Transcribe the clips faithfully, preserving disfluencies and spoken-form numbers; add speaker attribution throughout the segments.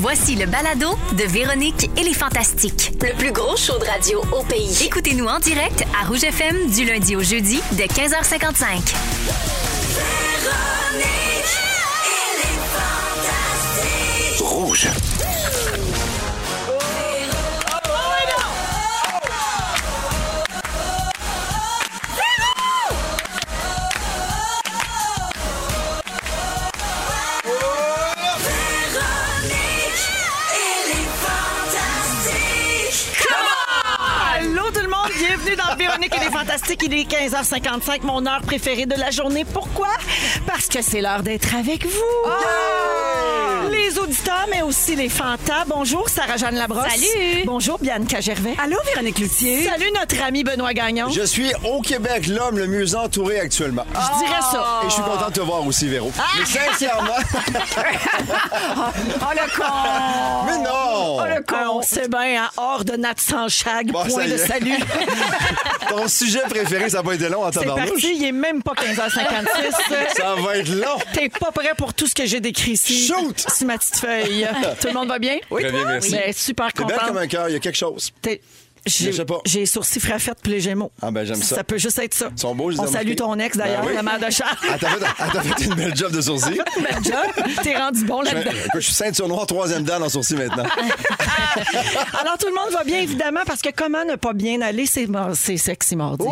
Speaker 1: Voici le balado de Véronique et les Fantastiques. Le plus gros show de radio au pays. Écoutez-nous en direct à Rouge F M du lundi au jeudi dès quinze heures cinquante-cinq. Véronique et les Fantastiques.
Speaker 2: Rouge.
Speaker 3: Bienvenue dans Véronique et les Fantastiques. Il est quinze heures cinquante-cinq, mon heure préférée de la journée. Pourquoi? Parce que c'est l'heure d'être avec vous. Oh! Les auditeurs, mais aussi les fantas. Bonjour, Sarah-Jeanne Labrosse.
Speaker 1: Salut.
Speaker 3: Bonjour, Bianca Gervais.
Speaker 4: Allô, Véronique Loutier.
Speaker 3: Salut, notre ami Benoît Gagnon.
Speaker 5: Je suis au Québec, l'homme le mieux entouré actuellement.
Speaker 3: Je dirais ça.
Speaker 5: Et je suis content de te voir aussi, Véro.
Speaker 3: Ah!
Speaker 5: Mais sincèrement...
Speaker 3: Oh, le con!
Speaker 5: Mais non!
Speaker 3: Oh, le con! Ah, on sait bien, hein, hors de Nat sans chag,
Speaker 5: Bon,
Speaker 3: point de salut.
Speaker 5: Ton sujet préféré, ça n'a pas été long en
Speaker 3: C'est
Speaker 5: tabarnouche?
Speaker 3: parti, il est même pas quinze heures cinquante-six.
Speaker 5: Ça va être long.
Speaker 3: T'es pas prêt pour tout ce que j'ai décrit ici.
Speaker 5: Shoot!
Speaker 3: Sur ma petite feuille. Tout le monde va bien?
Speaker 5: Oui, très bien, merci.
Speaker 3: Ben, super
Speaker 5: T'es
Speaker 3: content.
Speaker 5: belle comme un cœur, il y a quelque chose.
Speaker 3: T'es- J'ai,
Speaker 5: Je sais pas.
Speaker 3: j'ai les sourcils frafettes puis les gémeaux.
Speaker 5: Ah ben, j'aime ça.
Speaker 3: Ça peut juste être ça.
Speaker 5: Ils sont beaux, je les ai
Speaker 3: On salue
Speaker 5: remarqués.
Speaker 3: ton ex d'ailleurs,
Speaker 5: Ben oui.
Speaker 3: la mère de Charles.
Speaker 5: Elle t'a fait, elle t'a fait une belle job de sourcil.
Speaker 3: Bel job. T'es rendu bon
Speaker 5: Je,
Speaker 3: là-dedans.
Speaker 5: je suis ceinture noire, troisième dan en sourcil maintenant.
Speaker 3: Alors tout le monde va bien évidemment parce que comment ne pas bien aller, c'est, mar- c'est sexy mardi.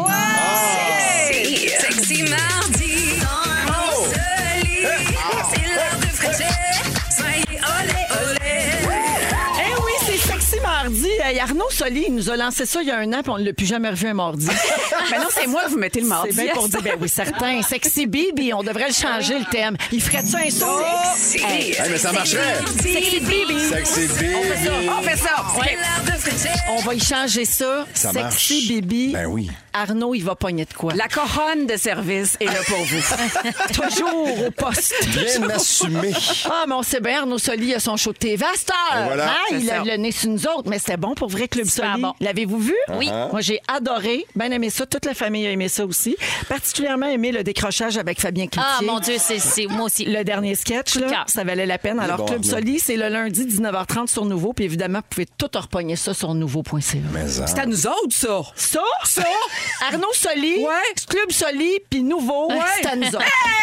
Speaker 1: Sexy, sexy mardi. Dans ce lit. C'est l'heure de frécher. Soyez olé, olé.
Speaker 3: Eh oui, c'est sexy mardi. Hey, Arnaud Soli il nous a lancé ça il y a un an puis on ne l'a plus jamais revu un mardi.
Speaker 4: Mais non, c'est moi que vous mettez le mardi.
Speaker 3: C'est bien pour dire, ben oui, certain. Sexy Bibi, on devrait le changer le thème. Il ferait ça un saut.
Speaker 1: Hey,
Speaker 5: Hey, mais ça marcherait.
Speaker 3: Sexy Bibi.
Speaker 5: Sexy baby.
Speaker 4: On fait ça.
Speaker 1: C'est l'heure de frécher.
Speaker 3: On va y changer ça.
Speaker 5: Ça
Speaker 3: Sexy
Speaker 5: marche.
Speaker 3: Bibi.
Speaker 5: Ben oui.
Speaker 3: Arnaud, il va pogner de quoi?
Speaker 4: La couronne de service est là pour vous.
Speaker 3: Toujours au poste.
Speaker 5: Bien assumé.
Speaker 3: Ah, mais on sait bien, Arnaud Soli a son show de T V à cette heure.
Speaker 5: Et voilà.
Speaker 3: Hein, il
Speaker 4: C'est
Speaker 3: lève
Speaker 4: ça.
Speaker 3: le nez sur nous autres, mais c'était bon pour vrai, Club
Speaker 1: Super
Speaker 3: Soli.
Speaker 1: bon.
Speaker 3: L'avez-vous vu?
Speaker 1: Oui.
Speaker 3: Moi, j'ai adoré, bien aimé ça. Toute la famille a aimé ça aussi. Particulièrement aimé le décrochage avec Fabien Cloutier.
Speaker 1: Ah, mon Dieu, c'est, c'est moi aussi.
Speaker 3: Le dernier sketch,
Speaker 1: de
Speaker 3: là,
Speaker 1: cœur.
Speaker 3: ça valait la peine. Alors,
Speaker 5: bon,
Speaker 3: Club
Speaker 5: Arnaud.
Speaker 3: Soli, c'est le lundi, dix-neuf heures trente sur Nouveau. Puis évidemment, vous pouvez tout repogner ça sur nouveau point c a.
Speaker 5: Mais hein.
Speaker 4: C'est à nous autres, ça.
Speaker 3: Ça, ça, Arnaud Soli,
Speaker 4: Ouais.
Speaker 3: Club Soli, puis Nouveau, c'est à nous autres.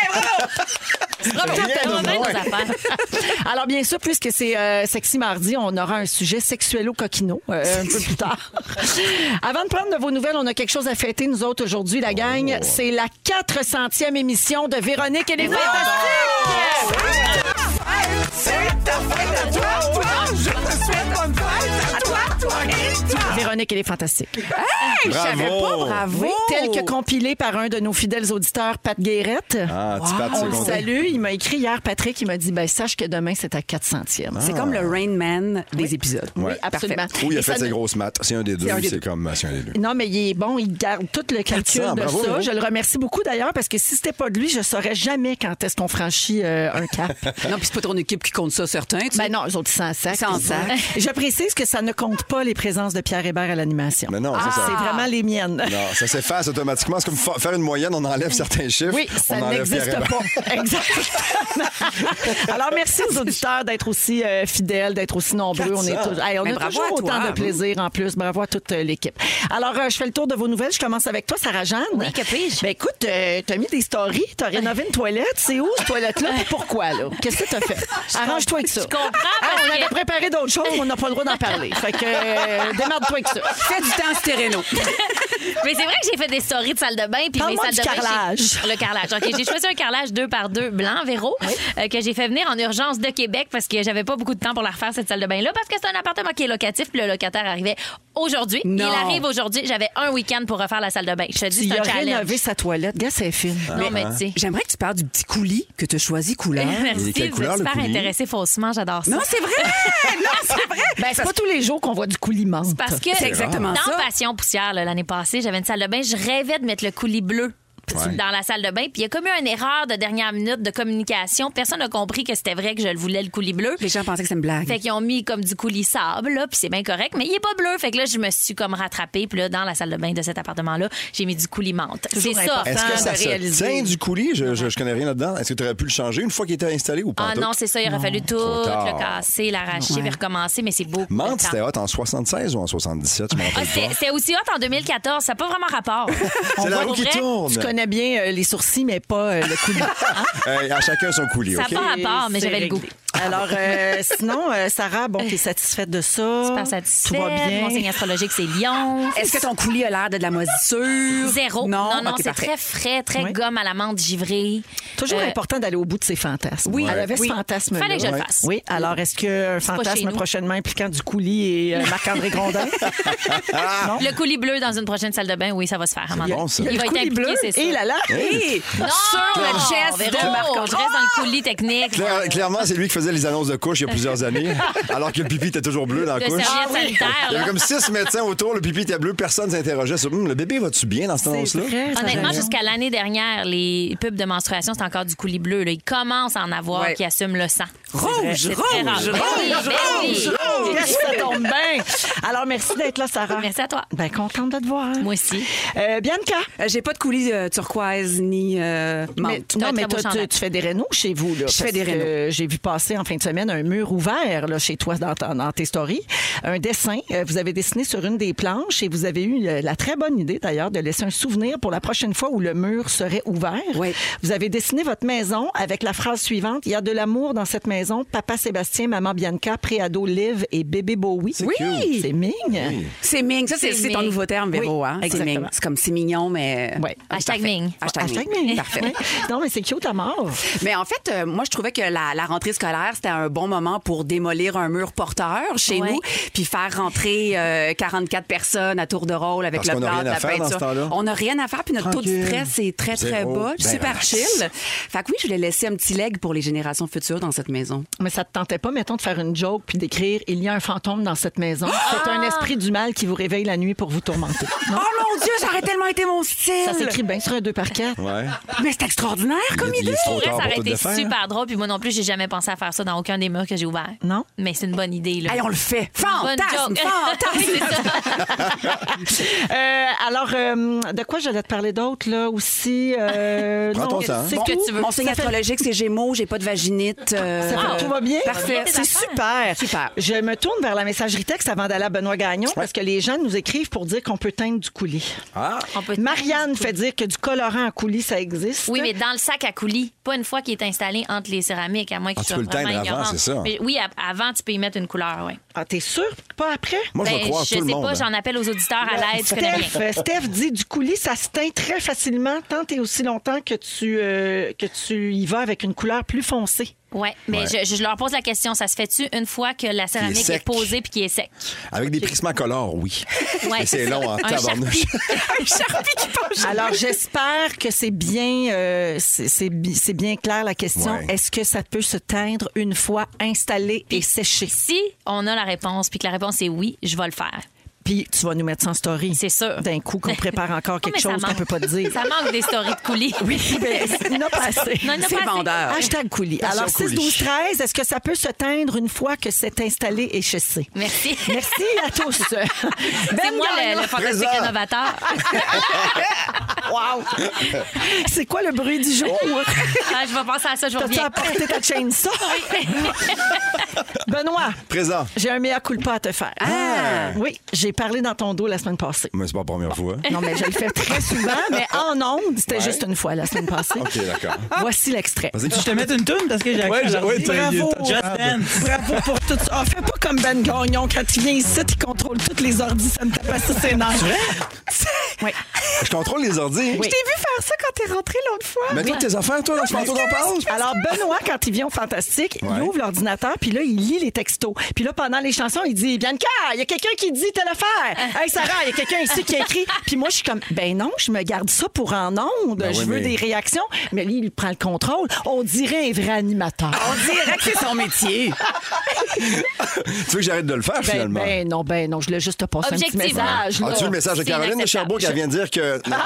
Speaker 1: Bravo,
Speaker 5: Rien
Speaker 1: t'as
Speaker 5: de
Speaker 1: bien nos
Speaker 5: moins.
Speaker 1: affaires.
Speaker 3: Alors, bien sûr, puisque c'est euh, Sexy Mardi, on aura un sujet sexuello-coquino euh, un peu plus tard. Avant de prendre de vos nouvelles, on a quelque chose à fêter, nous autres, aujourd'hui, la gang. C'est la quatre centième émission de Véronique et les Fantastiques!
Speaker 4: C'est ta fête à toi, toi. Je te souhaite bonne fête à toi, toi et toi.
Speaker 3: Véronique et les Fantastiques.
Speaker 4: Hey, je
Speaker 5: Bravo.
Speaker 4: savais pas, bravo.
Speaker 3: Oui, tel que compilé par un de nos fidèles auditeurs, Pat Guérette.
Speaker 5: Ah, petit Pat,
Speaker 3: On
Speaker 5: c'est
Speaker 3: le
Speaker 5: content.
Speaker 3: salue. Il m'a écrit hier, Patrick, il m'a dit, ben, sache que demain, c'est ta quatre centième.
Speaker 4: C'est comme le Rain Man des épisodes.
Speaker 5: Ouais.
Speaker 3: Oui, absolument.
Speaker 4: Parfait.
Speaker 5: Ou il a
Speaker 3: Et
Speaker 5: fait
Speaker 3: ça
Speaker 5: ses
Speaker 3: ne-
Speaker 5: grosses maths. C'est un des deux.
Speaker 4: un des
Speaker 5: C'est
Speaker 4: deux.
Speaker 5: comme c'est un des deux.
Speaker 3: Non, mais il est bon, il garde tout le calcul
Speaker 5: quatre cents,
Speaker 3: de
Speaker 5: bravo,
Speaker 3: ça.
Speaker 5: Véro.
Speaker 3: Je le remercie beaucoup d'ailleurs parce que si c'était pas de lui, je saurais jamais quand est-ce qu'on franchit euh, un cap.
Speaker 4: Non, puis c'est pas ton équipe qui compte ça, certains. Tu sais.
Speaker 3: Ben non, eux autres, ils s'en sac.
Speaker 4: Ils s'en sac.
Speaker 3: Je précise que ça ne compte pas les présences de Pierre Hébert à l'animation.
Speaker 5: Mais non, ça,
Speaker 3: Ah,
Speaker 5: ça-
Speaker 3: c'est vraiment les miennes.
Speaker 5: Non, ça s'efface automatiquement. C'est comme fa- faire une moyenne, on enlève certains chiffres.
Speaker 3: Oui, ça
Speaker 5: on enlève
Speaker 3: n'existe
Speaker 5: Pierre Hébert.
Speaker 3: pas. Exactement. Alors, merci aux auditeurs d'être aussi euh, fidèles, d'être aussi nombreux. On, est
Speaker 5: quatre cents.
Speaker 3: tous- Hey, on
Speaker 4: Mais
Speaker 3: a
Speaker 4: bravo
Speaker 3: toujours
Speaker 4: à toi.
Speaker 3: autant de plaisir en plus. Bravo à toute euh, l'équipe. Alors, euh, je fais le tour de vos nouvelles. Je commence avec toi, Sarah-Jeanne.
Speaker 1: Oui, que puis-je?
Speaker 3: Ben écoute, euh, t'as mis des stories, t'as rénové une toilette. C'est où, cette toilette-là? Puis pourquoi, là? Qu'est-ce que t'as fait? Arrange-toi avec ça.
Speaker 1: Je comprends
Speaker 3: Ah,
Speaker 1: parce
Speaker 3: on
Speaker 1: que-
Speaker 3: avait préparé d'autres choses, mais on n'a pas le droit d'en parler. Fait que, euh, démarre-toi avec ça.
Speaker 4: Fais du temps stéréno.
Speaker 1: Mais c'est vrai que j'ai fait des stories de salle de bain. Puis mes
Speaker 3: Parle-moi
Speaker 1: salles
Speaker 3: du
Speaker 1: de bain,
Speaker 3: carrelage.
Speaker 1: j'ai- Le carrelage. OK, j'ai choisi un carrelage deux par deux blanc, Véro, euh, que j'ai fait venir en urgence de Québec parce que j'avais pas beaucoup de temps pour la refaire, cette salle de bain-là, parce que c'est un appartement qui est locatif, puis le locataire arrivait aujourd'hui.
Speaker 4: Non.
Speaker 1: Il arrive aujourd'hui. J'avais un week-end pour refaire la salle de bain. Je te dis,
Speaker 3: Il
Speaker 1: c'est
Speaker 3: a
Speaker 1: un challenge.
Speaker 3: rénové sa toilette. Gars, c'est fine.
Speaker 1: Non, mais tu sais.
Speaker 4: J'aimerais que tu parles du petit coulis que tu as choisi couleur.
Speaker 1: Merci,
Speaker 5: Il est quelle
Speaker 1: vous
Speaker 5: couleur,
Speaker 1: êtes
Speaker 5: le
Speaker 1: super
Speaker 5: coulis?
Speaker 1: intéressé faussement. J'adore ça.
Speaker 4: Non, c'est vrai! Non, c'est vrai!
Speaker 3: Ben, c'est pas tous les jours qu'on voit du coulis menthe.
Speaker 1: Parce que
Speaker 4: C'est exactement
Speaker 1: dans
Speaker 4: ça.
Speaker 1: Passion Poussière là, l'année passée, j'avais une salle de bain, je rêvais de mettre le coulis bleu
Speaker 5: Ouais.
Speaker 1: dans la salle de bain. Puis il y a comme eu une erreur de dernière minute de communication. Personne n'a compris que c'était vrai que je le voulais, le coulis bleu.
Speaker 2: Les gens pensaient que c'était une blague.
Speaker 1: Fait qu'ils ont mis comme du coulis sable, là, puis c'est bien correct, mais il est pas bleu. Fait que là, je me suis comme rattrapée. Puis là, dans la salle de bain de cet appartement-là, j'ai mis du coulis menthe. C'est ça.
Speaker 3: important.
Speaker 5: Est-ce que ça
Speaker 3: de
Speaker 5: se
Speaker 3: réaliser.
Speaker 5: tient du coulis? Je, je, je connais rien là-dedans. Est-ce que tu aurais pu le changer une fois qu'il était installé ou pas?
Speaker 1: Ah non, c'est ça. Il aurait fallu tout
Speaker 5: tard.
Speaker 1: le casser, l'arracher, puis recommencer, mais c'est beaucoup.
Speaker 5: Menthe,
Speaker 1: de temps.
Speaker 5: c'était hot en soixante-seize ou en soixante-dix-sept? Je me
Speaker 1: Ah,
Speaker 5: rappelle
Speaker 1: c'était
Speaker 5: pas.
Speaker 1: c'était aussi hot en deux mille quatorze. Ça n'a pas vraiment rapport.
Speaker 5: C'est la
Speaker 1: Pour
Speaker 5: roue qui
Speaker 1: vrai,
Speaker 5: tourne.
Speaker 3: Tu connais bien euh, les sourcils, mais pas euh, le coulis.
Speaker 5: Euh, à chacun son coulis,
Speaker 1: Ça
Speaker 5: OK?
Speaker 1: n'a pas rapport, mais
Speaker 3: C'est
Speaker 1: j'avais le goût.
Speaker 3: réglé. Alors, euh, sinon, euh, Sarah, bon, t'es satisfaite de ça?
Speaker 1: Super satisfaite.
Speaker 3: Tout va bien?
Speaker 1: Mon signe astrologique, c'est Lion.
Speaker 2: Est-ce que ton coulis a l'air de de la moisissure?
Speaker 1: Zéro.
Speaker 2: Non,
Speaker 1: non, non,
Speaker 2: Ok,
Speaker 1: c'est
Speaker 2: parfait.
Speaker 1: très frais, très
Speaker 3: Oui.
Speaker 1: gomme à la menthe givrée.
Speaker 3: Toujours
Speaker 1: Euh,
Speaker 3: important d'aller au bout de ses fantasmes.
Speaker 2: Oui.
Speaker 3: Elle avait
Speaker 2: Oui.
Speaker 3: ce fantasme.
Speaker 1: Fallait que je le fasse.
Speaker 3: Oui. Alors, est-ce qu'un
Speaker 1: pas chez
Speaker 3: fantasme
Speaker 1: nous.
Speaker 3: prochainement impliquant du coulis et euh, Marc-André Grondin? non?
Speaker 1: Le coulis bleu dans une prochaine salle de bain, oui, ça va se faire. à un moment
Speaker 5: bon,
Speaker 1: donné.
Speaker 5: ça.
Speaker 1: Il
Speaker 3: Le
Speaker 1: va être
Speaker 3: coulis
Speaker 1: impliqué,
Speaker 3: bleu
Speaker 1: c'est ça.
Speaker 3: et là là.
Speaker 2: Hey!
Speaker 1: Non,
Speaker 2: Sur le chest
Speaker 1: Véro,
Speaker 2: de Marc-André.
Speaker 1: je reste dans le coulis technique.
Speaker 5: Claire- clairement, c'est lui qui faisait les annonces de couche il y a plusieurs années, alors que le pipi était toujours bleu dans la
Speaker 1: De
Speaker 5: couche.
Speaker 1: serviette sanitaire.
Speaker 5: Il y
Speaker 1: là.
Speaker 5: avait comme six médecins autour, le pipi était bleu, personne s'interrogeait sur Hum, le bébé va-tu bien dans cette annonce-là?
Speaker 3: vrai, ça,
Speaker 1: Honnêtement,
Speaker 3: j'aime.
Speaker 1: jusqu'à l'année dernière, les pubs de menstruation, c'est encore du coulis bleu. Là. Ils commencent à en avoir
Speaker 2: Ouais.
Speaker 1: qui assument le sang.
Speaker 2: Rouge,
Speaker 1: C'est très rare.
Speaker 2: rouge,
Speaker 1: Ben oui,
Speaker 2: rouge,
Speaker 1: ben oui.
Speaker 3: Oh, yes, ça tombe bien. Alors, merci d'être là, Sarah.
Speaker 1: Merci à toi.
Speaker 3: Bien contente de te voir.
Speaker 1: Moi aussi.
Speaker 3: Euh, Bianca.
Speaker 2: Euh, J'ai pas de coulis euh, turquoise ni euh,
Speaker 3: Mais,
Speaker 2: menthe.
Speaker 3: non,
Speaker 1: un
Speaker 3: mais
Speaker 1: très beau
Speaker 3: toi, tu,
Speaker 1: chandail.
Speaker 3: tu fais des rénaux chez vous. Là,
Speaker 2: Je fais
Speaker 3: parce
Speaker 2: des
Speaker 3: que
Speaker 2: rénaux.
Speaker 3: J'ai vu passer en fin de semaine un mur ouvert là, chez toi dans, ta- dans tes stories. Un dessin. Euh, Vous avez dessiné sur une des planches et vous avez eu euh, la très bonne idée d'ailleurs de laisser un souvenir pour la prochaine fois où le mur serait ouvert.
Speaker 2: Oui.
Speaker 3: Vous avez dessiné votre maison avec la phrase suivante. Il y a de l'amour dans cette maison. Papa Sébastien, maman Bianca, préado Liv et bébé Bowie.
Speaker 5: C'est
Speaker 2: Oui.
Speaker 5: cute.
Speaker 3: C'est ming.
Speaker 2: C'est ming. Ça, c'est
Speaker 1: C'est
Speaker 2: c'est ton
Speaker 1: ming.
Speaker 2: nouveau terme, Véro.
Speaker 3: Oui,
Speaker 2: hein? C'est
Speaker 3: exactement.
Speaker 2: ming. C'est comme c'est mignon, mais.
Speaker 3: Ouais.
Speaker 1: Hashtag
Speaker 2: Parfait.
Speaker 1: ming.
Speaker 2: Hashtag,
Speaker 3: Hashtag
Speaker 2: ming.
Speaker 3: ming.
Speaker 2: Parfait.
Speaker 3: Ouais. Non, mais c'est cute à mort.
Speaker 2: Mais en fait, euh, moi, je trouvais que la, la rentrée scolaire, c'était un bon moment pour démolir un mur porteur chez
Speaker 1: Ouais.
Speaker 2: nous, puis faire rentrer euh, quarante-quatre personnes à tour de rôle avec
Speaker 5: Parce
Speaker 2: le
Speaker 5: qu'on a
Speaker 2: plat,
Speaker 5: rien
Speaker 2: de
Speaker 5: à
Speaker 2: la
Speaker 5: faire dans
Speaker 2: peinture.
Speaker 5: ce temps-là.
Speaker 2: On n'a rien à faire, puis notre taux de
Speaker 5: Tranquille.
Speaker 2: stress est très, très
Speaker 5: Zéro.
Speaker 2: bas,
Speaker 5: Ben
Speaker 2: super
Speaker 5: relax.
Speaker 2: chill. Fait que oui, je voulais laisser un petit leg pour les générations futures dans cette maison.
Speaker 3: Mais ça te tentait pas, mettons, de faire une joke puis d'écrire « Il y a un fantôme dans cette maison. C'est un esprit du mal qui vous réveille la nuit pour vous tourmenter. » Non?
Speaker 2: Oh mon Dieu, ça aurait tellement été mon style!
Speaker 3: Ça s'écrit bien sur un deux par quatre.
Speaker 5: Ouais.
Speaker 2: Mais c'est extraordinaire comme
Speaker 5: Il est- il
Speaker 2: idée!
Speaker 5: est trop
Speaker 1: Pour vrai,
Speaker 5: tard
Speaker 1: ça
Speaker 5: pour
Speaker 1: aurait
Speaker 5: tout
Speaker 1: été
Speaker 5: le faire.
Speaker 1: super drôle. Puis moi non plus, j'ai jamais pensé à faire ça dans aucun des murs que j'ai ouverts.
Speaker 3: Non?
Speaker 1: Mais c'est une bonne idée. Là.
Speaker 2: Hey, on le fait!
Speaker 1: Bonne
Speaker 2: Fantasme!
Speaker 1: joke.
Speaker 2: Fantasme!
Speaker 1: Oui, c'est ça.
Speaker 3: Euh, alors, euh, de quoi j'allais te parler d'autre, là, aussi? Euh,
Speaker 5: Prends ton temps.
Speaker 3: c'est
Speaker 1: Bon,
Speaker 3: tout.
Speaker 1: que tu veux.
Speaker 2: Mon signe
Speaker 3: Ça fait-
Speaker 2: astrologique, c'est Gémeaux, j'ai pas de vaginite. euh,
Speaker 3: Ça fait- tout va bien?
Speaker 2: Parfait.
Speaker 1: tes
Speaker 3: C'est
Speaker 1: affaires.
Speaker 3: super.
Speaker 2: Super.
Speaker 3: Je me tourne vers la messagerie texte avant d'aller à Benoît Gagnon parce que les gens nous écrivent pour dire qu'on peut teindre du coulis.
Speaker 5: Ah,
Speaker 1: On peut-
Speaker 3: Marianne fait dire que du colorant à coulis, ça existe.
Speaker 1: Oui, mais dans le sac à coulis, pas une fois qu'il est installé entre les céramiques, à moins qu'il
Speaker 5: Ah, tu
Speaker 1: soit
Speaker 5: peux le
Speaker 1: vraiment
Speaker 5: teindre avant,
Speaker 1: ignorant.
Speaker 5: c'est ça.
Speaker 1: Mais oui, à- avant, tu peux y mettre une couleur, oui.
Speaker 3: Ah, t'es sûr? Pas après?
Speaker 5: moi, je vais
Speaker 1: Ben,
Speaker 5: croire
Speaker 1: je
Speaker 5: tout le
Speaker 1: sais
Speaker 5: monde.
Speaker 1: pas,
Speaker 5: hein.
Speaker 1: j'en appelle aux auditeurs à l'aide, je connais rien.
Speaker 3: Steph, euh, Steph dit du coulis, ça se teint très facilement tant et aussi longtemps que tu, euh, que tu y vas avec une couleur plus foncée.
Speaker 1: Oui, mais
Speaker 5: Ouais.
Speaker 1: je, je leur pose la question, ça se fait-tu une fois que la céramique est,
Speaker 5: sec.
Speaker 1: posée puis qui est sec?
Speaker 5: Avec des prismacolores, oui.
Speaker 1: Ouais,
Speaker 5: Mais c'est long en
Speaker 1: Un
Speaker 5: tabarnouche.
Speaker 1: Sharpie.
Speaker 3: Alors, j'espère que c'est bien, euh, c'est, c'est bi- c'est bien clair la question.
Speaker 5: Ouais.
Speaker 3: Est-ce que ça peut se teindre une fois installé et séché?
Speaker 1: Si on a la réponse puis que la réponse est oui, je vais le faire.
Speaker 3: Puis tu vas nous mettre ça en story.
Speaker 1: C'est sûr.
Speaker 3: D'un coup qu'on prépare encore
Speaker 1: Non,
Speaker 3: quelque
Speaker 1: mais ça
Speaker 3: chose qu'on
Speaker 1: manque.
Speaker 3: peut pas te dire.
Speaker 1: Ça manque des stories de coulis.
Speaker 3: Oui, ben, il n'y en a pas assez.
Speaker 1: Non, il y en a
Speaker 2: C'est
Speaker 1: pas assez.
Speaker 2: vendeur.
Speaker 3: Hashtag coulis.
Speaker 5: Attention,
Speaker 3: Alors, six,
Speaker 5: coulis.
Speaker 3: douze, treize, est-ce que ça peut se teindre une fois que c'est installé et chaussé?
Speaker 1: Merci.
Speaker 3: Merci à tous.
Speaker 1: C'est
Speaker 3: Ben
Speaker 1: moi
Speaker 3: Gagnon.
Speaker 1: le, le fantastique
Speaker 5: Présent.
Speaker 1: innovateur.
Speaker 3: Wow! C'est quoi le bruit du jour?
Speaker 1: Ah, je vais penser à ça, je
Speaker 3: T'as-tu
Speaker 1: reviens.
Speaker 3: apporté ta chaîne ça? Benoît,
Speaker 5: Présent.
Speaker 3: j'ai un mea culpa à te faire.
Speaker 2: Ah!
Speaker 3: Oui, j'ai parlé dans ton dos la semaine passée.
Speaker 5: Mais c'est pas la première fois.
Speaker 3: Non, mais je le fais très souvent, mais en ondes, c'était
Speaker 5: Ouais.
Speaker 3: juste une fois la semaine passée.
Speaker 5: OK, d'accord.
Speaker 3: Voici l'extrait.
Speaker 5: Vas-y.
Speaker 6: Je te mets une toune parce que j'ai
Speaker 5: Ouais,
Speaker 6: accès
Speaker 5: j'ai-
Speaker 6: à
Speaker 5: ouais,
Speaker 6: l'ordi.
Speaker 5: t'as-
Speaker 3: Bravo.
Speaker 6: Just Dance.
Speaker 3: Bravo pour tout ça. Ah, fais pas comme Ben Gagnon quand il vient ici, il contrôle toutes les ordis, ça me tape pas ses nerfs. Oui.
Speaker 5: Je contrôle les ordi.
Speaker 3: Oui.
Speaker 2: Je t'ai vu faire ça quand t'es rentré l'autre fois.
Speaker 5: Mais toi, tes affaires, toi, dans ce manteau d'en parle?
Speaker 3: Alors, Benoît, quand il vient au Fantastique, il
Speaker 5: Ouais.
Speaker 3: ouvre l'ordinateur, puis là, il lit les textos. Puis là, pendant les chansons, il dit « Bianca, il y a quelqu'un qui dit telle affaire. Hey, Sarah, il y a quelqu'un ici qui a écrit. » Puis moi, je suis comme « Ben non, je me garde ça pour en ondes.
Speaker 5: Ben
Speaker 3: je
Speaker 5: oui,
Speaker 3: veux
Speaker 5: mais-
Speaker 3: des réactions. » Mais lui, il prend le contrôle. On dirait un vrai animateur.
Speaker 2: On dirait que c'est son métier.
Speaker 5: Tu veux que j'arrête de le faire,
Speaker 3: Ben,
Speaker 5: finalement?
Speaker 3: ben non, ben non, je voulais juste te passer un petit
Speaker 1: Objectivement.
Speaker 3: message. là.
Speaker 5: As-tu le message de
Speaker 1: C'est
Speaker 5: Caroline de
Speaker 1: inacceptable.
Speaker 5: Sherbrooke? Elle vient de dire que. Non,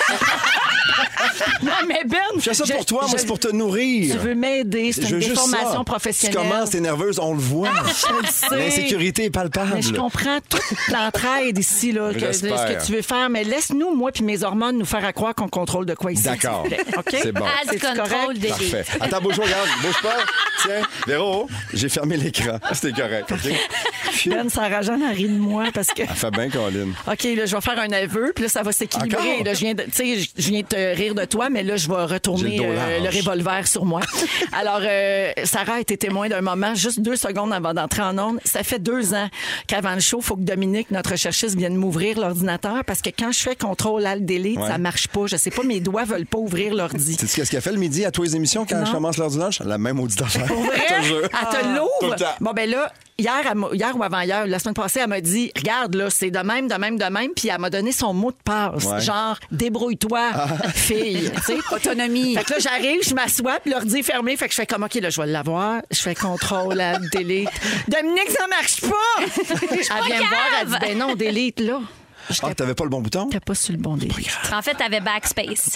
Speaker 3: Non, mais Ben,
Speaker 5: je fais ça
Speaker 3: je-
Speaker 5: pour toi, moi,
Speaker 3: je-
Speaker 5: c'est pour te nourrir.
Speaker 3: Tu veux m'aider, c'est
Speaker 5: Je
Speaker 3: une
Speaker 5: veux juste
Speaker 3: déformation
Speaker 5: ça.
Speaker 3: professionnelle.
Speaker 5: Tu commences, t'es nerveuse, on le voit.
Speaker 3: Je le sais.
Speaker 5: L'insécurité est palpable.
Speaker 3: Mais je comprends toute l'entraide ici, là, que, ce
Speaker 5: J'espère.
Speaker 3: que tu veux faire, mais laisse-nous, moi puis mes hormones, nous faire à croire qu'on contrôle de quoi ici.
Speaker 5: D'accord.
Speaker 3: s'il te plaît. OK?
Speaker 5: C'est bon.
Speaker 1: As
Speaker 3: C'est-tu
Speaker 1: control
Speaker 3: correct?
Speaker 1: de
Speaker 5: Parfait. Attends, bouge pas, regarde, bouge pas. Tiens, Véro, j'ai fermé l'écran. C'était correct, OK? Phew.
Speaker 3: Ben, Sarah-Jeanne a ri de moi parce que...
Speaker 5: Elle fait bien, Colin.
Speaker 3: OK, là, je vais faire un aveu, puis là, ça va s'équilibrer.
Speaker 5: Encore?
Speaker 3: Là, je viens de, tu sais, je- je viens de te rire de toi, mais là, je vais
Speaker 5: J'ai
Speaker 3: retourner
Speaker 5: le dos
Speaker 3: euh,
Speaker 5: large.
Speaker 3: le revolver sur moi. Alors, euh, Sarah a été témoin d'un moment, juste deux secondes avant d'entrer en onde. Ça fait deux ans qu'avant le show, il faut que Dominique, notre recherchiste, vienne m'ouvrir l'ordinateur parce que quand je fais contrôle alt delete,
Speaker 5: Ouais.
Speaker 3: ça marche pas. Je sais pas, mes doigts veulent pas ouvrir l'ordi.
Speaker 5: Sais-tu qu'est-ce qu'elle fait le midi à tous les émissions quand
Speaker 3: Non.
Speaker 5: je commence l'heure du lunch? La même auditeur.
Speaker 3: Pour vrai?
Speaker 5: Je te jure.
Speaker 3: Elle te
Speaker 5: Tout
Speaker 3: l'ouvre?
Speaker 5: le temps.
Speaker 3: Bon, ben là, hier, elle m'a- hier ou avant-hier, la semaine passée, elle m'a dit, regarde, là, c'est de même, de même, de même. Puis elle m'a donné son mot de passe.
Speaker 5: Ouais.
Speaker 3: Genre, débrouille-toi, fille. Tu sais?
Speaker 2: Autonomie.
Speaker 3: Fait que là, j'arrive, je m'assois, puis l'ordi est fermé. Fait que je fais comme, OK, là, je vais l'avoir. Je fais contrôle, à delete. Dominique, ça marche pas! Elle vient me voir, elle dit, ben non, delete, là.
Speaker 5: Ah, t'avais pas le bon bouton?
Speaker 3: T'as pas sur le bon delete.
Speaker 1: En fait, t'avais backspace.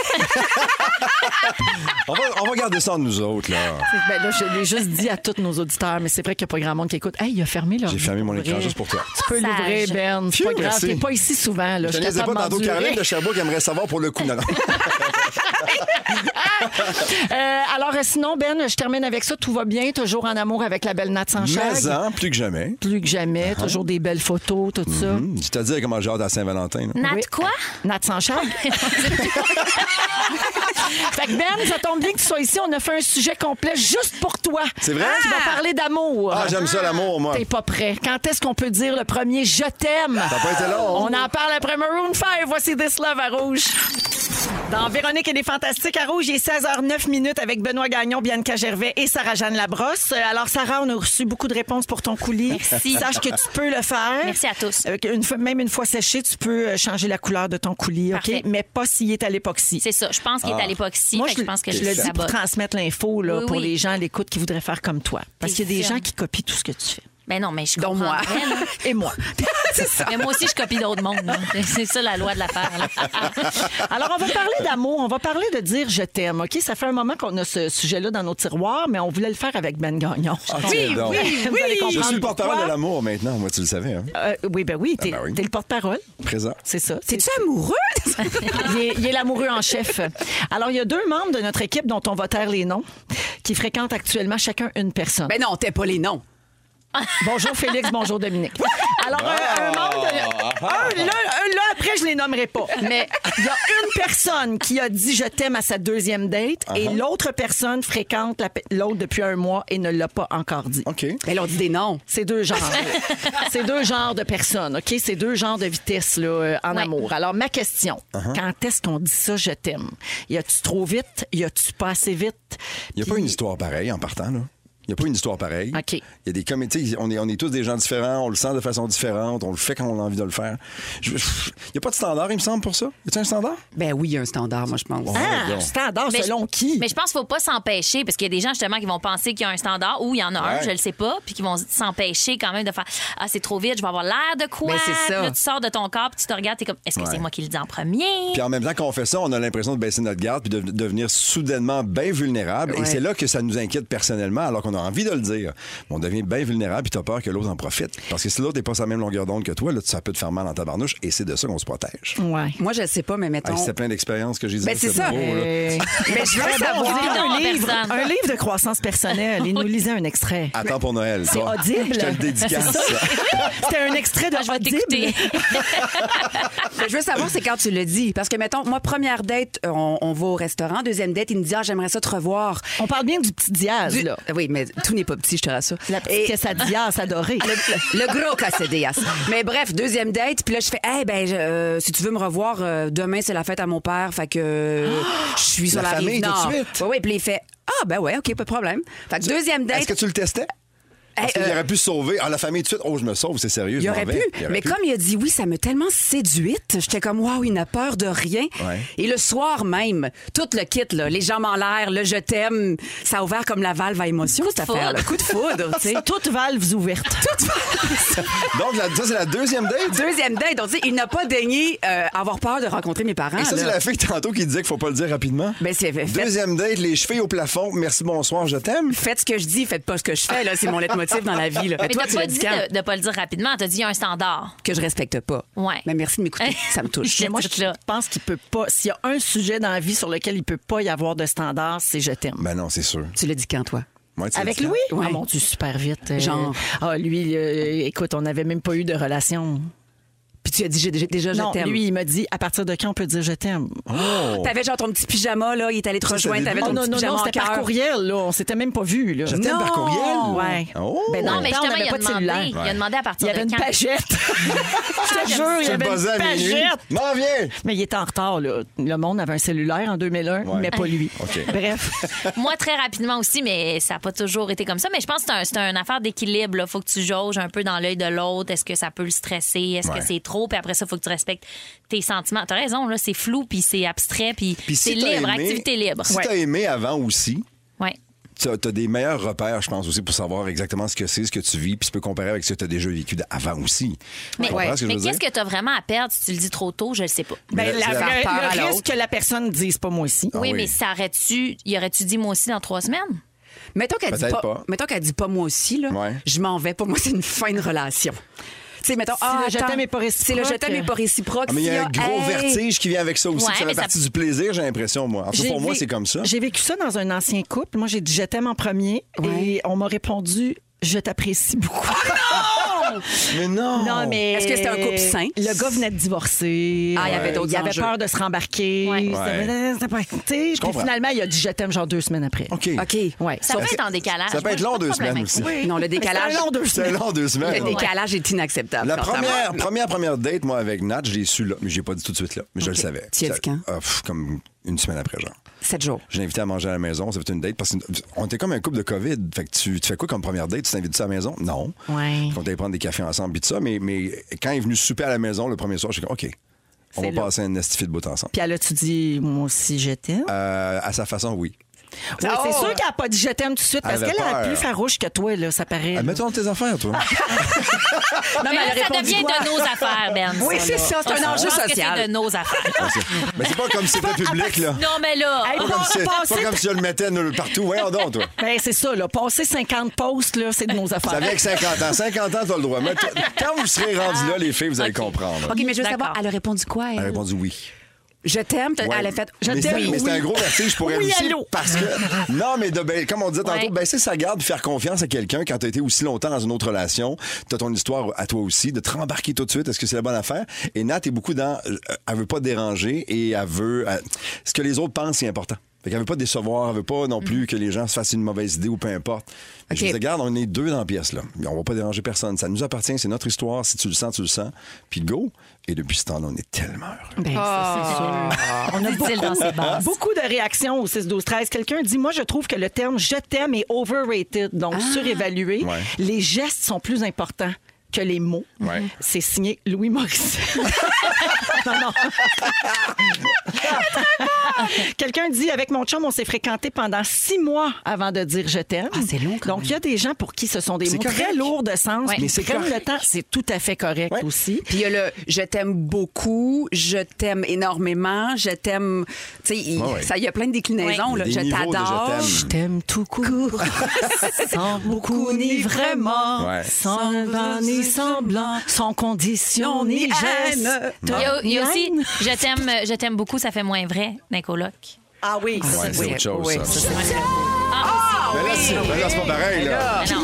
Speaker 5: On va, on va garder ça entre nous autres, là.
Speaker 3: Ben là, je l'ai juste dit à tous nos auditeurs, mais c'est vrai qu'il n'y a pas grand monde qui écoute. Hey, il a fermé l'ordi.
Speaker 5: J'ai fermé mon
Speaker 3: pour
Speaker 5: écran
Speaker 3: vrai.
Speaker 5: juste pour toi.
Speaker 3: Tu peux
Speaker 1: Sage.
Speaker 3: l'ouvrir, Ben. C'est
Speaker 5: Phew,
Speaker 3: pas grave.
Speaker 5: merci.
Speaker 3: T'es pas ici souvent, là.
Speaker 5: Je te
Speaker 3: suis
Speaker 5: niaisais pas
Speaker 3: capable
Speaker 5: tantôt,
Speaker 3: d'endurer.
Speaker 5: Caroline de Sherbrooke aimerait savoir pour le coup. Non, non.
Speaker 3: Euh, alors, euh, sinon, Ben, je termine avec ça. Tout va bien. Toujours en amour avec la belle Nat Sanchag.
Speaker 5: Mais en, plus que jamais.
Speaker 3: Plus que jamais. Toujours des belles photos, tout ça.
Speaker 5: Hum, Je te dis comment j'ai hâte à Saint-Valentin. là.
Speaker 1: Nat
Speaker 3: Oui.
Speaker 1: quoi?
Speaker 3: Nat Sanchag. Fait que Ben, ça tombe bien que tu sois ici. On a fait un sujet complet juste pour toi.
Speaker 5: C'est vrai?
Speaker 3: Tu vas parler d'amour.
Speaker 5: Ah, j'aime ça, l'amour, moi.
Speaker 3: T'es pas prêt. Quand est-ce qu'on peut dire le premier « Je t'aime »
Speaker 5: Ça n'a pas été long.
Speaker 3: On en parle après Maroon cinq. Voici This Love à Rouge. Dans Véronique et les Fantastiques à Rouge, il est seize heures neuf minutes avec Benoît Gagnon, Bianca Gervais et Sarah-Jeanne Labrosse. Euh, Alors, Sarah, on a reçu beaucoup de réponses pour ton coulis.
Speaker 1: Merci.
Speaker 3: Sache que tu peux le faire.
Speaker 1: Merci à tous.
Speaker 3: Euh, une fois- même une fois séché, tu peux euh, changer la couleur de ton coulis, OK?
Speaker 1: Parfait.
Speaker 3: Mais pas s'il est à l'époxy.
Speaker 1: C'est ça. Je pense qu'il est à l'époxy.
Speaker 3: Moi,
Speaker 1: fait
Speaker 3: je,
Speaker 1: que je pense que
Speaker 3: je
Speaker 1: je
Speaker 3: le
Speaker 1: le
Speaker 3: dis pour
Speaker 1: sabote.
Speaker 3: transmettre l'info là,
Speaker 1: Oui,
Speaker 3: pour
Speaker 1: oui.
Speaker 3: les gens à l'écoute qui voudraient faire comme toi. Parce
Speaker 1: Des
Speaker 3: qu'il y a des
Speaker 1: films.
Speaker 3: gens qui copient tout ce que tu fais.
Speaker 1: Ben non, mais je
Speaker 2: Dont moi.
Speaker 1: comprendrais, là.
Speaker 3: Et moi.
Speaker 2: C'est ça.
Speaker 1: Mais moi aussi, je copie d'autres mondes. là. C'est ça la loi de l'affaire. là.
Speaker 3: Alors, on va parler d'amour. On va parler de dire je t'aime. OK? Ça fait un moment qu'on a ce sujet-là dans nos tiroirs, mais on voulait le faire avec Ben Gagnon.
Speaker 5: Ah, tiens donc.
Speaker 3: Vous allez
Speaker 5: Je
Speaker 3: comprendre
Speaker 5: suis le porte-parole
Speaker 3: pourquoi.
Speaker 5: de l'amour maintenant. Moi, tu le savais, hein?
Speaker 3: Euh, oui, ben oui, t'es
Speaker 5: ben oui.
Speaker 3: t'es le porte-parole.
Speaker 5: Présent.
Speaker 3: C'est ça.
Speaker 2: C'est-tu amoureux?
Speaker 3: Il est, il est l'amoureux en chef. Alors, il y a deux membres de notre équipe dont on va taire les noms qui fréquentent actuellement chacun une personne.
Speaker 2: Ben non, t'es pas les noms.
Speaker 3: Bonjour Félix, bonjour Dominique. Alors, un, un membre de... un, là, un, là, après, je les nommerai pas. Mais il y a une personne qui a dit « je t'aime » à sa deuxième date et l'autre personne fréquente la pe- l'autre depuis un mois et ne l'a pas encore dit.
Speaker 5: OK.
Speaker 2: Ben là, on dit des noms.
Speaker 3: C'est deux genres. C'est deux genres de personnes, OK? C'est deux genres de vitesse là, euh, en
Speaker 1: Ouais.
Speaker 3: amour. Alors, ma question, quand est-ce qu'on dit ça, je t'aime? Y a-tu trop vite? Y a-tu pas assez vite?
Speaker 5: Il n'y a pas
Speaker 3: Puis-
Speaker 5: une histoire pareille en partant, là. Il n'y a pas une histoire pareille.
Speaker 3: OK.
Speaker 5: Il y a des comédies, on est, on est tous des gens différents, on le sent de façon différente, on le fait quand on a envie de le faire. Je- Il n'y a pas de standard, il me semble, pour ça. Y a-t-il un standard?
Speaker 2: Ben oui, il y a un standard, moi, je pense.
Speaker 3: Ah,
Speaker 5: donc.
Speaker 3: standard
Speaker 1: Mais
Speaker 3: selon
Speaker 1: je-
Speaker 3: qui?
Speaker 1: Mais je pense qu'il ne faut pas s'empêcher, parce qu'il y a des gens justement qui vont penser qu'il y a un standard ou il y en a un,
Speaker 5: Ouais.
Speaker 1: je le sais pas, puis qui vont s'empêcher quand même de faire Ah, c'est trop vite, je vais avoir l'air de quoi.
Speaker 2: Ben, c'est ça.
Speaker 1: Là, tu sors de ton corps, puis tu te regardes, tu es comme Est-ce que
Speaker 5: Ouais.
Speaker 1: c'est moi qui le dis en premier?
Speaker 5: Puis en même temps qu'on fait ça, on a l'impression de baisser notre garde puis de de devenir soudainement bien vulnérable. Et
Speaker 2: Ouais.
Speaker 5: c'est là que ça nous inquiète personnellement, alors qu'on a envie de le dire. On devient bien vulnérable puis t'as peur que l'autre en profite. Parce que si l'autre n'est pas sur la même longueur d'onde que toi, là, ça peut te faire mal dans ta barnouche et c'est de ça qu'on se protège.
Speaker 3: Ouais.
Speaker 2: Moi, je sais pas, mais mettons.
Speaker 5: Hey, c'est plein d'expériences que j'ai dit.
Speaker 2: Ben, c'est ça.
Speaker 5: beau, là.
Speaker 3: Euh,
Speaker 2: Mais je veux
Speaker 3: Très bon, on
Speaker 2: savoir.
Speaker 3: dirait
Speaker 1: Non,
Speaker 3: un livre,
Speaker 1: personne.
Speaker 3: un livre de croissance personnelle. Il nous lisait un extrait.
Speaker 5: Attends pour Noël.
Speaker 3: C'est
Speaker 5: toi.
Speaker 3: audible.
Speaker 5: Je te le dédicace.
Speaker 3: C'est ça. C'était un extrait de
Speaker 1: Ah, je vais
Speaker 3: Audible.
Speaker 1: t'écouter.
Speaker 2: Mais je veux savoir, c'est quand tu le dis. Parce que, mettons, moi, première date, on, on va au restaurant. Deuxième date, il me dit, ah, j'aimerais ça te revoir.
Speaker 3: On parle bien du petit Diaz,
Speaker 2: Du-
Speaker 3: là.
Speaker 2: Oui, mais tout n'est pas petit, je te rassure.
Speaker 3: La petite
Speaker 2: Et-
Speaker 3: quesadillas adorée.
Speaker 2: Le, le gros Casadillas. Mais bref, deuxième date, puis là, je fais, hey, ben, je- euh, si tu veux me revoir, euh, demain, c'est la fête à mon père, fait que euh, je suis sur
Speaker 5: La
Speaker 2: la,
Speaker 5: famille,
Speaker 2: rive
Speaker 5: tout de
Speaker 2: nord.
Speaker 5: suite.
Speaker 2: Oui, oui, puis il fait, ah, ben ouais, OK, pas de problème. Fait que deuxième
Speaker 5: Est-ce
Speaker 2: date.
Speaker 5: que tu le testais? Parce
Speaker 2: Hey,
Speaker 5: qu'il
Speaker 2: euh,
Speaker 5: aurait pu se sauver. Ah, la famille, tout de suite, oh, je me sauve, c'est sérieux.
Speaker 2: Il
Speaker 5: je m'en
Speaker 2: aurait
Speaker 5: vais.
Speaker 2: pu.
Speaker 5: Il aurait
Speaker 2: Mais
Speaker 5: pu.
Speaker 2: comme il a dit oui, ça m'a tellement séduite. J'étais comme, waouh, il n'a peur de rien.
Speaker 5: Ouais.
Speaker 2: Et le soir même, tout le kit, là, les jambes en l'air, le je t'aime, ça a ouvert comme la valve à émotion, cette
Speaker 1: foudre.
Speaker 2: affaire. Coup de foudre, tu sais.
Speaker 3: Toutes valves ouvertes.
Speaker 5: Donc, la- ça, c'est la deuxième date?
Speaker 2: Deuxième date, on dit, il n'a pas daigné euh, avoir peur de rencontrer mes parents.
Speaker 5: Et ça,
Speaker 2: là.
Speaker 5: c'est la fille tantôt qui disait qu'il faut pas le dire rapidement.
Speaker 2: Ben, c'est fait.
Speaker 5: Deuxième date, les chevilles au plafond. Merci, bonsoir, je t'aime.
Speaker 2: Faites ce que je dis, faites pas ce que je fais. Là, c'est mon leitmotiv dans la vie. Là.
Speaker 1: Mais
Speaker 2: toi,
Speaker 1: t'as
Speaker 2: tu
Speaker 1: pas
Speaker 2: l'as
Speaker 1: dit
Speaker 2: dit quand?
Speaker 1: de, de pas le dire rapidement. T'as dit il y a un standard.
Speaker 2: Que je respecte pas.
Speaker 1: Ouais.
Speaker 2: Mais merci de m'écouter. Ça me touche.
Speaker 3: Mais moi,
Speaker 1: tout
Speaker 3: je
Speaker 1: là.
Speaker 3: pense qu'il peut pas. S'il y a un sujet dans la vie sur lequel il peut pas y avoir de standard, c'est je t'aime.
Speaker 5: Ben non, c'est sûr.
Speaker 2: Tu l'as dit quand, toi?
Speaker 5: Moi, tu l'as
Speaker 3: Avec
Speaker 5: dit
Speaker 3: Louis?
Speaker 2: Ouais.
Speaker 3: Ah mon Dieu, super vite. Euh,
Speaker 2: Genre.
Speaker 3: Ah, lui, euh, écoute, on n'avait même pas eu de relation.
Speaker 2: Puis tu as dit j'ai- j'ai- déjà, je
Speaker 3: Non,
Speaker 2: t'aime.
Speaker 3: lui, il m'a dit à partir de quand on peut dire je t'aime?
Speaker 5: Oh!
Speaker 2: T'avais genre ton petit pyjama, là, il est allé te
Speaker 5: Ça, c'est
Speaker 2: rejoindre,
Speaker 5: début.
Speaker 2: t'avais
Speaker 3: Oh
Speaker 2: ton
Speaker 3: non,
Speaker 2: petit
Speaker 3: non,
Speaker 2: pyjama
Speaker 3: non,
Speaker 2: en
Speaker 3: c'était par
Speaker 2: cœur.
Speaker 3: courriel, là. On s'était même pas vus, là.
Speaker 5: Je t'aime par
Speaker 2: Non!
Speaker 5: courriel?
Speaker 3: Ouais.
Speaker 5: Oh!
Speaker 3: Ben
Speaker 1: Non, mais
Speaker 3: Dans le temps, on
Speaker 1: justement, il
Speaker 3: n'avait
Speaker 1: a
Speaker 3: pas de
Speaker 1: demandé.
Speaker 3: cellulaire.
Speaker 1: Il a demandé à partir
Speaker 3: Il y avait
Speaker 1: de
Speaker 3: une
Speaker 1: quand.
Speaker 3: pagette. Je te jure, il y
Speaker 5: Tu le
Speaker 3: avait
Speaker 5: buzzais à
Speaker 3: une
Speaker 5: minuit.
Speaker 3: pagette.
Speaker 5: M'en viens!
Speaker 3: Mais il était en retard, là. Le monde avait un cellulaire en deux mille un,
Speaker 5: Ouais.
Speaker 3: mais pas lui.
Speaker 5: OK.
Speaker 3: Bref.
Speaker 1: Moi, très rapidement aussi, mais ça n'a pas toujours été comme ça. Mais je pense que c'est un, c'est une affaire d'équilibre. Il faut que tu jauges un peu dans l'œil de l'autre. Est-ce que ça peut le stresser? Est-ce
Speaker 5: Ouais.
Speaker 1: que c'est trop? Puis après ça, il faut que tu respectes tes sentiments. T'as raison, là, c'est flou, puis c'est abstrait, puis
Speaker 5: Puis
Speaker 1: c'est
Speaker 5: si t'as
Speaker 1: libre,
Speaker 5: aimé-
Speaker 1: activité libre.
Speaker 5: Si t'as aimé avant aussi,
Speaker 1: Ouais.
Speaker 5: tu as des meilleurs repères, je pense, aussi, pour savoir exactement ce que c'est, ce que tu vis, puis tu peux comparer avec ce que tu as déjà vécu avant aussi.
Speaker 1: Mais,
Speaker 5: Tu comprends ce que je
Speaker 1: mais
Speaker 5: veux dire?
Speaker 1: qu'est-ce que tu as vraiment à perdre si tu le dis trop tôt? Je ne sais pas.
Speaker 5: Mais
Speaker 3: Ben,
Speaker 5: la-
Speaker 3: la-
Speaker 5: c'est la-
Speaker 3: le
Speaker 2: peur à
Speaker 3: le
Speaker 2: l'autre.
Speaker 3: risque que la personne dise pas moi aussi.
Speaker 1: oui,
Speaker 5: oui.
Speaker 1: mais ça aurait-tu, y aurait-tu dit moi aussi dans trois semaines?
Speaker 2: Mettons qu'elle dit
Speaker 5: Peut-être
Speaker 2: pas,
Speaker 5: pas.
Speaker 2: mettons qu'elle dit pas moi aussi, là.
Speaker 5: Ouais.
Speaker 2: Je m'en vais. Pour moi, c'est une fin de relation. Tu sais, mettons,
Speaker 3: Si
Speaker 2: ah,
Speaker 3: le je
Speaker 2: attends,
Speaker 3: t'aime est pas
Speaker 2: Si le je
Speaker 3: réciproque.
Speaker 2: t'aime est pas réciproque.
Speaker 5: Ah, mais il y a un
Speaker 2: s'il
Speaker 5: gros
Speaker 2: hey,
Speaker 5: vertige qui vient avec ça aussi.
Speaker 1: Ouais,
Speaker 5: que ça
Speaker 1: mais
Speaker 5: fait
Speaker 1: ça-
Speaker 5: partie du plaisir, j'ai l'impression, moi. En tout cas,
Speaker 3: J'ai
Speaker 5: pour moi,
Speaker 3: vé-
Speaker 5: c'est comme ça.
Speaker 3: J'ai vécu ça dans un ancien couple. Moi, j'ai dit je t'aime en premier
Speaker 2: Ouais.
Speaker 3: et on m'a répondu je t'apprécie beaucoup.
Speaker 5: Mais non!
Speaker 3: Non, mais.
Speaker 2: Est-ce que c'était un couple sain?
Speaker 3: Le gars venait de divorcer.
Speaker 2: Ah, il y avait
Speaker 3: Euh,
Speaker 2: d'autres
Speaker 3: Il avait
Speaker 2: enjeux.
Speaker 3: peur de se rembarquer.
Speaker 1: Ouais.
Speaker 3: C'était- c'était pas- tu sais, Puis
Speaker 5: comprends.
Speaker 3: finalement, il a dit je t'aime genre deux semaines après.
Speaker 5: OK.
Speaker 2: OK.
Speaker 3: Ouais.
Speaker 1: Ça peut être en décalage.
Speaker 5: Ça peut
Speaker 1: Moi,
Speaker 5: être
Speaker 1: j'ai
Speaker 5: long
Speaker 1: pas de
Speaker 5: deux
Speaker 1: problème
Speaker 5: semaines
Speaker 1: avec
Speaker 5: aussi.
Speaker 1: ça.
Speaker 3: Oui.
Speaker 2: Non, le décalage.
Speaker 3: C'était long deux
Speaker 5: C'est
Speaker 3: semaines.
Speaker 5: long deux
Speaker 2: Le
Speaker 5: semaines.
Speaker 2: décalage est inacceptable.
Speaker 5: La
Speaker 2: quant à moi.
Speaker 5: première, première, première date, moi, avec Nat, je l'ai su là, mais je l'ai pas dit tout de suite là, mais je le savais.
Speaker 2: Tu y as
Speaker 5: Ça-
Speaker 2: dit quand?
Speaker 5: Ah, pff, comme une semaine après, genre.
Speaker 2: Sept jours.
Speaker 5: Je l'ai invité à manger à la maison, ça fait une date, parce qu'on était comme un couple de COVID. Fait que tu, tu fais quoi comme première date? Tu t'invites ça à la maison? Non.
Speaker 3: Ouais.
Speaker 5: On allait prendre des cafés ensemble, puis tout ça, mais, mais quand il est venu souper à la maison le premier soir, je suis comme, OK, on
Speaker 3: C'est
Speaker 5: va
Speaker 3: là.
Speaker 5: passer un estifié de bout ensemble.
Speaker 3: Puis elle a-tu dit moi aussi je t'aime?
Speaker 5: Euh, à sa façon, oui.
Speaker 3: Ouais,
Speaker 2: Oh!
Speaker 3: C'est sûr qu'elle n'a pas dit je t'aime tout de suite parce
Speaker 5: Elle avait
Speaker 3: qu'elle a
Speaker 5: peur.
Speaker 3: plus farouche que toi, là, ça paraît.
Speaker 5: Ah,
Speaker 3: là.
Speaker 5: mets-toi dans tes affaires, toi.
Speaker 2: Non,
Speaker 1: Mais
Speaker 2: mais
Speaker 1: là,
Speaker 2: elle a
Speaker 1: ça
Speaker 2: répondu
Speaker 1: devient
Speaker 2: quoi?
Speaker 1: de nos affaires, Ben.
Speaker 2: Oui, c'est ça, c'est un
Speaker 1: Je
Speaker 2: enjeu
Speaker 1: pense que
Speaker 2: social.
Speaker 1: c'est de nos affaires.
Speaker 5: Mais c'est pas comme si c'était public, là.
Speaker 1: Non, mais là.
Speaker 3: Hey,
Speaker 5: Pas
Speaker 3: pas-
Speaker 5: comme, si,
Speaker 3: passer-
Speaker 5: pas comme si je le mettais nulle partout. Voyons donc, toi.
Speaker 3: Ben, c'est ça, là. Passer cinquante posts, là, c'est de nos affaires.
Speaker 5: Ça vient avec cinquante ans. cinquante ans, t'as le droit. Mais t- quand vous serez rendus là, les filles, vous allez comprendre.
Speaker 2: OK, mais je veux savoir,
Speaker 1: D'accord.
Speaker 2: elle a répondu quoi, elle?
Speaker 5: Elle a répondu oui.
Speaker 2: Je t'aime. t'as-
Speaker 5: Ouais.
Speaker 2: Elle a fait.
Speaker 3: Je
Speaker 5: mais
Speaker 3: t'aime,
Speaker 5: c'est- mais c'est
Speaker 3: oui.
Speaker 5: un gros vertige pour elle
Speaker 3: Oui,
Speaker 5: aussi.
Speaker 3: allô.
Speaker 5: Parce que, non, mais de, ben, comme on disait tantôt,
Speaker 1: Ouais.
Speaker 5: baisser sa garde, faire confiance à quelqu'un quand tu as été aussi longtemps dans une autre relation, tu as ton histoire à toi aussi, de te rembarquer tout de suite, est-ce que c'est la bonne affaire? Et Nat est beaucoup dans, euh, elle veut pas déranger et elle veut, euh, ce que les autres pensent, c'est important. Fait qu'elle veut pas décevoir, elle veut pas non plus que les gens se fassent une mauvaise idée ou peu importe. Fait que Je
Speaker 2: OK.
Speaker 5: dis, regarde, on est deux dans la pièce, là. On va pas déranger personne. Ça nous appartient, c'est notre histoire. Si tu le sens, tu le sens. Puis go. Et depuis ce temps-là, on est tellement heureux.
Speaker 3: Ben, ça, c'est sûr. On a
Speaker 1: Dit-il dans ses bases.
Speaker 3: beaucoup de réactions au six douze treize. Quelqu'un dit moi je trouve que le terme je t'aime est overrated, donc surévalué.
Speaker 5: Ouais.
Speaker 3: Les gestes sont plus importants que les mots.
Speaker 5: Ouais.
Speaker 3: C'est signé Louis Morissette. non, non. Quelqu'un dit avec mon chum, on s'est fréquenté pendant six mois avant de dire je t'aime.
Speaker 2: Ah, c'est long, quand
Speaker 3: Donc, il y a des gens pour qui ce sont des
Speaker 5: C'est
Speaker 3: mots
Speaker 5: correct.
Speaker 3: très lourds de sens.
Speaker 1: Ouais.
Speaker 3: Puis
Speaker 5: Mais c'est
Speaker 3: ils prennent le
Speaker 5: correct.
Speaker 3: temps. C'est tout à fait correct
Speaker 5: Ouais.
Speaker 3: aussi.
Speaker 2: Puis il y a le je t'aime beaucoup, je t'aime énormément, je t'aime. Tu sais, il
Speaker 5: Ouais, ouais.
Speaker 2: ça, il y a plein de déclinaisons.
Speaker 5: Ouais.
Speaker 2: Là.
Speaker 5: Il y a
Speaker 2: Je
Speaker 5: des niveaux de je
Speaker 2: t'adore.
Speaker 5: t'aime.
Speaker 3: Je t'aime tout court, sans beaucoup ni vraiment,
Speaker 5: Ouais.
Speaker 3: sans vain ni semblant, sans condition ni
Speaker 2: Ni
Speaker 3: geste.
Speaker 2: haine.
Speaker 1: Il y a, il y a aussi,
Speaker 3: Haine.
Speaker 1: je t'aime, je t'aime beaucoup, ça fait moins vrai d'un coloc.
Speaker 3: Ah oui, ça,
Speaker 5: Ouais, c'est
Speaker 3: oui.
Speaker 5: autre chose,
Speaker 3: Oui,
Speaker 5: ça.
Speaker 3: ça, c'est vrai.
Speaker 5: Mais là, c'est mais là, c'est pas pareil, là.
Speaker 1: Mais non.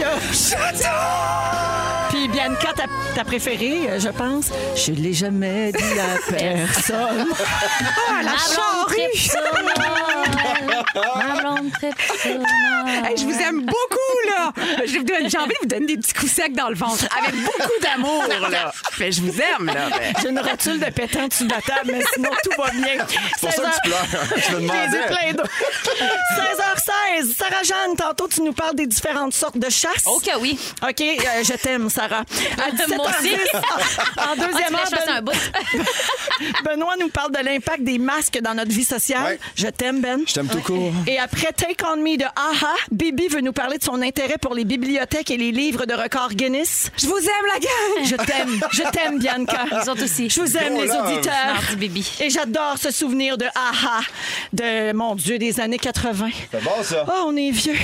Speaker 3: Puis Bianca, ta, ta préférée, euh, je pense. Je l'ai jamais dit à personne. Ah, la
Speaker 1: Ma blonde
Speaker 3: charrue!
Speaker 1: tripe sur Noël. Ma blonde tripe sur Noël.
Speaker 2: Hey, je vous aime beaucoup, là! Je je vous donne- j'ai envie de vous donner des petits coups secs dans le ventre. Avec beaucoup d'amour, là. Mais je vous aime, là. mais-
Speaker 3: J'ai une rotule de pétant dessus de la table, mais sinon, tout va bien.
Speaker 5: C'est pour ça que tu pleures. Je me
Speaker 3: Les
Speaker 5: demandais.
Speaker 3: yeux pleins d'eau. seize heures seize. Sarah-Jeanne, tantôt, tu nous parles des différentes sortes de chasse.
Speaker 1: Oh que oui.
Speaker 3: OK, euh, je t'aime, Sarah. À dix-sept
Speaker 1: Moi
Speaker 3: heures
Speaker 1: aussi.
Speaker 3: dix, en deuxième
Speaker 1: Ah,
Speaker 3: heure,
Speaker 1: tu voulais chasser un
Speaker 3: Ben-
Speaker 1: bout.
Speaker 3: Benoît nous parle de l'impact des masques dans notre vie sociale.
Speaker 5: Ouais.
Speaker 3: Je t'aime, Ben.
Speaker 5: Je t'aime tout court.
Speaker 3: Et après Take On Me de A-ha, Bibi veut nous parler de son intérêt pour les bibliothèques et les livres de records Guinness.
Speaker 2: Je vous aime, la gang!
Speaker 3: Je t'aime, je t'aime, Bianca.
Speaker 1: Nous autres aussi.
Speaker 3: Je vous aime,
Speaker 5: Gros
Speaker 3: les
Speaker 5: love.
Speaker 3: auditeurs.
Speaker 1: Mardi, Bibi.
Speaker 3: Et j'adore ce souvenir de A-ha, de, mon Dieu, des années quatre-vingt.
Speaker 5: C'est bon, ça.
Speaker 3: Oh, on est vieux.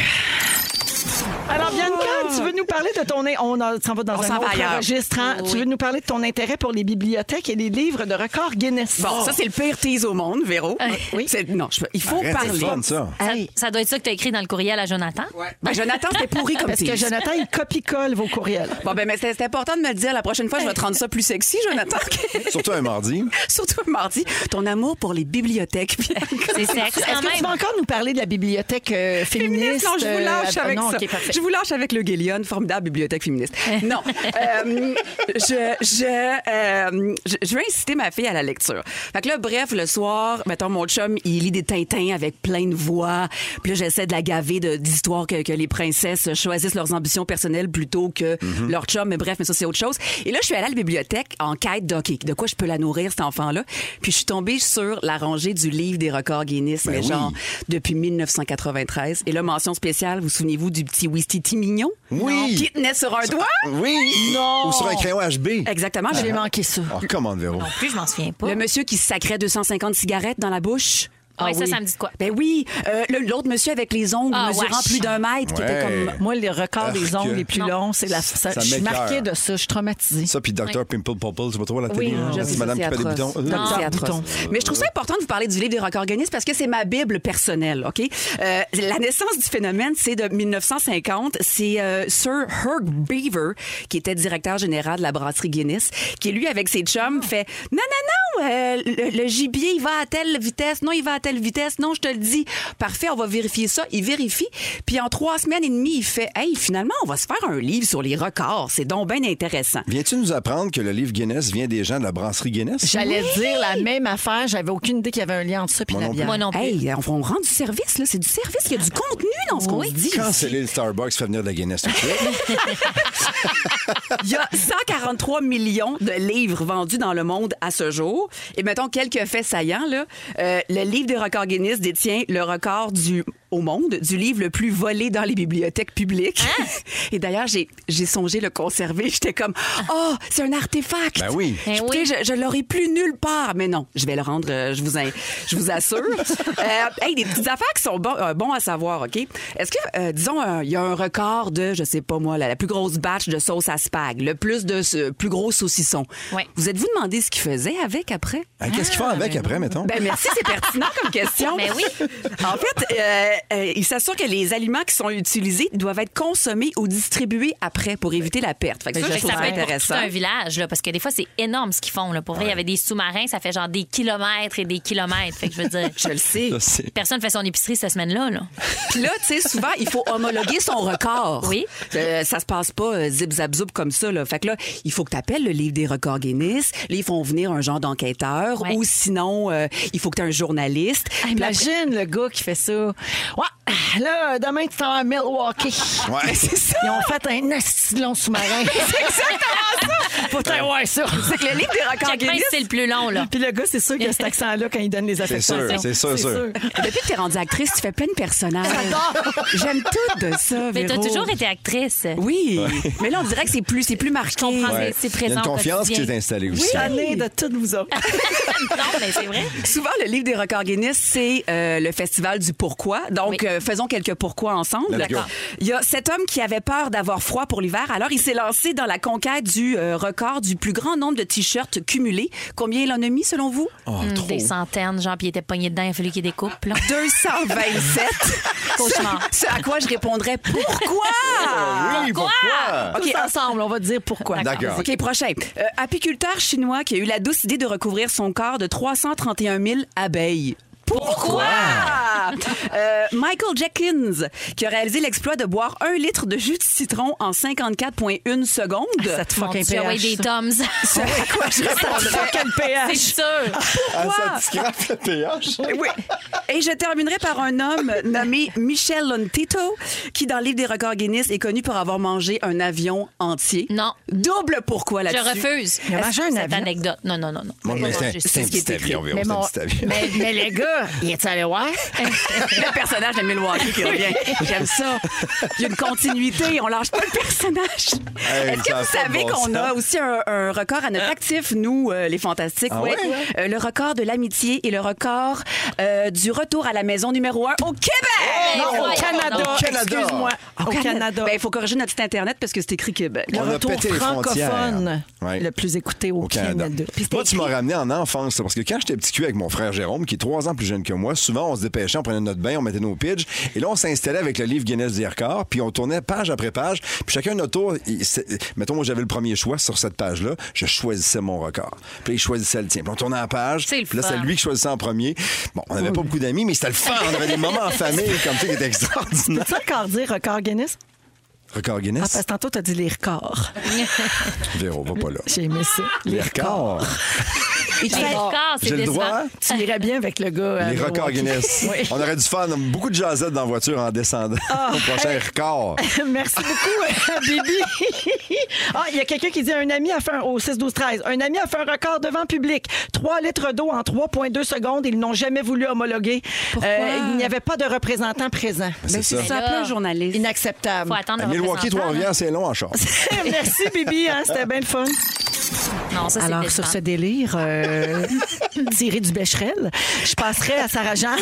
Speaker 3: Alors, Bianca, tu veux nous parler de ton... On a- s'en va dans
Speaker 2: On
Speaker 3: un
Speaker 2: s'en va
Speaker 3: autre
Speaker 2: ailleurs.
Speaker 3: registre. Hein?
Speaker 1: Oui.
Speaker 3: Tu veux nous parler de ton intérêt pour les bibliothèques et les livres de records Guinness.
Speaker 2: Bon, ça, c'est le pire tease au monde, Véro.
Speaker 3: Oui.
Speaker 2: C'est- Non, je- il faut
Speaker 5: Arrête, c'est
Speaker 2: parler.
Speaker 5: le fun, ça.
Speaker 3: Hey,
Speaker 1: Ça doit être ça que tu as écrit dans le courriel à Jonathan.
Speaker 2: Ben, Jonathan, c'était pourri comme
Speaker 3: parce que
Speaker 2: tease.
Speaker 3: Jonathan, il copie-colle vos courriels.
Speaker 2: Bon, ben, mais c'est c'est important de me le dire. La prochaine fois, je vais te rendre ça plus sexy, Jonathan.
Speaker 5: Surtout un mardi.
Speaker 2: Surtout un mardi. Ton amour pour les bibliothèques.
Speaker 1: C'est sexe
Speaker 3: Est-ce
Speaker 1: quand
Speaker 3: que tu
Speaker 1: même.
Speaker 3: vas encore nous parler de la bibliothèque euh, féministe?
Speaker 2: Non, je vous lâche
Speaker 3: euh,
Speaker 2: avec
Speaker 3: non,
Speaker 2: ça.
Speaker 3: OK, parfait.
Speaker 2: Je vous lâche avec le Guélion, formidable bibliothèque féministe. Non. Euh, je, je, euh, je, je veux inciter ma fille à la lecture. Fait que là, bref, le soir, mettons, mon chum, il lit des Tintins avec plein de voix. Puis là, j'essaie de la gaver de- d'histoires que, que les princesses choisissent leurs ambitions personnelles plutôt que leur chum. Mais bref, mais ça, c'est autre chose. Et là, je suis allée à la bibliothèque en quête de, OK, de quoi je peux la nourrir, cet enfant-là. Puis je suis tombée sur la rangée du livre des records Guinness,
Speaker 5: Ben
Speaker 2: mais
Speaker 5: oui.
Speaker 2: genre depuis mille neuf cent quatre-vingt-treize. Et là, mention spéciale, vous souvenez-vous du petit Wistiti mignon?
Speaker 5: Oui.
Speaker 2: Qui tenait sur un doigt?
Speaker 5: Oui.
Speaker 3: Non.
Speaker 5: Ou sur un crayon H B.
Speaker 2: Exactement.
Speaker 3: J'ai
Speaker 2: J'ai
Speaker 3: manqué ça.
Speaker 5: Oh, commande, Véro.
Speaker 1: Non plus, je m'en souviens pas.
Speaker 2: le monsieur qui se sacrait deux cent cinquante cigarettes dans la bouche.
Speaker 1: Ouais,
Speaker 3: Ah
Speaker 1: ça,
Speaker 3: oui.
Speaker 1: ça me dit de quoi?
Speaker 2: Ben oui, euh, le- l'autre monsieur avec les ongles
Speaker 1: Ah,
Speaker 2: mesurant
Speaker 1: wesh.
Speaker 2: plus d'un mètre, qui était
Speaker 5: Ouais.
Speaker 2: comme...
Speaker 3: Moi, les records des
Speaker 5: Arc.
Speaker 3: ongles les plus
Speaker 1: Non.
Speaker 3: longs, c'est la. ça-
Speaker 5: Ça
Speaker 3: je suis
Speaker 5: m'écoeure.
Speaker 3: marquée de ça, je suis traumatisée.
Speaker 5: Ça, puis docteur Pimple Popple, tu vas trouver à la télé.
Speaker 2: Oui,
Speaker 5: hein?
Speaker 2: je
Speaker 5: La
Speaker 2: sais,
Speaker 5: petite madame
Speaker 2: ça,
Speaker 5: qui fait
Speaker 2: c'est
Speaker 5: des
Speaker 2: atroce.
Speaker 5: boutons.
Speaker 2: Non,
Speaker 3: Euh,
Speaker 2: c'est atroce.
Speaker 3: boutons.
Speaker 2: Mais je trouve ça important de vous parler du livre des records Guinness parce que c'est ma Bible personnelle, OK? Euh, la naissance du phénomène, c'est de mille neuf cent cinquante. C'est euh, Sir Hugh Beaver, qui était directeur général de la brasserie Guinness, qui, lui, avec ses chums, fait « Non, non, non, euh, le, le gibier, il va à telle vitesse. Non, il va à telle vitesse. Non, je te le dis. Parfait, on va vérifier ça. » Il vérifie. Puis en trois semaines et demie, il fait « Hey, finalement, on va se faire un livre sur les records. C'est donc bien intéressant. »
Speaker 5: Viens-tu nous apprendre que le livre Guinness vient des gens de la brasserie Guinness?
Speaker 3: J'allais dire la même affaire. J'avais aucune idée qu'il y avait un lien entre ça et
Speaker 5: Moi
Speaker 3: la
Speaker 5: non plus.
Speaker 3: bière.
Speaker 1: Moi non plus.
Speaker 2: Hey, on, on rend du service, là. C'est du service. Il y a du contenu dans ce qu'on se dit.
Speaker 5: Canceller le Starbucks, fait venir de la Guinness tout de suite.
Speaker 2: Il y a cent quarante-trois millions de livres vendus dans le monde à ce jour. Et mettons quelques faits saillants, là. Euh, le livre des records Guinness détient le record du au monde du livre le plus volé dans les bibliothèques publiques. Et d'ailleurs, j'ai, j'ai songé le conserver. J'étais comme, oh, c'est un artefact.
Speaker 5: Ben oui.
Speaker 1: Ben
Speaker 2: Je-
Speaker 1: oui.
Speaker 2: Je, je l'aurais plus nulle part. Mais non, je vais le rendre, euh, je vous, in- je vous assure. euh, hey, des petites affaires qui sont bons, euh, bons à savoir, OK? Est-ce que, euh, disons, euh, il y a un record de, je sais pas moi, la, la plus grosse batch de sauce à spag, le plus de ce plus gros saucisson.
Speaker 1: Ouais.
Speaker 2: Vous êtes-vous demandé ce qu'ils faisaient avec après?
Speaker 5: Hein, Qu'est-ce qu'ils font avec après, mettons?
Speaker 2: Ben merci, c'est pertinent comme question.
Speaker 1: Ben oui.
Speaker 2: En fait, euh, euh, il s'assure que les aliments qui sont utilisés doivent être consommés ou distribués après pour éviter la perte. Fait que ça,
Speaker 1: Fait
Speaker 2: je
Speaker 1: que
Speaker 2: trouve
Speaker 1: ça
Speaker 2: ça
Speaker 1: peut être pour tout
Speaker 2: intéressant.
Speaker 1: un village, là, parce que des fois, c'est énorme ce qu'ils font. Là. Pour vrai, il y avait des sous-marins, ça fait genre des kilomètres et des kilomètres. Fait que je veux dire,
Speaker 2: Je le sais.
Speaker 5: Ça, c'est-
Speaker 1: personne fait son épicerie cette semaine-là. Là.
Speaker 2: Puis là, tu sais, souvent, il faut homologuer son record.
Speaker 1: Oui.
Speaker 2: Euh, ça se passe pas euh, zip zap zoup comme ça. Là. Fait que là, il faut que tu appelles le livre des records Guinness. Là, ils font venir un genre d'enquêteur.
Speaker 1: Ouais.
Speaker 2: Ou sinon, euh, il faut que tu aies un journaliste.
Speaker 3: Hey,
Speaker 2: Puis après-
Speaker 3: imagine le gars qui fait ça. Ouais, là, demain, tu t'en vas à Milwaukee.
Speaker 5: Ouais.
Speaker 2: c'est ça.
Speaker 3: Ils ont fait un asti long sous-marin.
Speaker 2: C'est exactement ça.
Speaker 3: Faut t'en voir ça.
Speaker 2: C'est que le livre des records
Speaker 1: Check bien
Speaker 2: Guinness.
Speaker 1: si c'est le plus long. Là.
Speaker 3: Puis le gars, c'est sûr qu'il a cet accent-là quand il donne les affectations.
Speaker 5: sûr, c'est sûr, sûr.
Speaker 2: Depuis que t'es rendue actrice, tu fais plein de personnages. J'aime tout de ça,
Speaker 1: Mais t'as
Speaker 2: Véro.
Speaker 1: toujours été actrice.
Speaker 2: Oui, mais là, on dirait que c'est plus, c'est plus marqué.
Speaker 1: Je comprends,
Speaker 5: Ouais.
Speaker 1: c'est- c'est
Speaker 5: Il y a
Speaker 1: présent
Speaker 5: une
Speaker 1: au
Speaker 5: confiance qui
Speaker 1: quotidien.
Speaker 5: s'est installée
Speaker 3: Oui,
Speaker 5: aussi.
Speaker 3: année de toutes vous autres.
Speaker 1: Non, mais c'est vrai.
Speaker 2: Souvent, le livre des records Guinness, c'est euh, le festival du pourquoi. Donc,
Speaker 1: Oui.
Speaker 2: euh, faisons quelques pourquoi ensemble.
Speaker 5: Let's go.
Speaker 2: D'accord. Il y a cet homme qui avait peur d'avoir froid pour l'hiver. Alors, il s'est lancé dans la conquête du euh, record du plus grand nombre de t-shirts cumulés. Combien il en a mis, selon vous?
Speaker 5: Oh,
Speaker 1: Hum,
Speaker 5: trop.
Speaker 1: des centaines, genre, puis il était pogné dedans, il a fallu qu'il découpe. Là.
Speaker 2: deux cent vingt-sept.
Speaker 1: Cauchemar.
Speaker 2: Ce à quoi je répondrais pourquoi?
Speaker 5: Oui, pourquoi?
Speaker 2: OK,
Speaker 3: Tous ensemble, on va dire pourquoi.
Speaker 5: D'accord.
Speaker 2: OK, prochain. Euh, apiculteur chinois qui a eu la douce idée de recouvrir son corps de trois cent trente et un mille abeilles. Pourquoi? Euh, Michael Jenkins, qui a réalisé l'exploit de boire un litre de jus de citron en cinquante-quatre virgule une secondes.
Speaker 3: Ça te
Speaker 1: Mon
Speaker 3: fuck un
Speaker 1: Dieu, ouais,
Speaker 3: pH.
Speaker 1: des
Speaker 3: ça.
Speaker 1: Toms.
Speaker 2: C'est à quoi je répondrais?
Speaker 3: Quel
Speaker 1: C'est
Speaker 3: pH?
Speaker 1: sûr.
Speaker 5: Ah, ça te scrape le P H.
Speaker 2: Oui. Et je terminerai par un homme nommé Michel Lontito, qui, dans le livre des records Guinness, est connu pour avoir mangé un avion entier.
Speaker 1: Non.
Speaker 2: Double pourquoi
Speaker 1: Je
Speaker 2: là-dessus?
Speaker 1: refuse.
Speaker 3: Il a mangé un
Speaker 1: Cette
Speaker 3: avion.
Speaker 1: anecdote. Non, non, non, non.
Speaker 5: Moi, mais c'est un-
Speaker 1: Je sais
Speaker 5: c'est un
Speaker 1: ce qui est
Speaker 5: petit
Speaker 1: écrit.
Speaker 5: avion, Véro,
Speaker 3: Mais,
Speaker 5: c'est un
Speaker 3: mon-
Speaker 5: petit avion.
Speaker 3: mais, mais les gars, il est allé voir?
Speaker 2: Le personnage de Milwaukee qui revient. J'aime ça. Il y a une continuité. On lâche pas le personnage.
Speaker 5: Hey,
Speaker 2: Est-ce que
Speaker 5: ça a
Speaker 2: vous
Speaker 5: pas de
Speaker 2: savez
Speaker 5: bon
Speaker 2: qu'on a
Speaker 5: sens.
Speaker 2: aussi un, un record à notre actif, nous, euh, les Fantastiques?
Speaker 5: Ah
Speaker 2: Ouais.
Speaker 5: ouais?
Speaker 2: Euh, le record de l'amitié et le record euh, du retour à la maison numéro un au Québec!
Speaker 3: Non, au
Speaker 1: ouais,
Speaker 3: Canada.
Speaker 5: au Canada.
Speaker 3: Excuse-moi. Au Canada.
Speaker 2: Ben, il faut corriger notre site Internet parce que c'est écrit Québec.
Speaker 3: Le
Speaker 5: On a
Speaker 3: retour
Speaker 5: pété les frontières.
Speaker 3: francophone
Speaker 5: Ouais.
Speaker 3: le plus écouté au,
Speaker 5: Au Canada.
Speaker 3: Canada.
Speaker 5: Moi, tu m'as ramené en enfance, là, parce que quand j'étais petit cul avec mon frère Jérôme, qui est trois ans plus jeune que moi, souvent on se dépêchait, on prenait notre bain, on mettait nos pidges, et là on s'installait avec le livre Guinness des records, puis on tournait page après page, puis chacun notre tour, il- c'est- mettons moi j'avais le premier choix sur cette page-là, je choisissais mon record. Puis il choisissait le tien. Puis on tournait la page,
Speaker 1: C'est le
Speaker 5: puis là
Speaker 1: fun.
Speaker 5: c'est lui qui choisissait en premier. Bon, on n'avait pas beaucoup d'amis, mais c'était le fun. On avait des moments en famille comme ça qui étaient extraordinaires.
Speaker 3: Tu sais encore dire record Guinness?
Speaker 5: Record
Speaker 3: Ah,
Speaker 5: Guinness?
Speaker 3: parce que tantôt, tu as dit les records.
Speaker 5: Véro, va pas là.
Speaker 3: J'ai aimé ça.
Speaker 5: Les records.
Speaker 1: Les records, c'est
Speaker 5: J'ai le droit,
Speaker 1: décevant.
Speaker 5: hein?
Speaker 3: Tu irais bien avec le gars. à
Speaker 5: Les records
Speaker 3: Milwaukee.
Speaker 5: Guinness.
Speaker 3: Oui.
Speaker 5: On aurait du fun. Beaucoup de jazzette dans la voiture en descendant au prochain record.
Speaker 3: Merci beaucoup, euh, Bibi. Ah, il y a quelqu'un qui dit un ami a fait un, au six douze treize. Un ami a fait un record devant public. trois litres d'eau en trois virgule deux secondes. Ils n'ont jamais voulu homologuer. Euh, il n'y avait pas de représentant présent.
Speaker 5: C'est
Speaker 2: Ben,
Speaker 5: ça.
Speaker 2: c'est ça, appelez un journaliste.
Speaker 3: Inacceptable.
Speaker 1: Faut attendre
Speaker 5: À
Speaker 1: le
Speaker 5: Milwaukee,
Speaker 1: représentant,
Speaker 5: Trois-Rivières, c'est long en char.
Speaker 3: Merci, Bibi. Hein, c'était bien le fun.
Speaker 1: Non, ça, c'est
Speaker 3: Alors,
Speaker 1: décevant.
Speaker 3: sur ce délire euh, tiré du Becherel, je passerai à Sarah-Jeanne.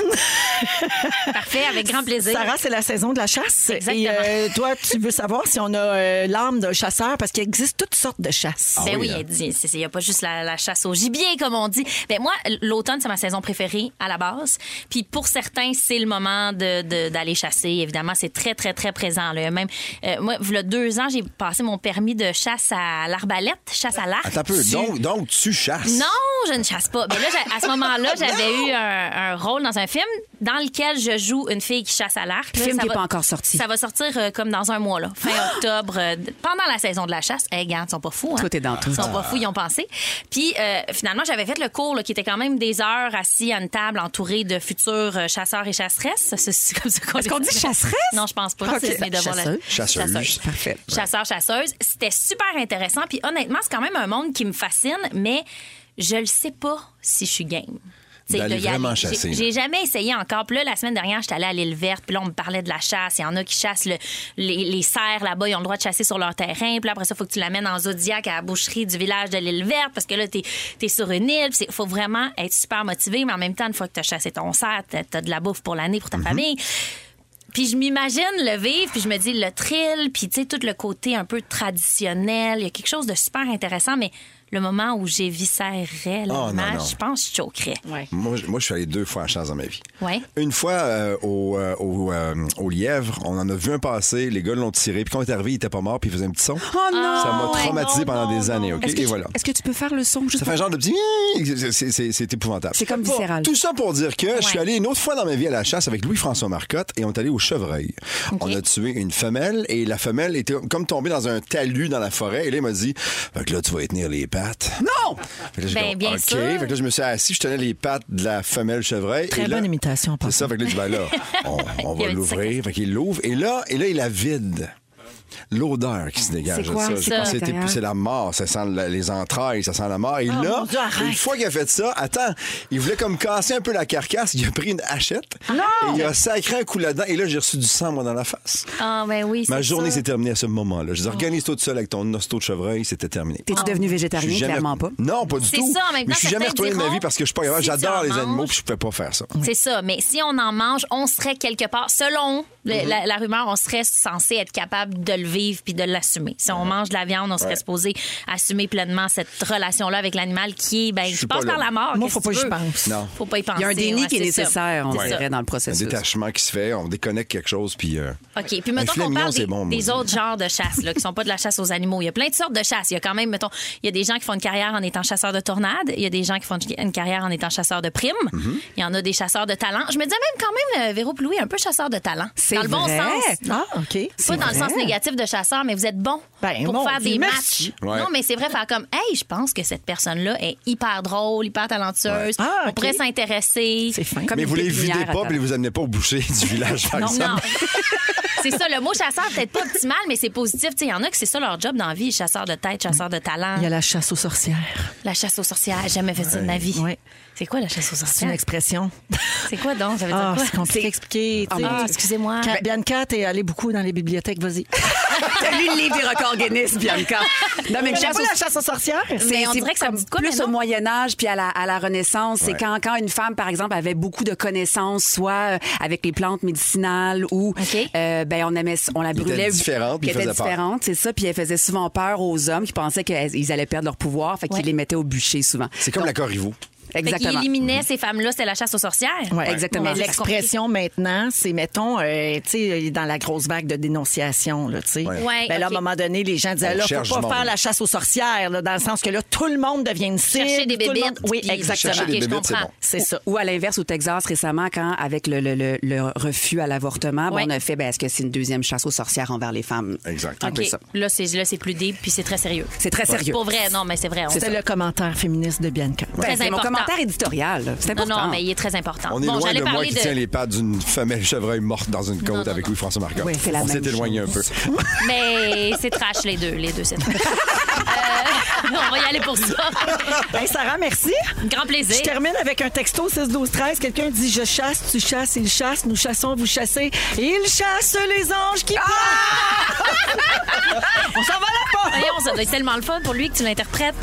Speaker 1: Parfait, avec grand plaisir.
Speaker 3: Sarah, c'est la saison de la chasse.
Speaker 1: Exactement.
Speaker 3: Et euh, toi, tu veux savoir si on a euh, l'âme d'un chasseur, parce qu'il existe toutes sortes de chasses.
Speaker 1: Ben
Speaker 5: Ah oui,
Speaker 1: oui,
Speaker 5: hein?
Speaker 1: elle dit, il n'y a pas juste la, la chasse au gibier, comme on dit. Ben moi, l'automne, c'est ma saison préférée à la base. Puis pour certains, c'est le moment de, de- d'aller chasser. Évidemment, c'est très, très, très présent. Là. Même, euh, moi, il y a deux ans, j'ai passé mon permis de chasse à l'arbalète, chasse à l'arc.
Speaker 5: Attends un peu.
Speaker 1: Tu-
Speaker 5: Donc, donc, tu chasses.
Speaker 1: Non, je ne chasse pas. Mais là, j'ai- à ce moment-là, j'avais eu un, un rôle dans un film dans lequel je joue une fille qui chasse à l'arc. Là,
Speaker 2: Film
Speaker 1: ça
Speaker 2: qui n'est
Speaker 1: va-
Speaker 2: pas encore sorti.
Speaker 1: Ça va sortir euh, comme dans un mois, là, fin octobre, euh, pendant la saison de la chasse. Eh, regarde, ils sont pas fous. Hein?
Speaker 2: Tout est dans tout.
Speaker 1: Ils sont pas fous, ils ont pensé. Puis euh, finalement, j'avais fait le cours là, qui était quand même des heures assis à une table entouré de futurs euh, chasseurs et chasseresses. C'est, c'est comme ça qu'on
Speaker 2: Est-ce qu'on dit chasseresse?
Speaker 1: Non, je pense pas.
Speaker 2: Ok.
Speaker 1: C'est mes devoirs là-
Speaker 2: Chasseuse.
Speaker 5: Chasseuse.
Speaker 2: Parfait.
Speaker 1: Chasseurs, chasseuses. C'était super intéressant. Puis honnêtement, c'est quand même un monde qui me fascine, mais je le sais pas si je suis game. T'sais,
Speaker 5: D'aller
Speaker 1: de y
Speaker 5: vraiment
Speaker 1: aller.
Speaker 5: chasser.
Speaker 1: J'ai, j'ai jamais essayé encore. Puis là, la semaine dernière, j'étais allée à l'île verte. Puis là, on me parlait de la chasse. Il y en a qui chassent le- les, les cerfs là-bas. Ils ont le droit de chasser sur leur terrain. Puis là, après ça, il faut que tu l'amènes en Zodiac à la boucherie du village de l'île verte parce que là, t'es, t'es sur une île. Il faut vraiment être super motivé. Mais en même temps, une fois que tu as chassé ton cerf, t'as, t'as de la bouffe pour l'année pour ta famille. Puis je m'imagine le vivre, puis je me dis le thrill, puis tu sais, tout le côté un peu traditionnel. Il y a quelque chose de super intéressant, mais le moment où j'éviscérerais
Speaker 5: Oh, non,
Speaker 1: l'image,
Speaker 5: non.
Speaker 1: je pense que je choquerais.
Speaker 3: Ouais.
Speaker 5: Moi, je- moi, je suis allé deux fois à la chasse dans ma vie.
Speaker 1: Ouais.
Speaker 5: Une fois euh, au, euh, au, euh, au lièvre, on en a vu un passer, les gars l'ont tiré, puis quand on est arrivé, il était pas mort, puis il faisait un petit son.
Speaker 2: Oh non!
Speaker 5: Ça m'a
Speaker 1: ouais,
Speaker 5: traumatisé
Speaker 1: non,
Speaker 5: pendant
Speaker 1: non,
Speaker 5: des années, OK?
Speaker 2: Est-ce que,
Speaker 5: Et
Speaker 2: tu,
Speaker 5: voilà.
Speaker 2: est-ce que tu peux faire le son? Juste
Speaker 5: Ça fait un genre de petit... C'est- c'est- C'est c'est épouvantable.
Speaker 2: C'est comme viscéral.
Speaker 5: Tout ça pour dire que je suis allé une autre fois dans ma vie à la chasse avec Louis-François Marcotte et on est allé au chevreuil. On a tué une femelle et la femelle était comme tombée dans un talus dans la forêt. Et là, il m'a dit, fait que là, tu vas y tenir les pattes.
Speaker 2: Non!
Speaker 5: Fait que là, j'ai
Speaker 1: Ben,
Speaker 5: dit,
Speaker 1: bien
Speaker 5: OK.
Speaker 1: sûr.
Speaker 5: Fait que là, je me suis assis, je tenais les pattes de la femelle chevreuil.
Speaker 3: Très
Speaker 5: et là,
Speaker 3: bonne imitation, par
Speaker 5: C'est ça, fait que là, il dit, ben là, on, on
Speaker 1: Il y
Speaker 5: va
Speaker 1: avait du
Speaker 5: l'ouvrir. Fait qu'il l'ouvre. Et là, et là, il la vide. L'odeur qui se dégage
Speaker 2: C'est quoi?
Speaker 5: de
Speaker 2: C'est
Speaker 5: ça.
Speaker 2: quoi
Speaker 5: C'est-
Speaker 2: l'intérieur?
Speaker 5: c'est la mort. Ça sent la- les entrailles, ça sent la mort. Et là,
Speaker 3: mon Dieu, arrête.
Speaker 5: une fois qu'il a fait ça, attends, il voulait comme casser un peu la carcasse. Il a pris une hachette. Et il a sacré un coup là-dedans. Et là, j'ai reçu du sang, moi, dans la face.
Speaker 1: Ah, ben oui,
Speaker 5: Ma
Speaker 1: c'est
Speaker 5: journée
Speaker 1: ça.
Speaker 5: s'est terminée à ce moment-là. Je dis, organise-toi tout seul avec ton hosto de chevreuil. C'était terminé.
Speaker 2: T'es-tu devenu
Speaker 5: Je suis
Speaker 2: végétarien?
Speaker 5: jamais-
Speaker 2: Clairement pas.
Speaker 5: Non, pas du
Speaker 1: C'est
Speaker 5: tout.
Speaker 1: ça, en même
Speaker 5: Mais
Speaker 1: temps,
Speaker 5: je suis jamais
Speaker 1: certains
Speaker 5: retourné de ma
Speaker 1: diront,
Speaker 5: vie parce que je suis pas grave.
Speaker 1: si tu
Speaker 5: J'adore
Speaker 1: en
Speaker 5: les animaux
Speaker 1: manges-
Speaker 5: puis je pouvais pas faire ça.
Speaker 1: C'est ça, mais si on en mange, on serait quelque part, selon le- la, la rumeur, on serait censé être capable de le vivre puis de l'assumer. Si on mange de la viande, on serait
Speaker 5: Ouais.
Speaker 1: supposé assumer pleinement cette relation-là avec l'animal qui est, ben,
Speaker 5: Je
Speaker 1: qui
Speaker 5: suis
Speaker 1: passe
Speaker 5: pas
Speaker 1: par
Speaker 5: là.
Speaker 1: la mort.
Speaker 3: Moi,
Speaker 1: qu'est-ce
Speaker 3: faut
Speaker 1: que
Speaker 3: pas
Speaker 1: tu
Speaker 3: que j'y
Speaker 1: veux?
Speaker 3: pense.
Speaker 5: Non.
Speaker 1: Faut pas y penser.
Speaker 2: Il y a un déni
Speaker 1: ouais,
Speaker 2: qui est
Speaker 1: c'est ça.
Speaker 2: nécessaire, on
Speaker 1: C'est ça.
Speaker 2: dirait, dans le
Speaker 5: Un
Speaker 2: processus.
Speaker 5: détachement qui se fait, on déconnecte quelque chose, puis... euh,
Speaker 1: OK. Puis,
Speaker 5: un
Speaker 1: mettons
Speaker 5: filet
Speaker 1: qu'on
Speaker 5: mignon,
Speaker 1: parle
Speaker 5: c'est
Speaker 1: des,
Speaker 5: bon, moi
Speaker 1: des
Speaker 5: aussi.
Speaker 1: autres genres de chasse, là, qui sont pas de la chasse aux animaux. Il y a plein de sortes de chasse. Il y a quand même, mettons, il y a des gens qui font une carrière en étant chasseurs de tornades. Il y a des gens qui font une carrière en étant chasseurs de primes.
Speaker 5: Mm-hmm.
Speaker 1: Il y en a des chasseurs de talent. Je me disais même quand même, euh, Véro Plouy, un peu chasseur de talent.
Speaker 2: C'est
Speaker 1: Dans le bon
Speaker 2: vrai?
Speaker 1: sens.
Speaker 3: Ah, OK.
Speaker 1: Pas
Speaker 2: C'est
Speaker 1: dans le sens
Speaker 2: vrai.
Speaker 1: négatif de chasseur, mais vous êtes bon
Speaker 3: Ben,
Speaker 1: pour
Speaker 3: mon
Speaker 1: faire
Speaker 3: Dieu,
Speaker 1: des
Speaker 3: merci.
Speaker 1: matchs.
Speaker 5: Ouais.
Speaker 1: Non, mais c'est vrai, faire comme, hey, je pense que cette personne-là est hyper drôle, hyper talentueuse.
Speaker 3: Ah,
Speaker 1: On
Speaker 3: OK.
Speaker 1: pourrait s'intéresser.
Speaker 3: C'est fin.
Speaker 2: Comme
Speaker 5: Mais
Speaker 2: une
Speaker 5: vous les
Speaker 2: pépinière
Speaker 5: videz
Speaker 2: à
Speaker 5: pas,
Speaker 2: talent.
Speaker 5: puis vous amenez pas au boucher du village, par
Speaker 1: Non,
Speaker 5: exemple.
Speaker 1: non. C'est ça, le mot chasseur, peut-être pas optimal, mais c'est positif. Il y en a que c'est ça leur job dans la vie, chasseur de tête, chasseur de talent.
Speaker 3: Il y a la chasse aux sorcières.
Speaker 1: La chasse aux sorcières, j'ai jamais fait ça de ma vie.
Speaker 3: Ouais.
Speaker 1: C'est quoi la chasse aux
Speaker 3: C'est une
Speaker 1: sorcières?
Speaker 3: expression.
Speaker 1: C'est quoi donc? Ça veut dire
Speaker 3: Ah,
Speaker 1: quoi?
Speaker 3: c'est compliqué à expliquer. tu sais.
Speaker 1: Ah, excusez-moi.
Speaker 3: Quand- Bianca, t'es allée beaucoup dans les bibliothèques, vas-y.
Speaker 2: T'as lu le livre des records Guinness, Bianca. Non, mais une
Speaker 3: J'ai
Speaker 2: chasse
Speaker 3: pas
Speaker 2: aux-
Speaker 3: la chasse aux sorcières.
Speaker 1: Mais
Speaker 2: C'est-
Speaker 1: on
Speaker 2: c'est
Speaker 1: dirait que ça me
Speaker 2: comme
Speaker 1: dit quoi,
Speaker 2: plus
Speaker 1: mais non?
Speaker 2: au Moyen Âge puis à la, à la Renaissance. C'est
Speaker 5: Ouais.
Speaker 2: quand, quand une femme, par exemple, avait beaucoup de connaissances, soit euh, avec les plantes médicinales ou
Speaker 1: OK.
Speaker 2: euh, ben on aimait, on la
Speaker 5: était
Speaker 2: brûlait.
Speaker 5: différente, puis
Speaker 2: Puis
Speaker 5: il
Speaker 2: elle était
Speaker 5: faisait peur.
Speaker 2: différente, c'est ça. Puis elle faisait souvent peur aux hommes qui pensaient qu'ils allaient perdre leur pouvoir, fait qu'ils
Speaker 1: Ouais.
Speaker 2: les mettaient au bûcher souvent.
Speaker 5: C'est comme la Corriveau.
Speaker 1: Fait qu'il
Speaker 2: Exactement.
Speaker 1: éliminait ces femmes-là, c'était la chasse aux sorcières.
Speaker 3: Ouais.
Speaker 2: Exactement.
Speaker 3: Mais l'expression maintenant, c'est, mettons, euh, tu sais, dans la grosse vague de dénonciation, là, tu sais.
Speaker 5: Ouais.
Speaker 1: Ouais,
Speaker 3: Ben là,
Speaker 1: OK.
Speaker 3: à un moment donné, les gens disaient,
Speaker 5: On
Speaker 3: là,
Speaker 5: cherche
Speaker 3: faut
Speaker 5: du
Speaker 3: pas
Speaker 5: monde.
Speaker 3: faire la chasse aux sorcières, là, dans le sens que là, tout le monde devient une cible.
Speaker 1: Chercher des
Speaker 3: tout le
Speaker 1: bébites,
Speaker 3: monde- Oui,
Speaker 1: puis
Speaker 3: exactement.
Speaker 5: chercher des
Speaker 1: OK, je
Speaker 5: bébites, c'est
Speaker 1: comprends.
Speaker 5: bon.
Speaker 3: C'est ça.
Speaker 2: Ou à l'inverse, au Texas, récemment, quand, avec le, le, le, le refus à l'avortement, ben,
Speaker 1: Ouais.
Speaker 2: on a fait, ben, est-ce que c'est une deuxième chasse aux sorcières envers les femmes?
Speaker 5: Exact.
Speaker 2: Un peu
Speaker 1: OK.
Speaker 2: ça.
Speaker 1: Là, c'est, là, c'est plus deep, puis c'est très sérieux.
Speaker 2: C'est très sérieux.
Speaker 1: Pour vrai, non, mais c'est vrai. on-
Speaker 3: C'était le commentaire féministe de Bianca.
Speaker 2: Ben,
Speaker 1: Très
Speaker 2: c'est mon
Speaker 1: important.
Speaker 2: commentaire éditorial. là. C'est
Speaker 1: Non,
Speaker 2: important.
Speaker 1: non, mais il est très important.
Speaker 5: On est
Speaker 1: bon,
Speaker 5: loin
Speaker 1: j'allais
Speaker 5: de moi
Speaker 1: parler
Speaker 5: qui
Speaker 1: de...
Speaker 5: tient les pattes d'une femelle chevreuil morte dans une côte
Speaker 1: Non, non,
Speaker 5: avec
Speaker 1: non.
Speaker 5: Louis-François Marcotte.
Speaker 2: Oui, c'est la
Speaker 5: On
Speaker 2: même
Speaker 5: s'est éloigné un peu.
Speaker 1: Mais c'est trash, les deux. Les deux, c'est trash. Euh, on va y aller pour ça.
Speaker 3: Hey, Sarah, merci.
Speaker 1: Grand plaisir.
Speaker 3: Je termine avec un texto six douze treize. Quelqu'un dit je chasse, tu chasses, il chasse, nous chassons, vous chassez. Et il chasse les anges qui On s'en va là pas.
Speaker 1: Voyons, ça doit être tellement le fun pour lui que tu l'interprètes.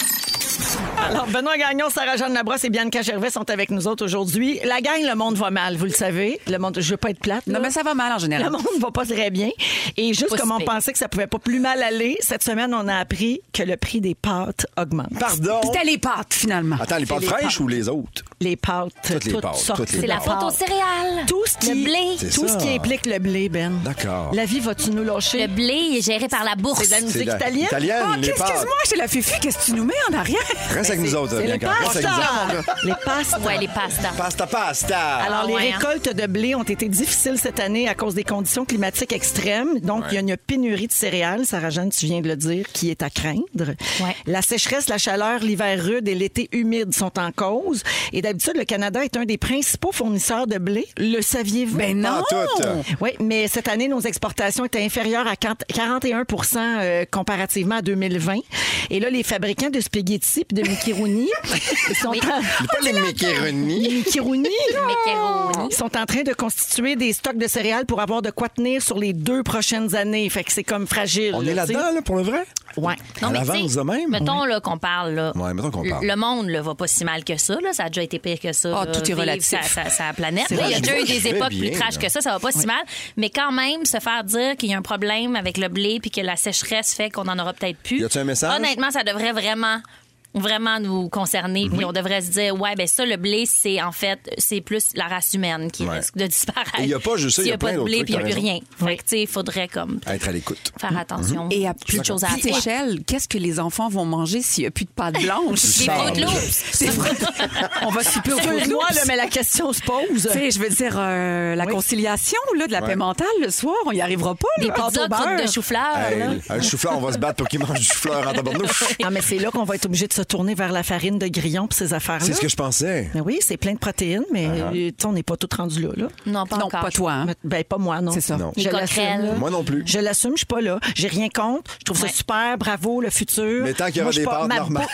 Speaker 3: Alors, Benoît Gagnon, Sarah-Jeanne Labrosse et Bianca Gervais sont avec nous autres aujourd'hui. La gang, le monde va mal, vous le savez. Le monde, je veux pas être plate.
Speaker 2: Non,
Speaker 3: là.
Speaker 2: mais ça va mal en
Speaker 3: Le
Speaker 2: général.
Speaker 3: monde va pas très bien. Et juste
Speaker 1: Pas
Speaker 3: comme
Speaker 1: si
Speaker 3: on
Speaker 1: pire.
Speaker 3: pensait que ça pouvait pas plus mal aller, cette semaine, on a appris que le prix des pâtes augmente.
Speaker 5: Pardon?
Speaker 2: C'était les pâtes, finalement.
Speaker 5: Attends, les pâtes
Speaker 3: les
Speaker 5: fraîches
Speaker 3: pâtes.
Speaker 5: ou les autres?
Speaker 3: Les pâtes,
Speaker 5: Toutes les pâtes,
Speaker 3: sortes
Speaker 5: toutes les
Speaker 3: de
Speaker 1: C'est la
Speaker 3: pâtes.
Speaker 1: faute aux céréales.
Speaker 3: Tout ce qui,
Speaker 1: Le blé.
Speaker 5: C'est
Speaker 3: tout
Speaker 5: ça.
Speaker 3: ce qui implique le blé, Ben.
Speaker 5: D'accord.
Speaker 3: La vie va-tu nous lâcher?
Speaker 1: Le blé est géré par la bourse.
Speaker 3: C'est de la musique
Speaker 5: C'est la-
Speaker 3: italienne?
Speaker 5: italienne,
Speaker 2: Ah,
Speaker 5: les pâtes.
Speaker 2: excuse-moi, c'est la Fufu. Qu'est-ce que tu nous mets en arrière?
Speaker 5: Reste avec nous autres,
Speaker 3: C'est les
Speaker 5: Bianca. Reste avec nous autres.
Speaker 3: pastas. Les pastas.
Speaker 1: Ouais, les pastas.
Speaker 5: Pasta, pasta.
Speaker 3: Alors,
Speaker 1: Ah
Speaker 3: les
Speaker 1: ouais, hein?
Speaker 3: récoltes de blé ont été difficiles cette année à cause des conditions climatiques extrêmes. Donc, il y a une pénurie de céréales, Sarah-Jeanne, tu viens de le dire, qui est à craindre.
Speaker 1: Ouais.
Speaker 3: La sécheresse, la chaleur, l'hiver rude et l'été humide sont en cause. Et d'habitude, le Canada est un des principaux fournisseurs de blé. Le saviez-vous?
Speaker 2: Ben non!
Speaker 5: Pas toutes.
Speaker 3: Oui, mais cette année, nos exportations étaient inférieures à quarante et un pour cent euh, comparativement à deux mille vingt. Et là, les fabricants de spaghettis et de macaroni ils sont en...
Speaker 5: Pas les macaronis.
Speaker 3: Macaroni.
Speaker 1: Macaroni.
Speaker 3: Ils sont en train de constituer des stocks de céréales pour avoir de quoi tenir sur les deux prochaines années. Fait que c'est comme fragile.
Speaker 5: On
Speaker 3: là,
Speaker 5: est là-dedans,
Speaker 3: tu sais.
Speaker 5: là, pour le vrai?
Speaker 3: Ouais.
Speaker 1: Non,
Speaker 5: À
Speaker 1: mais tu
Speaker 5: l'avance
Speaker 1: sais,
Speaker 5: de même?
Speaker 1: mettons là, qu'on parle. Là,
Speaker 5: Ouais, mettons qu'on parle.
Speaker 1: Le monde là, va pas si mal que ça. Là. Ça a déjà été pire que ça.
Speaker 2: Ah,
Speaker 1: là,
Speaker 2: tout est
Speaker 1: vivre
Speaker 2: relatif.
Speaker 1: Sa, sa, sa planète.
Speaker 3: C'est
Speaker 1: Là, il y a
Speaker 3: vrai,
Speaker 1: déjà eu
Speaker 5: je
Speaker 1: des
Speaker 5: vais
Speaker 1: époques
Speaker 5: bien,
Speaker 1: plus trash
Speaker 5: là.
Speaker 1: que ça. Ça va pas si mal. Mais quand même, se faire dire qu'il y a un problème avec le blé puis que la sécheresse fait qu'on en aura peut-être plus.
Speaker 5: Y a-tu un message?
Speaker 1: Honnêtement, ça devrait vraiment vraiment nous concerner puis on devrait se dire ouais ben ça le blé c'est en fait c'est plus la race humaine qui
Speaker 5: Ouais.
Speaker 1: risque de disparaître.
Speaker 5: Et il y a pas juste ça,
Speaker 1: S'il
Speaker 5: il y a
Speaker 1: pas
Speaker 5: plein
Speaker 1: de
Speaker 5: d'autres
Speaker 1: blé
Speaker 5: trucs,
Speaker 1: puis il y a
Speaker 5: t'as
Speaker 1: plus
Speaker 5: raison.
Speaker 1: rien. Fait que tu sais, il faudrait comme
Speaker 5: Être à l'écoute.
Speaker 1: faire attention.
Speaker 2: Et à
Speaker 1: plus de choses à
Speaker 2: petite
Speaker 1: faire.
Speaker 2: échelle, qu'est-ce que les enfants vont manger s'il n'y a plus de pâte blanche?
Speaker 1: Des
Speaker 2: Ben,
Speaker 1: Fruit Loops.
Speaker 2: des Fruit- On va souper au Fruit
Speaker 3: Excuse-moi,
Speaker 2: Loops.
Speaker 3: là, mais la question se pose.
Speaker 2: Tu sais, je veux dire, euh, la
Speaker 3: Oui.
Speaker 2: conciliation là, de la paix
Speaker 5: Ouais.
Speaker 2: mentale le soir, on n'y arrivera pas.
Speaker 1: Des
Speaker 2: Là.
Speaker 3: pâtes
Speaker 1: pizzas
Speaker 3: au
Speaker 1: croûtes
Speaker 3: beurre.
Speaker 1: de chou-fleur.
Speaker 5: Hey,
Speaker 1: là.
Speaker 5: un chou-fleur, on va se battre pour qu'il mange du chou-fleur en tabarnouche.
Speaker 3: Non, mais c'est là qu'on va être obligé de se tourner vers la farine de grillon puis ces affaires-là.
Speaker 5: C'est ce que je pensais.
Speaker 3: Mais oui, c'est plein de protéines, mais euh, tu sais, on n'est pas tout rendu là. là.
Speaker 1: Non, pas
Speaker 2: Non,
Speaker 1: encore.
Speaker 2: pas toi. Hein?
Speaker 3: Mais- Ben, pas moi, non.
Speaker 2: C'est ça.
Speaker 5: Non.
Speaker 3: Je
Speaker 1: Les
Speaker 3: l'assume,
Speaker 1: coquerelles.
Speaker 3: là.
Speaker 5: Moi non plus.
Speaker 3: Je l'assume, je suis pas là. J'ai rien contre. Je trouve
Speaker 1: Ouais.
Speaker 3: ça super. Bravo, le futur.
Speaker 5: Mais tant qu'il y aura
Speaker 3: Moi, je suis
Speaker 5: des
Speaker 3: pas-
Speaker 5: pâtes
Speaker 3: ma-
Speaker 5: normales.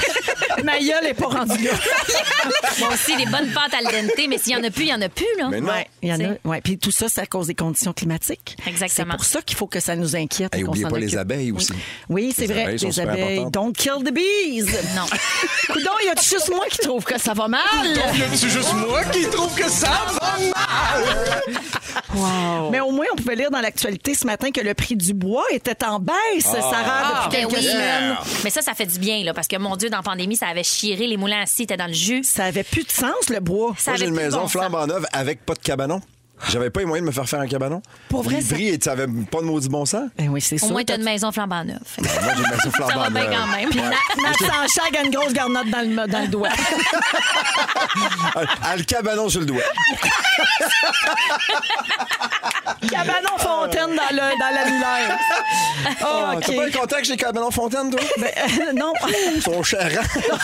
Speaker 3: Ma gueule n'est pas rendue là.
Speaker 1: Moi aussi, des bonnes pâtes al dente, mais s'il y en a plus, il y en a plus, là.
Speaker 5: Mais non.
Speaker 3: Ouais, il y en a.
Speaker 1: C'est-
Speaker 3: Ouais, puis tout ça, c'est à cause des conditions climatiques.
Speaker 1: Exactement.
Speaker 3: C'est pour ça qu'il faut que ça nous inquiète.
Speaker 5: Et
Speaker 3: et qu'on
Speaker 5: oubliez
Speaker 3: s'en
Speaker 5: pas les
Speaker 3: occupe.
Speaker 5: abeilles aussi.
Speaker 3: Oui, c'est
Speaker 5: Les
Speaker 3: vrai.
Speaker 5: abeilles sont
Speaker 3: Les
Speaker 5: super
Speaker 3: abeilles.
Speaker 5: importantes.
Speaker 3: Don't kill the bees.
Speaker 1: Non.
Speaker 3: Coudon, y a juste moi qui trouve que ça va mal?
Speaker 4: C'est juste moi qui trouve que ça va mal.
Speaker 3: Mais au moins, on pouvait lire dans l'actualité ce matin que le prix du bois était en baisse, Sarah, depuis
Speaker 1: Ben
Speaker 3: quelques
Speaker 1: oui.
Speaker 3: semaines.
Speaker 1: Mais ça, ça fait du bien, là, parce que mon Dieu, dans la pandémie, ça avait chiré, les moulins assis étaient dans le jus.
Speaker 3: Ça avait plus de sens, le bois.
Speaker 1: Ça
Speaker 5: Moi, j'ai
Speaker 1: avait
Speaker 5: une
Speaker 1: plus de
Speaker 5: maison
Speaker 1: bon sens.
Speaker 5: flambant neuve avec pas de cabanon. J'avais pas les moyens de me faire faire un cabanon.
Speaker 2: Pour vrai,
Speaker 5: Le
Speaker 2: ça-
Speaker 5: prix, ça avait pas de maudit bon sens.
Speaker 3: Ben oui, c'est
Speaker 1: Au
Speaker 3: sûr.
Speaker 1: moins, t'as une maison flambant neuve. Fait que
Speaker 5: Moi, j'ai une maison
Speaker 1: Ça va
Speaker 5: flambant
Speaker 1: bien
Speaker 5: neuve.
Speaker 1: quand même.
Speaker 3: Puis Na- Nat Sanchag a une grosse garnotte dans le, dans le doigt.
Speaker 5: Ah, le cabanon sur le doigt.
Speaker 3: Cabanon fontaine dans le dans l'annulaire. Oh,
Speaker 5: Ah,
Speaker 3: OK.
Speaker 5: T'as pas le contact chez Cabanon Fontaine, toi?
Speaker 3: Ben, euh, non.
Speaker 5: Ils sont charrants.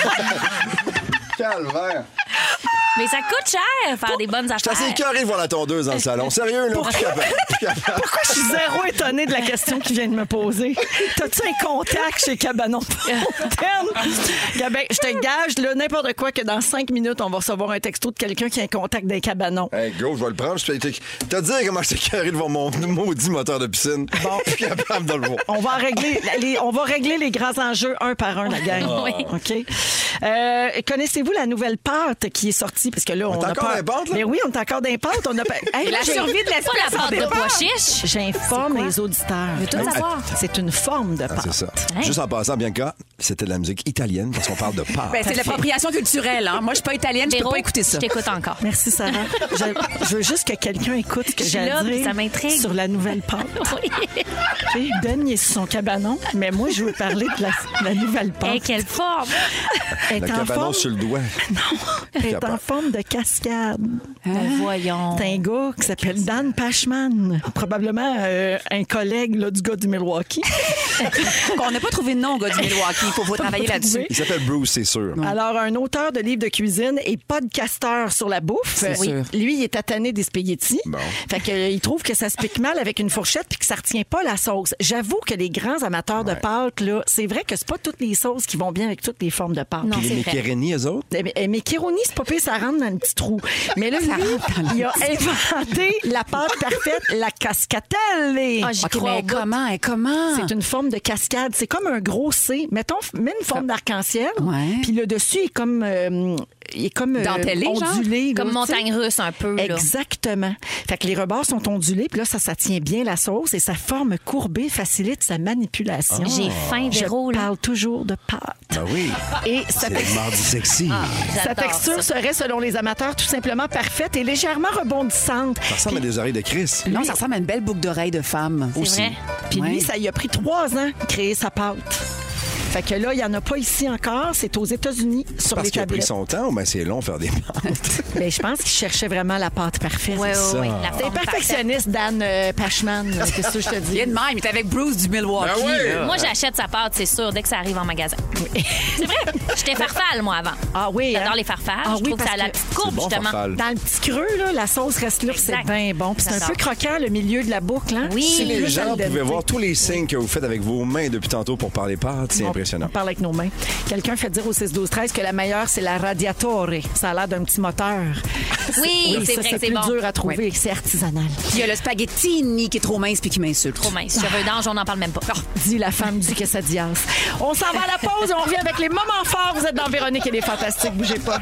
Speaker 5: Calvaire.
Speaker 1: Mais ça coûte cher faire des bonnes
Speaker 5: J'étais assez
Speaker 1: affaires.
Speaker 5: écœuré de voir la tondeuse dans le salon. Sérieux, là? Plus capable. Plus capable.
Speaker 3: Pourquoi je suis zéro étonnée de la question qu'il vient de me poser? T'as-tu un contact chez Cabanon Fontaine? Gabin, je te gage, là, n'importe quoi, que dans cinq minutes, on va recevoir un texto de quelqu'un qui a un contact d'un cabanon.
Speaker 5: Hey, go, je vais le prendre. Je peux te dire comment j'étais carré devant mon maudit moteur de piscine. Bon. Plus capable de le voir.
Speaker 3: On va régler les, on va régler les grands enjeux un par un, la gang.
Speaker 1: Oui.
Speaker 3: OK? Euh, connaissez-vous la nouvelle pâte qui est sortie? Parce que là, on,
Speaker 5: On est
Speaker 3: a
Speaker 5: encore
Speaker 3: pas...
Speaker 5: dans les pâtes, là?
Speaker 3: Mais oui, on est encore dans les pâtes. On a pas... Hey,
Speaker 2: La
Speaker 3: j'ai-
Speaker 2: survie de
Speaker 1: Pas
Speaker 2: l'espèce
Speaker 1: la
Speaker 2: en
Speaker 1: pâte de
Speaker 2: départ.
Speaker 1: pois chiche.
Speaker 3: J'informe les auditeurs.
Speaker 1: Je veux tout savoir.
Speaker 3: C'est une forme de
Speaker 5: Ah,
Speaker 3: pâte.
Speaker 5: c'est ça.
Speaker 1: Hein?
Speaker 5: Juste en passant, Bianca, c'était de la musique italienne parce qu'on parle de pâte.
Speaker 2: Ben, c'est l'appropriation culturelle. Hein? Moi, je suis pas italienne, je peux
Speaker 1: Véro,
Speaker 2: pas écouter ça.
Speaker 1: Je t'écoute encore.
Speaker 3: Merci, Sarah. je, je veux juste que quelqu'un écoute ce que
Speaker 1: Je suis
Speaker 3: j'ai
Speaker 1: là,
Speaker 3: à
Speaker 1: puis
Speaker 3: dire
Speaker 1: ça m'intrigue.
Speaker 3: sur la nouvelle pâte.
Speaker 1: Oui.
Speaker 3: Tu sais, Ben, il est sur son cabanon, mais moi, je veux parler de la, la nouvelle pâte.
Speaker 1: Hey, quelle forme!
Speaker 3: Elle
Speaker 5: Le
Speaker 3: est en
Speaker 5: cabanon
Speaker 3: forme,
Speaker 5: sur le doigt.
Speaker 3: elle est
Speaker 5: capable.
Speaker 3: en forme de cascade.
Speaker 1: Ben, voyons.
Speaker 3: C'est un gars qui s'appelle Dan Pashman, probablement euh, un collègue là, du gars du Milwaukee.
Speaker 2: On n'a pas trouvé de nom, gars du Milwaukee. Il faut, faut travailler là-dessus.
Speaker 5: Il s'appelle Bruce, c'est sûr.
Speaker 3: Alors, un auteur de livres de cuisine et podcasteur sur la bouffe.
Speaker 2: C'est sûr.
Speaker 3: Lui, il est tatané des spaghettis.
Speaker 5: Bon.
Speaker 3: Fait que, euh, il trouve que ça se pique mal avec une fourchette puis que ça retient pas la sauce. J'avoue que les grands amateurs de pâtes, là, c'est vrai que c'est pas toutes les sauces qui vont bien avec toutes les formes de pâtes.
Speaker 1: Non,
Speaker 5: Puis
Speaker 1: c'est
Speaker 5: les
Speaker 1: vrai.
Speaker 5: Macaroni, eux autres?
Speaker 3: Eh bien, eh, Mais Kironi, c'est pas pire, ça rentre dans un petit trou. Mais là, lui, il a inventé la pâte parfaite, la cascatelle.
Speaker 1: Ah, j'y
Speaker 2: OK,
Speaker 1: crois au
Speaker 2: mais
Speaker 1: bout.
Speaker 2: comment? Et comment?
Speaker 3: C'est une forme de cascade. C'est comme un gros C. Mettons, mets une forme d'arc-en-ciel.
Speaker 2: Ouais.
Speaker 3: Puis le dessus est comme, euh, il est comme euh,
Speaker 2: Dentelé, genre?
Speaker 3: ondulé.
Speaker 1: Comme
Speaker 3: là, tu sais.
Speaker 1: montagne russe, un peu. Là.
Speaker 3: Exactement. Fait que les rebords sont ondulés, puis là, ça, ça tient bien la sauce et sa forme courbée facilite sa manipulation.
Speaker 1: J'ai faim,
Speaker 3: Je
Speaker 1: Véro. là.
Speaker 3: parle toujours de pâte.
Speaker 5: Ben oui.
Speaker 3: Et sa,
Speaker 5: C'est le mardi sexy.
Speaker 3: sa
Speaker 1: J'adore
Speaker 3: texture
Speaker 1: ça.
Speaker 3: serait, selon les amateurs, tout simplement parfaite et légèrement rebondissante.
Speaker 5: Ça ressemble à des oreilles de Chris.
Speaker 2: Non, ça ressemble à une belle boucle d'oreille de femme.
Speaker 1: C'est vrai.
Speaker 3: Puis lui,
Speaker 2: Ouais.
Speaker 3: ça lui a pris trois ans de créer sa pâte. Fait que là, il n'y en a pas ici encore. C'est aux États-Unis, sur
Speaker 5: Parce
Speaker 3: les
Speaker 5: qu'il a pris
Speaker 3: tablettes.
Speaker 5: son temps ou ben c'est long faire des pâtes?
Speaker 3: Mais je pense qu'il cherchait vraiment la pâte parfaite.
Speaker 1: Oui, oui, oui. La
Speaker 3: T'es
Speaker 1: forme parfaite.
Speaker 3: perfectionniste, Dan euh, Pashman. là. Qu'est-ce que je te dis?
Speaker 2: Il est de même, il est avec Bruce du Milwaukee.
Speaker 5: Ben oui.
Speaker 2: là.
Speaker 1: Moi, j'achète sa pâte, c'est sûr, dès que ça arrive en magasin. C'est vrai. J'étais farfalle, moi, avant.
Speaker 3: Ah oui, hein?
Speaker 1: J'adore les farfales.
Speaker 3: Ah
Speaker 1: je
Speaker 3: oui,
Speaker 1: trouve que ça a
Speaker 3: parce
Speaker 1: la
Speaker 3: que
Speaker 1: petite courbe,
Speaker 5: C'est bon,
Speaker 1: justement.
Speaker 5: farfalle.
Speaker 3: Dans le petit creux, là, la sauce reste là, puis c'est
Speaker 1: Exact.
Speaker 3: bien bon. Puis c'est un
Speaker 1: J'adore.
Speaker 3: peu croquant, le milieu de la boucle. Hein?
Speaker 1: Oui.
Speaker 3: C'est
Speaker 5: Si les
Speaker 3: plus
Speaker 5: gens
Speaker 3: al dente.
Speaker 5: pouvaient voir tous les signes que vous faites avec vos mains depuis tantôt pour parler pâtes, c'est
Speaker 3: On-
Speaker 5: impressionnant.
Speaker 3: On parle avec nos mains. Quelqu'un fait dire au six douze treize que la meilleure, c'est la Radiatore. Ça a l'air d'un petit moteur.
Speaker 1: Oui,
Speaker 3: Et
Speaker 1: c'est
Speaker 3: ça,
Speaker 1: vrai
Speaker 3: c'est
Speaker 1: que c'est
Speaker 3: plus
Speaker 1: bon.
Speaker 3: dur à trouver. C'est artisanal.
Speaker 2: Il y a le spaghettini qui est trop mince puis qui m'insulte.
Speaker 1: Trop mince. Cheveux d'ange, on n'en parle même pas.
Speaker 3: Dit la femme du quesadillas. On s'en va à la pause et on revient avec les moments forts. Vous êtes dans Véronique et les Fantastiques. Bougez pas.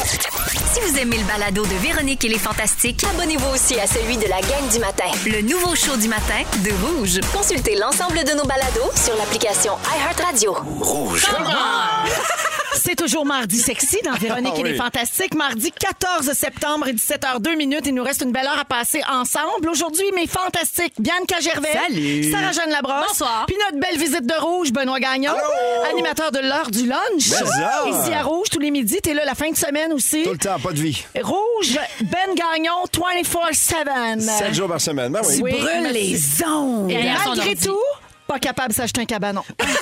Speaker 7: Si vous aimez le balado de Véronique et les Fantastiques, abonnez-vous aussi à celui de la gang du matin. Le nouveau show du matin de Rouge. Consultez l'ensemble de nos balados sur l'application iHeartRadio.
Speaker 5: Rouge.
Speaker 3: C'est toujours mardi sexy dans Véronique
Speaker 5: Ah
Speaker 3: et les
Speaker 5: oui.
Speaker 3: Fantastiques. Mardi quatorze septembre, dix-sept heures deux minutes. Il nous reste une belle heure à passer ensemble. Aujourd'hui, mes Fantastiques, Bianca Gervais.
Speaker 2: Salut.
Speaker 3: Sarah-Jeanne Labrosse.
Speaker 1: Bonsoir.
Speaker 3: Puis notre belle visite de Rouge, Benoît Gagnon.
Speaker 5: Allô.
Speaker 3: Animateur de l'heure du lunch.
Speaker 5: Ben ça.
Speaker 3: Ici à Rouge, tous les midis. T'es là la fin de semaine aussi.
Speaker 5: Tout le temps, pas de vie.
Speaker 3: Rouge, Ben Gagnon, vingt-quatre sept.
Speaker 5: Sept jours par semaine. Ben oui.
Speaker 3: Oui.
Speaker 2: Brûle les ondes.
Speaker 3: Et
Speaker 1: Derrière son
Speaker 3: malgré
Speaker 1: ordi.
Speaker 3: tout, pas capable de s'acheter un cabanon.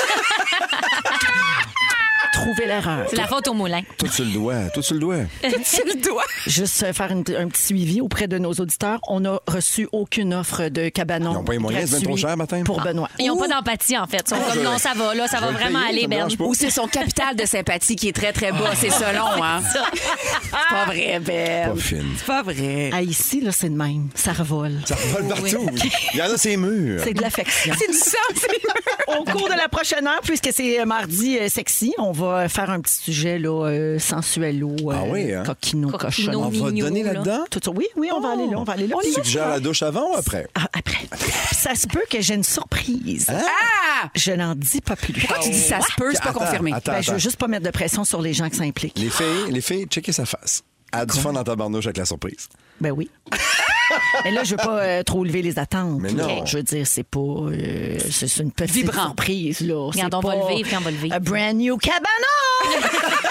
Speaker 3: Trouver l'erreur.
Speaker 1: C'est la faute au moulin.
Speaker 5: Tout sur le doigt. Tout sur le doigt.
Speaker 2: Tu le dois.
Speaker 3: Juste euh, faire une- un petit suivi auprès de nos auditeurs. On n'a reçu aucune offre de cabanon.
Speaker 5: Ils n'ont pas les moyens, c'est bien trop
Speaker 3: gratuit
Speaker 5: cher, matin.
Speaker 3: Pour Benoît.
Speaker 1: Ils n'ont pas d'empathie, en fait. Ils sont
Speaker 5: Ah,
Speaker 1: comme,
Speaker 5: je-
Speaker 1: non, ça va, là, ça
Speaker 5: je
Speaker 1: va
Speaker 5: vais le
Speaker 1: vraiment
Speaker 5: payer,
Speaker 1: aller,
Speaker 5: ça me
Speaker 1: Ben.
Speaker 5: dérange pas.
Speaker 2: Ou c'est son capital de sympathie qui est très, très bas. C'est selon, hein? C'est pas vrai, Ben.
Speaker 5: Pas fine.
Speaker 2: C'est pas vrai.
Speaker 3: Ah, ici, là, c'est de même. Ça revole.
Speaker 5: Ça revole partout. Il y en a ces murs.
Speaker 3: C'est de l'affection.
Speaker 2: C'est du sang, c'est
Speaker 3: Au cours de la prochaine heure, puisque c'est mardi euh, sexy, on va faire un petit sujet là, euh, sensuelo, euh,
Speaker 5: Ah oui, hein?
Speaker 3: coquino,
Speaker 1: Coquino.
Speaker 3: cochon.
Speaker 5: On va
Speaker 1: mignon,
Speaker 5: donner
Speaker 1: là.
Speaker 5: là-dedans?
Speaker 3: Tout ça. Oui, oui, on va aller là, on va aller là. Puis-
Speaker 5: Suggère la douche avant ou après?
Speaker 3: Ah, après. Ça se peut que j'ai une surprise.
Speaker 2: Ah!
Speaker 3: Je n'en dis pas plus.
Speaker 2: Pourquoi tu dis ça se peut, c'est pas
Speaker 5: Attends,
Speaker 2: confirmé?
Speaker 5: attends.
Speaker 3: Ben, je veux juste pas mettre de pression sur les gens qui s'impliquent.
Speaker 5: Les filles, les filles, checkez sa face. Elle a du fun dans ta barnouche avec la surprise.
Speaker 3: Ben oui. Mais là, je veux pas euh, trop lever les attentes.
Speaker 5: Mais non.
Speaker 3: là. Je veux dire, c'est pas... euh, c'est c'est une petite
Speaker 2: Vibrant.
Speaker 3: surprise, là.
Speaker 1: Regarde,
Speaker 3: C'est
Speaker 1: on va
Speaker 3: pas
Speaker 1: le vivre, puis on va le vivre.
Speaker 3: A brand new cabanon!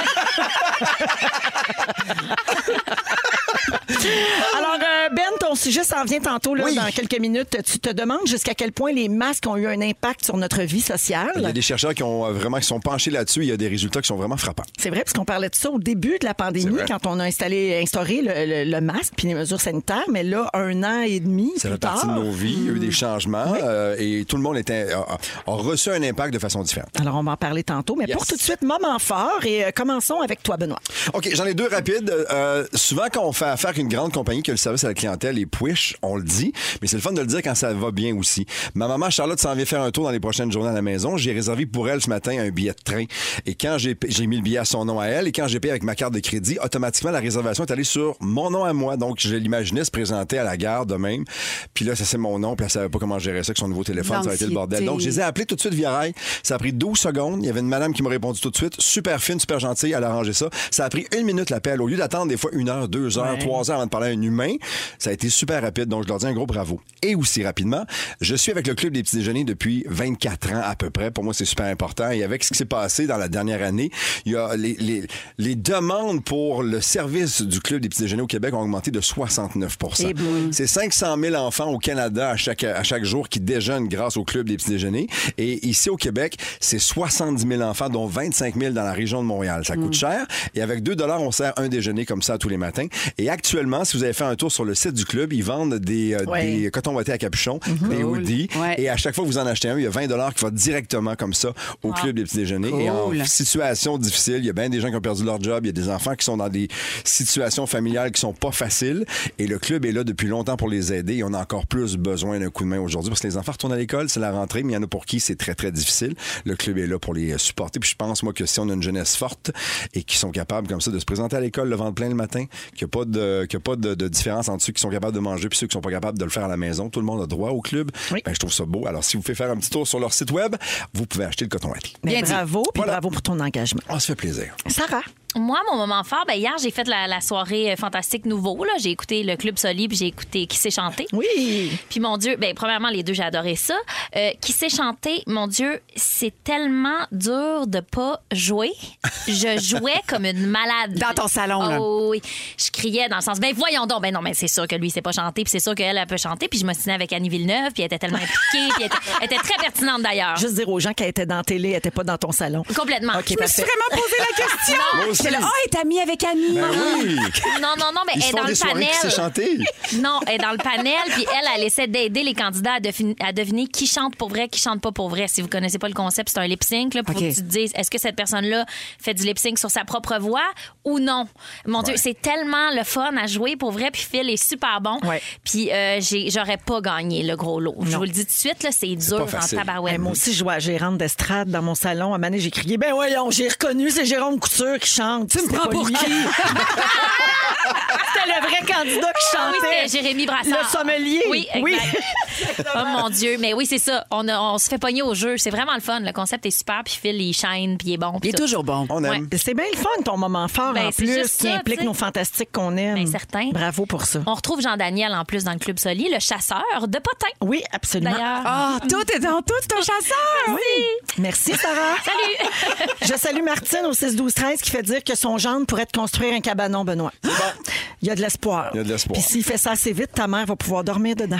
Speaker 3: Alors, euh, Ben, ton sujet s'en vient tantôt, là,
Speaker 5: Oui.
Speaker 3: dans quelques minutes. Tu te demandes jusqu'à quel point les masques ont eu un impact sur notre vie sociale.
Speaker 5: Il y a des chercheurs qui ont euh, vraiment qui sont penchés là-dessus. Il y a des résultats qui sont vraiment frappants.
Speaker 3: C'est vrai, parce qu'on parlait de ça au début de la pandémie,
Speaker 5: C'est vrai.
Speaker 3: quand on a installé, instauré le, le- le masque puis les mesures sanitaires. Mais là, un an et demi
Speaker 5: Ça
Speaker 3: plus
Speaker 5: fait partie
Speaker 3: tard...
Speaker 5: de nos vies. Il y a eu des changements euh, et tout le monde était, a, a- a reçu un impact de façon différente.
Speaker 3: Alors, on va en parler tantôt. Mais
Speaker 5: Yes.
Speaker 3: pour tout de suite, moment fort. Et euh, commençons avec toi, Benoît.
Speaker 5: OK, j'en ai deux rapides. Euh, souvent, quand on fait affaire avec une grande compagnie qui a le service à la clientèle, les Push, on le dit, mais c'est le fun de le dire quand ça va bien aussi. Ma maman Charlotte s'en vient faire un tour dans les prochaines journées à la maison. J'ai réservé pour elle ce matin un billet de train. Et quand j'ai, j'ai mis le billet à son nom à elle et quand j'ai payé avec ma carte de crédit, automatiquement, la réservation est allée sur mon nom à moi. Donc, je l'imaginais se présenter à la gare de même. Puis là, ça c'est mon nom. Puis elle savait pas comment gérer ça avec son nouveau téléphone. Ça a été le bordel. Donc, je les ai appelés tout de suite via rail. Ça a pris douze secondes. Il y avait une madame qui m'a répondu tout de suite. Super fine, super gentille. Elle a arrangé ça. Ça a pris une minute l'appel. Au lieu d'attendre des fois une heure, deux heures, trois heures avant de parler à un humain, ça a été super rapide. Donc, je leur dis un gros bravo. Et aussi rapidement, je suis avec le Club des petits déjeuners depuis vingt-quatre ans à peu près. Pour moi, c'est super important. Et avec ce qui s'est passé dans la dernière année, il y a les, les, les demandes pour le service du Club des petits déjeuners au Québec ont augmenté de soixante-neuf pour cent.
Speaker 2: Eh boy.
Speaker 5: C'est cinq cent mille enfants au Canada à chaque, à chaque jour qui déjeunent grâce au Club des petits déjeuners. Et ici au Québec, c'est soixante-dix mille enfants, dont vingt-cinq mille dans la région de Montréal. Ça coûte cher. Et avec deux dollars, on sert un déjeuner comme ça tous les matins. Et actuellement, si vous avez fait un tour sur le site du club, ils vendent des, euh,
Speaker 3: Ouais.
Speaker 5: des cotons ouatés à capuchon, des
Speaker 2: Cool.
Speaker 5: hoodies.
Speaker 2: Ouais.
Speaker 5: Et à chaque fois que vous en achetez un, il y a vingt dollars qui va directement comme ça au Club des petits déjeuners. Et en
Speaker 2: Cool.
Speaker 5: situation difficile, il y a bien des gens qui ont perdu leur job, il y a des enfants qui sont dans des situations familiales qui sont pas faciles. Et le club est là depuis longtemps pour les aider. Et on a encore plus besoin d'un coup de main aujourd'hui parce que les enfants retournent à l'école, c'est la rentrée, mais il y en a pour qui c'est très, très difficile. Le club est là pour les supporter. Puis je pense, moi, que si on a une jeunesse forte et qui sont capables comme ça de se présenter à l'école le ventre plein le matin, qu'il n'y a pas, de, qu'il y a pas de, de différence entre ceux qui sont capables de manger et ceux qui sont pas capables de le faire à la maison, tout le monde a droit au club.
Speaker 3: Oui.
Speaker 5: Ben, je trouve ça beau. Alors, si vous faites faire un petit tour sur leur site web, vous pouvez acheter le coton ouaté.
Speaker 3: Mais
Speaker 2: Bien dit.
Speaker 3: bravo, puis
Speaker 5: Voilà.
Speaker 3: bravo pour ton engagement.
Speaker 5: On se fait plaisir.
Speaker 3: Sarah.
Speaker 1: Moi, mon moment fort, ben hier, j'ai fait la, la soirée euh, Fantastique Nouveau. Là. J'ai écouté le Club Soli, puis j'ai écouté Qui s'est chanté.
Speaker 3: Oui.
Speaker 1: Puis mon Dieu, ben premièrement, les deux, j'ai adoré ça. Euh, Qui s'est chanté, mon Dieu, c'est tellement dur de pas jouer. Je jouais comme une malade.
Speaker 2: Dans ton salon, là.
Speaker 1: Oh oui. Je criais dans le sens, ben voyons donc. Ben non, mais c'est sûr que lui, il sait pas chanter, puis c'est sûr qu'elle, elle peut chanter. Puis je me suis avec Annie Villeneuve, puis elle était tellement impliquée, puis elle était, elle était très pertinente d'ailleurs.
Speaker 3: Juste dire aux gens qu'elle était dans la télé, elle n'était pas dans ton salon.
Speaker 1: Complètement.
Speaker 3: OK,
Speaker 2: Je me suis
Speaker 3: parfait.
Speaker 2: vraiment posé la question.
Speaker 5: Moi aussi.
Speaker 2: J'étais là, ah, elle est amie avec Annie.
Speaker 5: Ben oui!
Speaker 1: Non, non, non, mais
Speaker 5: Ils
Speaker 1: elle
Speaker 5: se
Speaker 1: est
Speaker 5: font
Speaker 1: dans
Speaker 5: des
Speaker 1: le
Speaker 5: soirées
Speaker 1: panel.
Speaker 5: qui s'est chanté.
Speaker 1: Non, elle est dans le panel, puis elle, elle essaie d'aider les candidats à, defini- à deviner qui chante pour vrai, qui chante pas pour vrai. Si vous connaissez pas le concept, c'est un lip sync là, pour
Speaker 2: OK.
Speaker 1: que tu te dises est-ce que cette personne-là fait du lip sync sur sa propre voix ou non. Mon Dieu, c'est tellement le fun à jouer pour vrai, puis Phil est super bon.
Speaker 3: Ouais.
Speaker 1: Puis euh, j'ai- j'aurais pas gagné le gros lot. Je vous le dis tout de suite, là, c'est dur
Speaker 5: pas
Speaker 1: en
Speaker 5: facile.
Speaker 1: tabarouette.
Speaker 3: Hey, moi aussi, je jouais à gérante d'estrade dans mon salon. À un moment donné, j'ai crié, ben voyons, j'ai reconnu, c'est Jérôme Couture qui chante. Tu me
Speaker 2: prends pour qui?
Speaker 3: C'était le vrai candidat qui
Speaker 1: Ah oui,
Speaker 3: chantait.
Speaker 1: c'était Jérémy Brassard.
Speaker 3: Le sommelier.
Speaker 1: Oui, exact. Oh mon Dieu. Mais oui, c'est ça. On, a- on se fait pogner au jeu. C'est vraiment le fun. Le concept est super. Puis Phil, il shine, puis il est bon.
Speaker 2: Il
Speaker 1: puis
Speaker 2: est
Speaker 1: tout.
Speaker 2: toujours bon.
Speaker 5: On aime.
Speaker 1: Ouais.
Speaker 3: C'est bien le fun, ton moment fort
Speaker 1: Ben,
Speaker 3: en
Speaker 1: c'est
Speaker 3: plus,
Speaker 1: juste
Speaker 3: qui
Speaker 1: ça,
Speaker 3: implique
Speaker 1: tu sais.
Speaker 3: nos fantastiques qu'on aime.
Speaker 1: Ben, certain.
Speaker 3: Bravo pour ça.
Speaker 1: On retrouve Jean Daniel en plus dans le Club Soli, le chasseur de potins.
Speaker 3: Oui, absolument.
Speaker 1: D'ailleurs.
Speaker 2: Ah, tout est dans tout, c'est un chasseur.
Speaker 3: Oui. Merci, Sarah.
Speaker 1: Salut!
Speaker 3: Je salue Martine au six douze treize qui fait dire que son gendre pourrait te construire un cabanon, Benoît. Il y a de l'espoir.
Speaker 5: Il y a de l'espoir.
Speaker 3: Puis s'il fait ça assez vite, ta mère va pouvoir dormir dedans.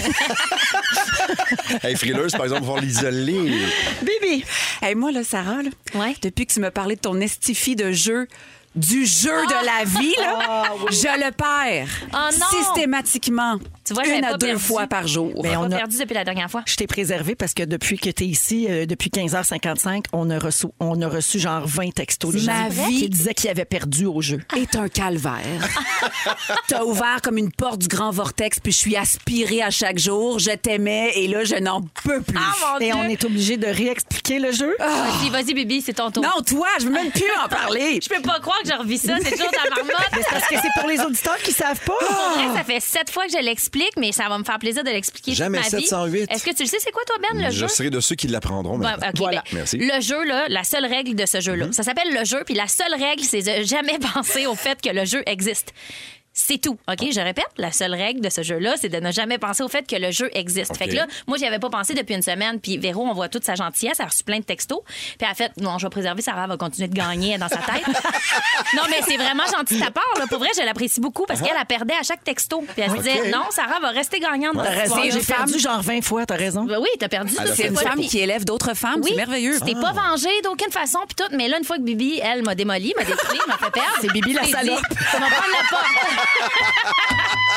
Speaker 5: Hey, frileuse, par exemple, va l'isoler.
Speaker 3: Bibi.
Speaker 2: Hey, moi, là, Sarah, là,
Speaker 1: Ouais.
Speaker 2: depuis que tu me parlais de ton estifi de jeu, du jeu de la vie, là, je le perds.
Speaker 1: Oh non!
Speaker 2: Systématiquement.
Speaker 1: Tu Tu vois, j'avais
Speaker 2: Une à
Speaker 1: pas
Speaker 2: deux
Speaker 1: perdu.
Speaker 2: fois par jour.
Speaker 3: Ben,
Speaker 1: J'ai
Speaker 3: on
Speaker 1: pas
Speaker 3: a-
Speaker 1: perdu depuis la dernière fois.
Speaker 3: Je t'ai préservé parce que depuis que tu es ici, euh, depuis quinze heures cinquante-cinq, on a reçu, on a reçu genre vingt textos de
Speaker 2: C'est
Speaker 3: gens
Speaker 2: ma vie.
Speaker 3: qui disaient qu'ils avaient perdu au jeu.
Speaker 2: Est un calvaire. T'as ouvert comme une porte du grand vortex, puis je suis aspirée à chaque jour. Je t'aimais et là, je n'en peux plus.
Speaker 1: Ah, mon
Speaker 3: Et
Speaker 1: Dieu!
Speaker 3: on est obligé de réexpliquer le jeu.
Speaker 1: Vas-y, vas-y, Bibi, c'est ton tour.
Speaker 2: Non, toi, je veux même plus en parler.
Speaker 1: Je peux pas croire que je revis ça. C'est toujours ta marmotte.
Speaker 3: C'est parce que c'est pour les auditeurs qui savent pas.
Speaker 1: Pour vrai, ça fait sept fois que je l'explique, mais ça va me faire plaisir de l'expliquer toute
Speaker 5: Jamais
Speaker 1: ma vie.
Speaker 5: sept cent huit.
Speaker 1: Est-ce que tu le sais, c'est quoi, toi, Ben, le
Speaker 5: Je
Speaker 1: jeu?
Speaker 5: serai de ceux qui l'apprendront.
Speaker 1: Ouais,
Speaker 5: maintenant.
Speaker 1: OK,
Speaker 3: Voilà.
Speaker 1: ben,
Speaker 5: Merci.
Speaker 1: Le jeu, là, la seule règle de ce jeu-là, ça s'appelle le jeu, puis la seule règle, c'est de jamais penser au fait que le jeu existe. C'est tout. OK? Je répète, la seule règle de ce jeu-là, c'est de ne jamais penser au fait que le jeu existe.
Speaker 5: OK.
Speaker 1: Fait que là, moi, j'y avais pas pensé depuis une semaine, puis Véro, on voit toute sa gentillesse, elle a reçu plein de textos. Puis elle a fait, non, je vais préserver, Sarah va continuer de gagner dans sa tête. Non, mais c'est vraiment gentil de ta part, là. Pour vrai, je l'apprécie beaucoup parce qu'elle a perdait à chaque texto. Puis elle se disait, non, Sarah va rester gagnante dans
Speaker 3: T'as
Speaker 1: cette
Speaker 3: raison,
Speaker 1: histoire-là.
Speaker 3: j'ai perdu genre vingt fois, t'as raison.
Speaker 1: Ben oui, t'as perdu.
Speaker 5: Elle a
Speaker 1: toutes
Speaker 5: fait
Speaker 1: ces
Speaker 2: C'est une
Speaker 1: fois-là.
Speaker 2: femme qui élève d'autres femmes.
Speaker 1: Oui,
Speaker 2: C'est merveilleux.
Speaker 1: Tu t'es pas vengée d'aucune façon, puis tout. Mais là, une fois que Bibi, elle, m'a démoli, m'a détruit, m'a fait perdre.
Speaker 3: C'est Bibi la
Speaker 1: je t'ai
Speaker 3: salope.
Speaker 1: dit, ça va prendre la porte.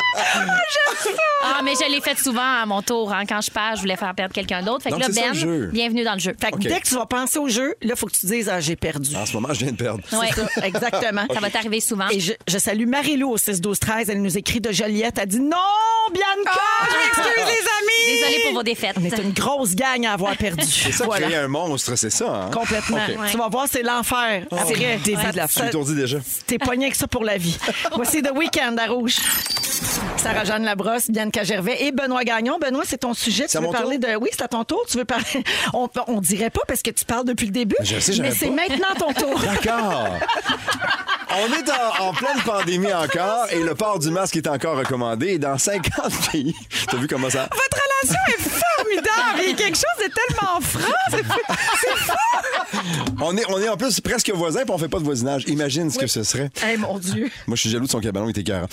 Speaker 1: Ah, mais je l'ai fait souvent à mon tour. Hein. Quand je perds, je voulais faire perdre quelqu'un d'autre. Fait que
Speaker 5: Donc,
Speaker 1: là,
Speaker 5: c'est ça,
Speaker 1: Ben,
Speaker 5: le jeu.
Speaker 1: bienvenue dans le jeu.
Speaker 3: Fait que
Speaker 5: OK.
Speaker 3: dès que tu vas penser au jeu, là, il faut que tu dises, ah, j'ai perdu.
Speaker 5: En ce moment, je viens de perdre.
Speaker 1: Ouais.
Speaker 3: Exactement.
Speaker 1: Ça va t'arriver souvent.
Speaker 3: Et je, je salue Marie-Lou au six douze treize. Elle nous écrit de Joliette. Elle dit non, Bianca! Excuse les amis!
Speaker 1: Désolée pour vos défaites.
Speaker 3: On est une grosse gang à avoir perdu.
Speaker 5: C'est ça,
Speaker 3: Voilà.
Speaker 5: créer un monstre, c'est ça. Hein?
Speaker 3: Complètement.
Speaker 5: OK.
Speaker 1: Ouais.
Speaker 3: Tu vas voir, c'est l'enfer. Après,
Speaker 2: le début
Speaker 3: ça-
Speaker 2: de la
Speaker 5: Je suis
Speaker 3: ça-
Speaker 5: étourdi déjà.
Speaker 3: T'es pogné avec ça pour la vie. Voici The Weeknd à Rouge. Sarah-Jeanne Labrosse, Bianca Gervais et Benoît Gagnon. Benoît, c'est ton sujet.
Speaker 5: C'est à
Speaker 3: Tu veux
Speaker 5: mon
Speaker 3: parler de... Oui, c'est à ton tour. Tu veux parler... On, on dirait pas parce que tu parles depuis le début.
Speaker 5: Je sais,
Speaker 3: mais
Speaker 5: j'aurais
Speaker 3: c'est
Speaker 5: pas.
Speaker 3: maintenant ton tour.
Speaker 5: D'accord. On est en, en pleine pandémie encore et le port du masque est encore recommandé. Et dans cinquante pays, t'as vu comment ça...
Speaker 3: Votre relation est formidable. Il y a quelque chose de tellement franc. C'est c'est fou.
Speaker 5: On est, on est en plus presque voisins puis on fait pas de voisinage. Imagine ce que ce serait.
Speaker 3: Hey, mon Dieu.
Speaker 5: Moi, je suis jaloux de son cabanon, il était écœurant.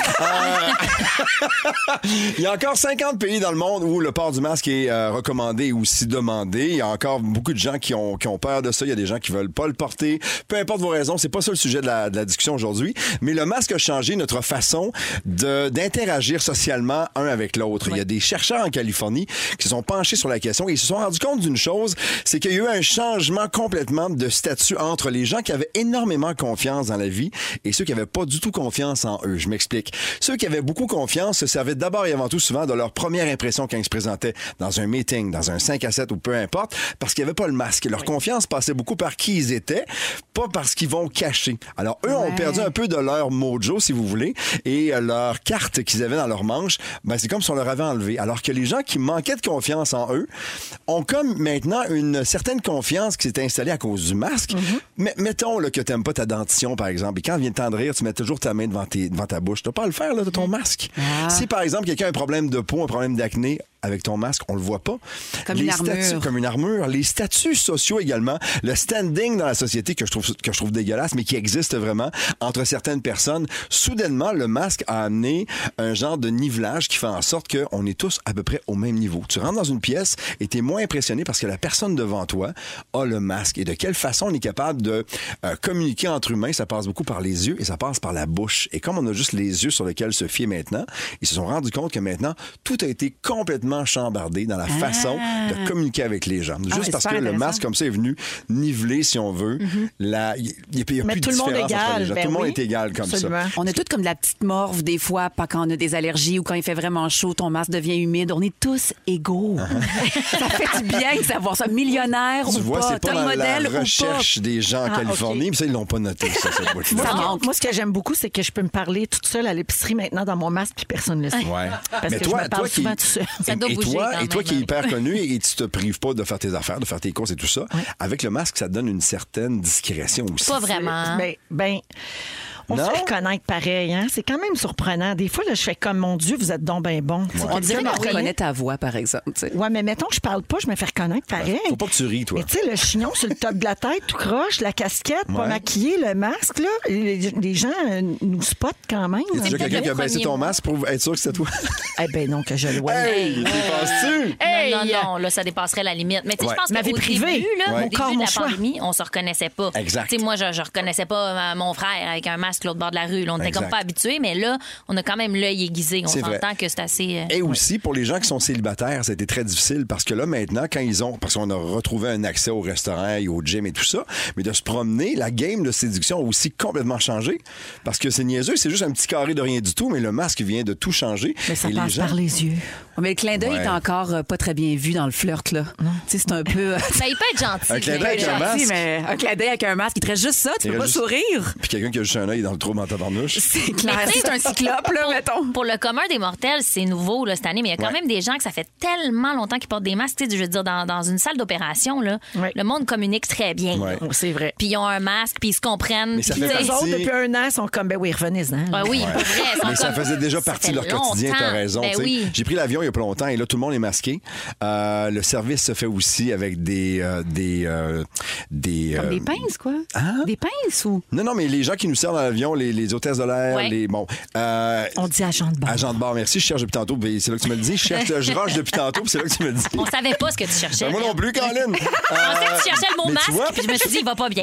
Speaker 5: Euh, il y a encore cinquante pays dans le monde où le port du masque est euh, recommandé et aussi demandé. Il y a encore beaucoup de gens qui ont, qui ont peur de ça. Il y a des gens qui veulent pas le porter. Peu importe vos raisons, c'est pas ça le sujet de la, de la discussion aujourd'hui. Mais le masque a changé notre façon de, d'interagir socialement un avec l'autre. Il y a des chercheurs en Californie qui se sont penchés sur la question et ils se sont rendus compte d'une chose, c'est qu'il y a eu un changement complètement de statut entre les gens qui avaient énormément confiance dans la vie et ceux qui n'avaient pas du tout confiance en eux. Je m'explique. Ceux qui avaient beaucoup confiance se servaient d'abord et avant tout souvent de leur première impression quand ils se présentaient dans un meeting, dans un cinq à sept ou peu importe, parce qu'il n'y avait pas le masque. Leur confiance passait beaucoup par qui ils étaient, pas par ce qu'ils vont cacher. Alors, eux ont perdu un peu de leur mojo, si vous voulez, et euh, leur carte qu'ils avaient dans leur manche, ben, c'est comme si on leur avait enlevé. Alors que les gens qui manquaient de confiance en eux ont comme maintenant une certaine confiance qui s'est installée à cause du masque. Mais mettons là, que tu n'aimes pas ta dentition, par exemple, et quand vient le temps de rire, tu mets toujours ta main devant, tes, devant ta bouche. Tu n'as pas à le faire là, de ton masque. Si, par exemple, quelqu'un a un problème de peau, un problème d'acné, avec ton masque, on le voit pas.
Speaker 2: Comme
Speaker 5: les
Speaker 2: une
Speaker 5: statuts,
Speaker 2: armure.
Speaker 5: comme une armure. Les statuts sociaux également. Le standing dans la société que je trouve, que je trouve dégueulasse, mais qui existe vraiment entre certaines personnes. Soudainement, le masque a amené un genre de nivelage qui fait en sorte qu'on est tous à peu près au même niveau. Tu rentres dans une pièce et tu es moins impressionné parce que la personne devant toi a le masque. Et de quelle façon on est capable de euh, communiquer entre humains, ça passe beaucoup par les yeux et ça passe par la bouche. Et comme on a juste les yeux sur lesquels se fier maintenant, ils se sont rendus compte que maintenant, tout a été complètement chambardé dans la façon de communiquer avec les gens. Juste
Speaker 2: c'est
Speaker 5: parce que
Speaker 2: super
Speaker 5: le
Speaker 2: intéressant.
Speaker 5: masque, comme ça, est venu niveler, si on veut, la... il n'y a, y a
Speaker 3: Mais
Speaker 5: plus
Speaker 3: tout
Speaker 5: de
Speaker 3: le monde
Speaker 5: différence entre
Speaker 3: égal.
Speaker 5: les gens.
Speaker 3: Ben
Speaker 5: tout le monde
Speaker 3: oui,
Speaker 5: est égal comme
Speaker 3: absolument.
Speaker 5: ça.
Speaker 2: On est toutes comme de la petite morve des fois, pas quand on a des allergies ou quand il fait vraiment chaud, ton masque devient humide. On est tous égaux. Ça fait du bien de savoir ça. Millionnaire
Speaker 5: Tu
Speaker 2: ou
Speaker 5: vois,
Speaker 2: pas,
Speaker 5: c'est pas
Speaker 2: top
Speaker 5: dans
Speaker 2: modèle
Speaker 5: la
Speaker 2: ou pas.
Speaker 5: recherche des gens en
Speaker 3: Ah,
Speaker 5: Californie,
Speaker 3: OK.
Speaker 5: mais ça, ils l'ont pas noté, ça, cette boîte
Speaker 3: Moi,
Speaker 2: Ça
Speaker 3: ce qui-
Speaker 2: manque.
Speaker 3: moi, ce que j'aime beaucoup, c'est que je peux me parler toute seule à l'épicerie maintenant dans mon masque puis personne ne le sait.
Speaker 5: Ouais.
Speaker 3: Parce
Speaker 5: mais
Speaker 3: que
Speaker 5: toi,
Speaker 3: je me parle
Speaker 5: toi qui,
Speaker 3: souvent tout seul.
Speaker 1: Ça doit
Speaker 5: et, et
Speaker 1: bouger
Speaker 5: toi,
Speaker 1: quand
Speaker 5: et toi
Speaker 1: même,
Speaker 5: qui es
Speaker 1: hein.
Speaker 5: hyper connu et tu te prives pas de faire tes affaires, de faire tes courses et tout ça, avec le masque, ça te donne une certaine discrétion aussi.
Speaker 1: Pas vraiment.
Speaker 3: Ben, ben, on
Speaker 5: Non?
Speaker 3: se fait reconnaître pareil. Hein? C'est quand même surprenant. Des fois, là, je fais comme, mon Dieu, vous êtes donc ben bon. Tu sais,
Speaker 2: On
Speaker 3: quelqu'un
Speaker 2: dirait
Speaker 3: m'a
Speaker 2: qu'on
Speaker 3: envoyé-
Speaker 2: reconnaît ta voix, par exemple. tu sais.
Speaker 3: Ouais, mais mettons que je parle pas, je me fais reconnaître pareil.
Speaker 5: Faut pas que tu ris, toi.
Speaker 3: Mais tu sais, le chignon sur le top de la tête, tout croche, la casquette, pas
Speaker 5: Ouais.
Speaker 3: maquillée, le masque, là, les, les gens euh, nous spotent quand même.
Speaker 5: Y a déjà quelqu'un qui a baissé ton masque pour être sûr que c'était toi?
Speaker 3: Eh ben non, que je le vois.
Speaker 5: Hey! T'y penses-tu?
Speaker 3: Hey!
Speaker 1: Non, non, non, là, ça dépasserait la limite. Mais tu sais,
Speaker 5: Ouais.
Speaker 1: je pense
Speaker 3: Ma vie
Speaker 1: qu'au
Speaker 3: privée.
Speaker 1: début, là,
Speaker 5: Ouais.
Speaker 1: au
Speaker 3: Mon
Speaker 1: début
Speaker 3: corps,
Speaker 1: de
Speaker 3: mon
Speaker 1: la
Speaker 3: choix.
Speaker 1: pandémie, on se reconnaissait pas.
Speaker 5: Exact.
Speaker 1: Tu sais, moi, je, je reconnaissais pas euh, mon frère avec un masque sur l'autre bord de la rue. Là, on était
Speaker 5: Exact.
Speaker 1: comme pas habitués, mais là, on a quand même l'œil aiguisé. On
Speaker 5: C'est vrai.
Speaker 1: s'entend que c'est assez... euh,
Speaker 5: Et aussi, pour les gens qui sont célibataires, ça a été très difficile parce que là, maintenant, quand ils ont... Parce qu'on a retrouvé un accès au restaurant et au gym et tout ça, mais de se promener, la game de séduction a aussi complètement changé parce que c'est niaiseux, c'est juste un petit carré de rien du tout, mais le masque vient de tout changer.
Speaker 3: Mais ça
Speaker 5: Et
Speaker 3: passe
Speaker 5: les gens...
Speaker 3: par les yeux.
Speaker 2: Mais le clin d'œil
Speaker 5: Ouais.
Speaker 2: est encore euh, pas très bien vu dans le flirt, là. Tu sais, c'est un peu... euh,
Speaker 1: Ben, il peut être gentil.
Speaker 5: Un clin
Speaker 1: mais-
Speaker 5: d'œil avec un
Speaker 2: gentil,
Speaker 5: masque.
Speaker 2: mais un clin d'œil avec un masque, il te reste juste ça, tu
Speaker 5: Il
Speaker 2: peux pas
Speaker 5: reste juste-
Speaker 2: sourire.
Speaker 5: Puis quelqu'un qui a juste un œil dans le trou dans ta barnouche.
Speaker 2: C'est clair.
Speaker 1: Mais tu sais,
Speaker 2: C'est un cyclope, là, mettons.
Speaker 1: Pour le commun des mortels, c'est nouveau là, cette année, mais il y a quand
Speaker 5: Ouais.
Speaker 1: même des gens que ça fait tellement longtemps qu'ils portent des masques. Tu sais, je veux dire, dans, dans une salle d'opération, là,
Speaker 3: Ouais.
Speaker 1: le monde communique très bien.
Speaker 5: Ouais.
Speaker 3: Oh, c'est vrai.
Speaker 1: Puis ils ont un masque, puis ils se comprennent.
Speaker 5: Mais ça
Speaker 1: puis
Speaker 5: fait
Speaker 1: tu sais,
Speaker 3: Les
Speaker 5: partie-
Speaker 3: autres, depuis un an, sont comme, ben oui, revenez-en.
Speaker 1: ah oui, pour vrai. ils sont
Speaker 5: Mais ça
Speaker 1: comme-
Speaker 5: faisait déjà
Speaker 1: ça
Speaker 5: partie
Speaker 1: fait
Speaker 5: de leur quotidien,
Speaker 1: longtemps.
Speaker 5: t'as raison.
Speaker 1: Ben
Speaker 5: tu sais.
Speaker 1: oui.
Speaker 5: J'ai pris l'avion il y a pas longtemps et là, tout le monde est masqué. Euh, le service se fait aussi avec des... euh, des, euh, des,
Speaker 2: Comme
Speaker 5: euh,
Speaker 2: des pinces, quoi.
Speaker 5: Hein?
Speaker 2: Des pinces ou...
Speaker 5: Non, non, mais les gens qui nous servent dans l'avion, les, les hôtesses de l'air,
Speaker 1: Ouais.
Speaker 5: les... Bon, euh,
Speaker 3: On dit agent de bord.
Speaker 5: agent de bord, merci. Je cherche depuis tantôt. puis C'est là que tu me le dis. Je cherche, je rush depuis tantôt, puis c'est là que tu me le dis.
Speaker 1: On savait pas ce que tu cherchais.
Speaker 5: Ben, moi non plus, Caroline.
Speaker 1: Je pensais que tu cherchais le mot
Speaker 5: mais tu
Speaker 1: masque,
Speaker 5: vois-
Speaker 1: puis je me suis dit, il va pas bien.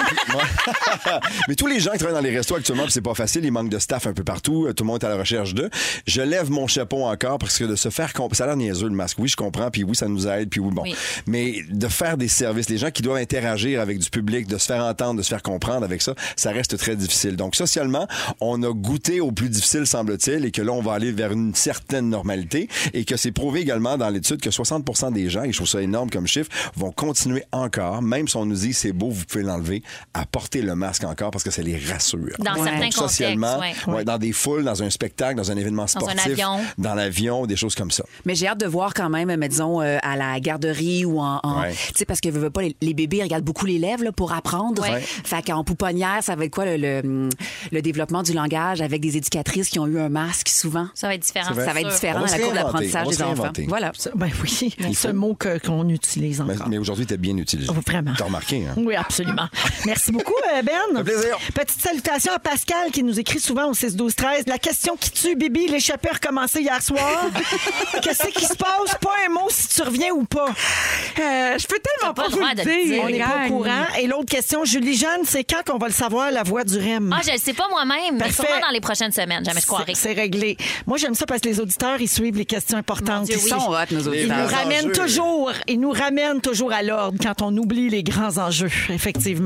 Speaker 5: Mais tous les gens qui travaillent dans les restos actuellement, puis c'est pas facile, il manque de staff un peu partout, tout le monde est à la recherche d'eux. Je lève mon chapeau encore parce que de se faire comp- ça a l'air niaiseux le masque. Oui, je comprends, puis oui, ça nous aide, puis oui, bon.
Speaker 1: Oui.
Speaker 5: Mais de faire des services, les gens qui doivent interagir avec du public, de se faire entendre, de se faire comprendre avec ça, ça reste très difficile. Donc socialement, on a goûté au plus difficile, semble-t-il, et que là, on va aller vers une certaine normalité et que c'est prouvé également dans l'étude que soixante pour cent des gens, et je trouve ça énorme comme chiffre, vont continuer encore, même si on nous dit c'est beau, vous pouvez l'enlever, à porter le masque encore parce que ça les rassure.
Speaker 1: Dans
Speaker 2: Ouais.
Speaker 1: certains contextes,
Speaker 5: Socialement,
Speaker 1: ouais.
Speaker 5: ouais, dans des foules, dans un spectacle, dans un événement
Speaker 1: un
Speaker 5: sportif,
Speaker 1: avion.
Speaker 5: dans l'avion, des choses comme ça.
Speaker 2: Mais j'ai hâte de voir quand même, mais disons, euh, à la garderie ou en... en-
Speaker 5: Ouais.
Speaker 2: Tu sais, parce que veux, veux pas, les, les bébés regardent beaucoup les lèvres là, pour apprendre.
Speaker 1: Ouais.
Speaker 2: Fait qu'en pouponnière, ça va être quoi le, le, le développement du langage avec des éducatrices qui ont eu un masque souvent?
Speaker 1: Ça va être différent.
Speaker 5: C'est vrai.
Speaker 2: Ça va être
Speaker 1: sûr.
Speaker 2: différent
Speaker 5: On va
Speaker 2: dans
Speaker 5: se
Speaker 2: la courbe
Speaker 5: réinventer.
Speaker 2: d'apprentissage
Speaker 5: On va
Speaker 2: des
Speaker 5: se
Speaker 2: enfants.
Speaker 5: réinventer.
Speaker 2: Voilà.
Speaker 3: Ben oui, ce mot que- qu'on utilise
Speaker 5: Mais,
Speaker 3: encore.
Speaker 5: mais aujourd'hui, t'es bien utilisé.
Speaker 3: Oh, vraiment.
Speaker 5: T'as remarqué, hein?
Speaker 3: Oui, absolument. Merci beaucoup, euh, Ben.
Speaker 5: Ça fait plaisir.
Speaker 3: Petite salutation à Pascal qui nous écrit souvent au six douze treize. La question qui tue, Bibi, l'échappée a recommencé hier soir. Qu'est-ce qui se passe? Pas un mot si tu reviens ou pas.
Speaker 2: Euh, je peux tellement
Speaker 1: T'as pas
Speaker 2: pas
Speaker 1: le
Speaker 2: vous
Speaker 1: droit
Speaker 2: le
Speaker 1: de le
Speaker 2: dire.
Speaker 1: dire.
Speaker 3: On n'est pas au
Speaker 2: gang.
Speaker 3: courant. Et l'autre question, Julie-Jeanne, c'est quand qu'on va le savoir, la voix du R E M?
Speaker 1: Ah, je le sais pas moi-même, mais
Speaker 3: Parfait.
Speaker 1: sûrement dans les prochaines semaines. Jamais je croirais.
Speaker 3: C'est c'est réglé. Moi, j'aime ça parce que les auditeurs, ils suivent les questions importantes.
Speaker 1: Mon Dieu,
Speaker 2: Ils
Speaker 1: oui.
Speaker 2: sont hot, nos
Speaker 3: Ils nous
Speaker 2: auditeurs.
Speaker 5: grands
Speaker 3: ramènent
Speaker 5: enjeux.
Speaker 3: toujours, ils nous ramènent toujours à l'ordre quand on oublie les grands enjeux, effectivement.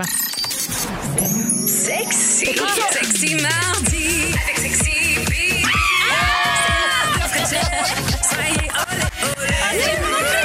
Speaker 8: Sexy. Sexy mardi. Avec Sexy Bibi. C'est l'heure de fraîcheur. Soyez olé,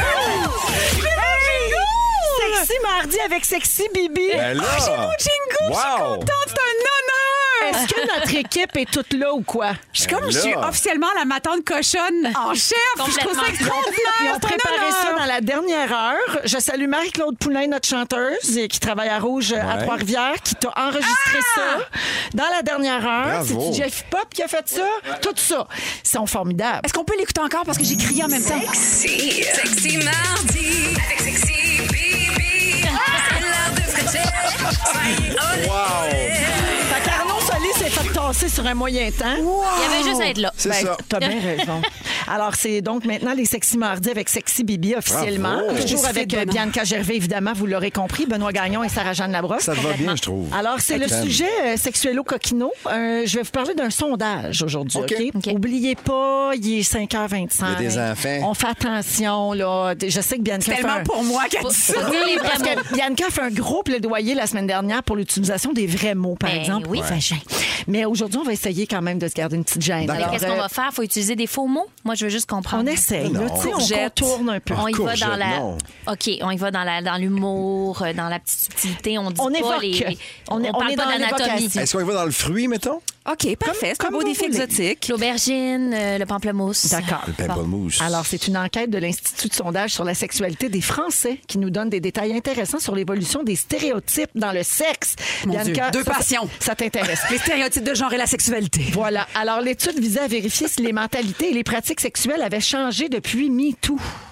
Speaker 3: Sexy mardi avec Sexy Bibi.
Speaker 5: Ben là!
Speaker 2: J'ai mon jingle, je suis
Speaker 5: Wow!
Speaker 2: contente, c'est un honneur!
Speaker 3: Est-ce que notre équipe est toute là ou quoi?
Speaker 2: Je suis comme,
Speaker 5: Ben
Speaker 2: je suis
Speaker 5: là.
Speaker 2: officiellement la matante cochonne en chef. Je trouve ça
Speaker 1: Complètement.
Speaker 2: extraordinaire.
Speaker 3: Ils ont
Speaker 2: c'est un
Speaker 3: préparé
Speaker 2: honneur.
Speaker 3: ça dans la dernière heure. Je salue Marie-Claude Poulain, notre chanteuse, et qui travaille à Rouge à
Speaker 5: Ouais.
Speaker 3: Trois-Rivières, qui t'a enregistré ça dans la dernière heure.
Speaker 5: Bravo.
Speaker 3: C'est Jeff Pop qui a fait ça. Tout ça. Ils sont formidables.
Speaker 2: Est-ce qu'on peut l'écouter encore parce que j'ai crié en même temps?
Speaker 8: Sexy. Sexy mardi. Avec Sexy Bibi. C'est l'heure de fraîcheur. Soyez olé, olé.
Speaker 3: Fait qu'Arnaud Soli s'est fait tasser sur un moyen temps.
Speaker 1: Il y avait juste à être là.
Speaker 5: C'est
Speaker 3: Ben,
Speaker 5: ça.
Speaker 3: T'as bien raison. Alors, c'est donc maintenant les Sexy Mardis avec Sexy Bibi officiellement.
Speaker 5: Bravo.
Speaker 3: Toujours
Speaker 2: Je suis
Speaker 3: avec euh,
Speaker 2: dedans.
Speaker 3: Bianca Gervais, évidemment, vous l'aurez compris, Benoît Gagnon et Sarah-Jeanne Labrosse.
Speaker 5: Ça te va bien, je trouve.
Speaker 3: Alors, c'est le
Speaker 5: J'aime.
Speaker 3: sujet euh, sexuello-coquino. Euh, je vais vous parler d'un sondage aujourd'hui.
Speaker 5: OK.
Speaker 3: OK?
Speaker 1: OK.
Speaker 3: Oubliez pas, il est cinq heures vingt-cinq.
Speaker 5: Il y a des enfants.
Speaker 3: On fait attention, là. Je sais que Bianca fait
Speaker 2: Tellement
Speaker 3: un...
Speaker 2: pour moi qu'elle dit ça.
Speaker 1: Faut dire les vrais
Speaker 3: Parce
Speaker 1: mots.
Speaker 3: que Bianca fait un gros plaidoyer la semaine dernière pour l'utilisation des vrais mots, par
Speaker 1: Ben
Speaker 3: exemple.
Speaker 1: oui.
Speaker 3: Vagin. Mais aujourd'hui, on va essayer quand même de se garder une petite gêne.
Speaker 5: D'accord.
Speaker 1: Mais
Speaker 3: Alors,
Speaker 1: qu'est-ce qu'on
Speaker 3: euh,
Speaker 1: va faire? Faut utiliser des faux mots? Moi, je veux juste comprendre.
Speaker 3: on essaye, là,
Speaker 5: Non.
Speaker 3: tu sais, on
Speaker 2: Courgette.
Speaker 3: contourne un peu.
Speaker 1: On y va
Speaker 5: Courgette,
Speaker 1: dans la.
Speaker 5: non.
Speaker 1: OK, on y va dans la dans l'humour, euh, dans la petite subtilité. On dit
Speaker 3: On
Speaker 1: pas
Speaker 3: évoque.
Speaker 1: les. les-
Speaker 3: On
Speaker 1: On,
Speaker 3: est- on
Speaker 1: parle
Speaker 3: est
Speaker 1: pas
Speaker 3: dans
Speaker 1: d'anatomie.
Speaker 3: l'évocation.
Speaker 5: Est-ce qu'on y va dans le fruit, mettons?
Speaker 2: OK, parfait. C'est un
Speaker 3: comme
Speaker 2: beau
Speaker 3: vous
Speaker 2: défi
Speaker 3: voulez.
Speaker 2: exotique.
Speaker 1: L'aubergine, euh, le pamplemousse.
Speaker 3: D'accord.
Speaker 5: Le pamplemousse.
Speaker 3: Alors, c'est une enquête de l'Institut de sondage sur la sexualité des Français qui nous donne des détails intéressants sur l'évolution des stéréotypes dans le sexe.
Speaker 2: Mon Dieu, deux
Speaker 3: ça-
Speaker 2: passions.
Speaker 3: Ça t'intéresse.
Speaker 2: Les stéréotypes de genre et la sexualité.
Speaker 3: Voilà. Alors, l'étude visait à vérifier si les mentalités et les pratiques sexuelles avaient changé depuis MeToo.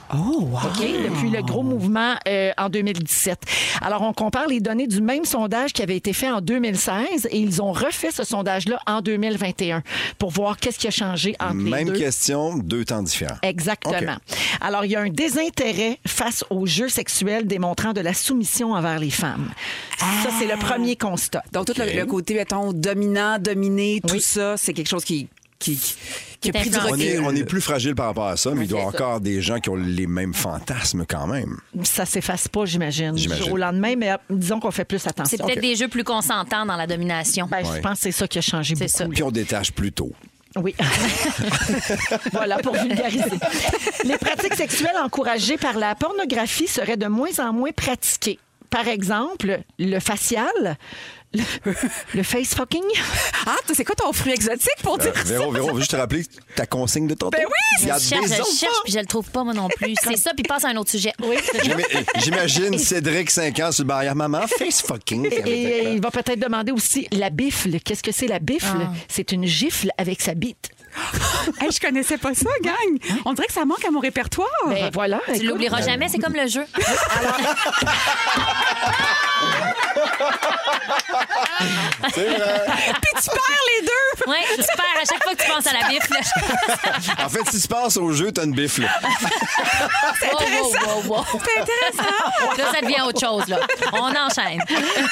Speaker 2: Oh, wow.
Speaker 3: OK, depuis le gros mouvement euh, en deux mille dix-sept. Alors, on compare les données du même sondage qui avait été fait en deux mille seize et ils ont refait ce sondage-là en deux mille vingt et un pour voir qu'est-ce qui a changé entre les
Speaker 5: Même
Speaker 3: deux.
Speaker 5: question, deux temps différents.
Speaker 3: Exactement.
Speaker 5: OK.
Speaker 3: Alors, il y a un désintérêt face aux jeux sexuels démontrant de la soumission envers les femmes. Ça, c'est le premier constat.
Speaker 2: Donc, tout le, le côté, mettons, dominant, dominé, tout
Speaker 3: Oui.
Speaker 2: ça, c'est quelque chose qui, qui, qui, qui a
Speaker 1: Qui
Speaker 2: pris du
Speaker 1: t'influence.
Speaker 5: On est,
Speaker 2: recul.
Speaker 5: on est plus fragile par rapport à ça, mais il doit y
Speaker 3: c'est
Speaker 5: avoir encore des gens qui ont les mêmes fantasmes quand même.
Speaker 3: Ça s'efface pas, j'imagine, du
Speaker 5: J'imagine.
Speaker 3: jour au lendemain, mais euh, disons qu'on fait plus attention.
Speaker 1: C'est peut-être des jeux plus consentants dans la domination.
Speaker 3: Ben, Je
Speaker 5: Ouais.
Speaker 3: pense que c'est ça qui a changé
Speaker 1: C'est
Speaker 3: beaucoup.
Speaker 1: ça.
Speaker 5: Puis on détache plus tôt.
Speaker 3: Oui. Voilà, pour vulgariser. Les pratiques sexuelles encouragées par la pornographie seraient de moins en moins pratiquées. Par exemple, le facial, le, le face fucking.
Speaker 2: Ah, c'est quoi ton fruit exotique pour dire
Speaker 5: Euh, Véro, Véro, on veut juste te rappeler ta consigne de tantôt.
Speaker 2: Ben oui!
Speaker 5: Il y a
Speaker 1: Je cherche,
Speaker 5: des
Speaker 1: je
Speaker 5: autres.
Speaker 1: cherche, puis je le trouve pas, moi non plus. C'est ça, puis passe à un autre sujet. Oui.
Speaker 5: J'ima- J'imagine Cédric, cinq ans, sur le barrière maman, face fucking.
Speaker 3: Et, et il va peut-être demander aussi la bifle. Qu'est-ce que c'est la bifle?
Speaker 1: Ah.
Speaker 3: C'est une gifle avec sa bite.
Speaker 2: Hey, je connaissais pas ça, gang. On dirait que ça manque à mon répertoire.
Speaker 3: Ben voilà.
Speaker 1: Tu
Speaker 3: écoute.
Speaker 1: l'oublieras jamais, c'est comme le jeu.
Speaker 5: C'est vrai.
Speaker 2: Puis tu perds les deux.
Speaker 1: Oui, tu perds à chaque fois que tu penses à la bifle. là.
Speaker 5: En fait, si tu passes au jeu, t'as une bifle.
Speaker 1: C'est intéressant.
Speaker 2: C'est intéressant.
Speaker 1: Là, ça devient autre chose. Là. On enchaîne.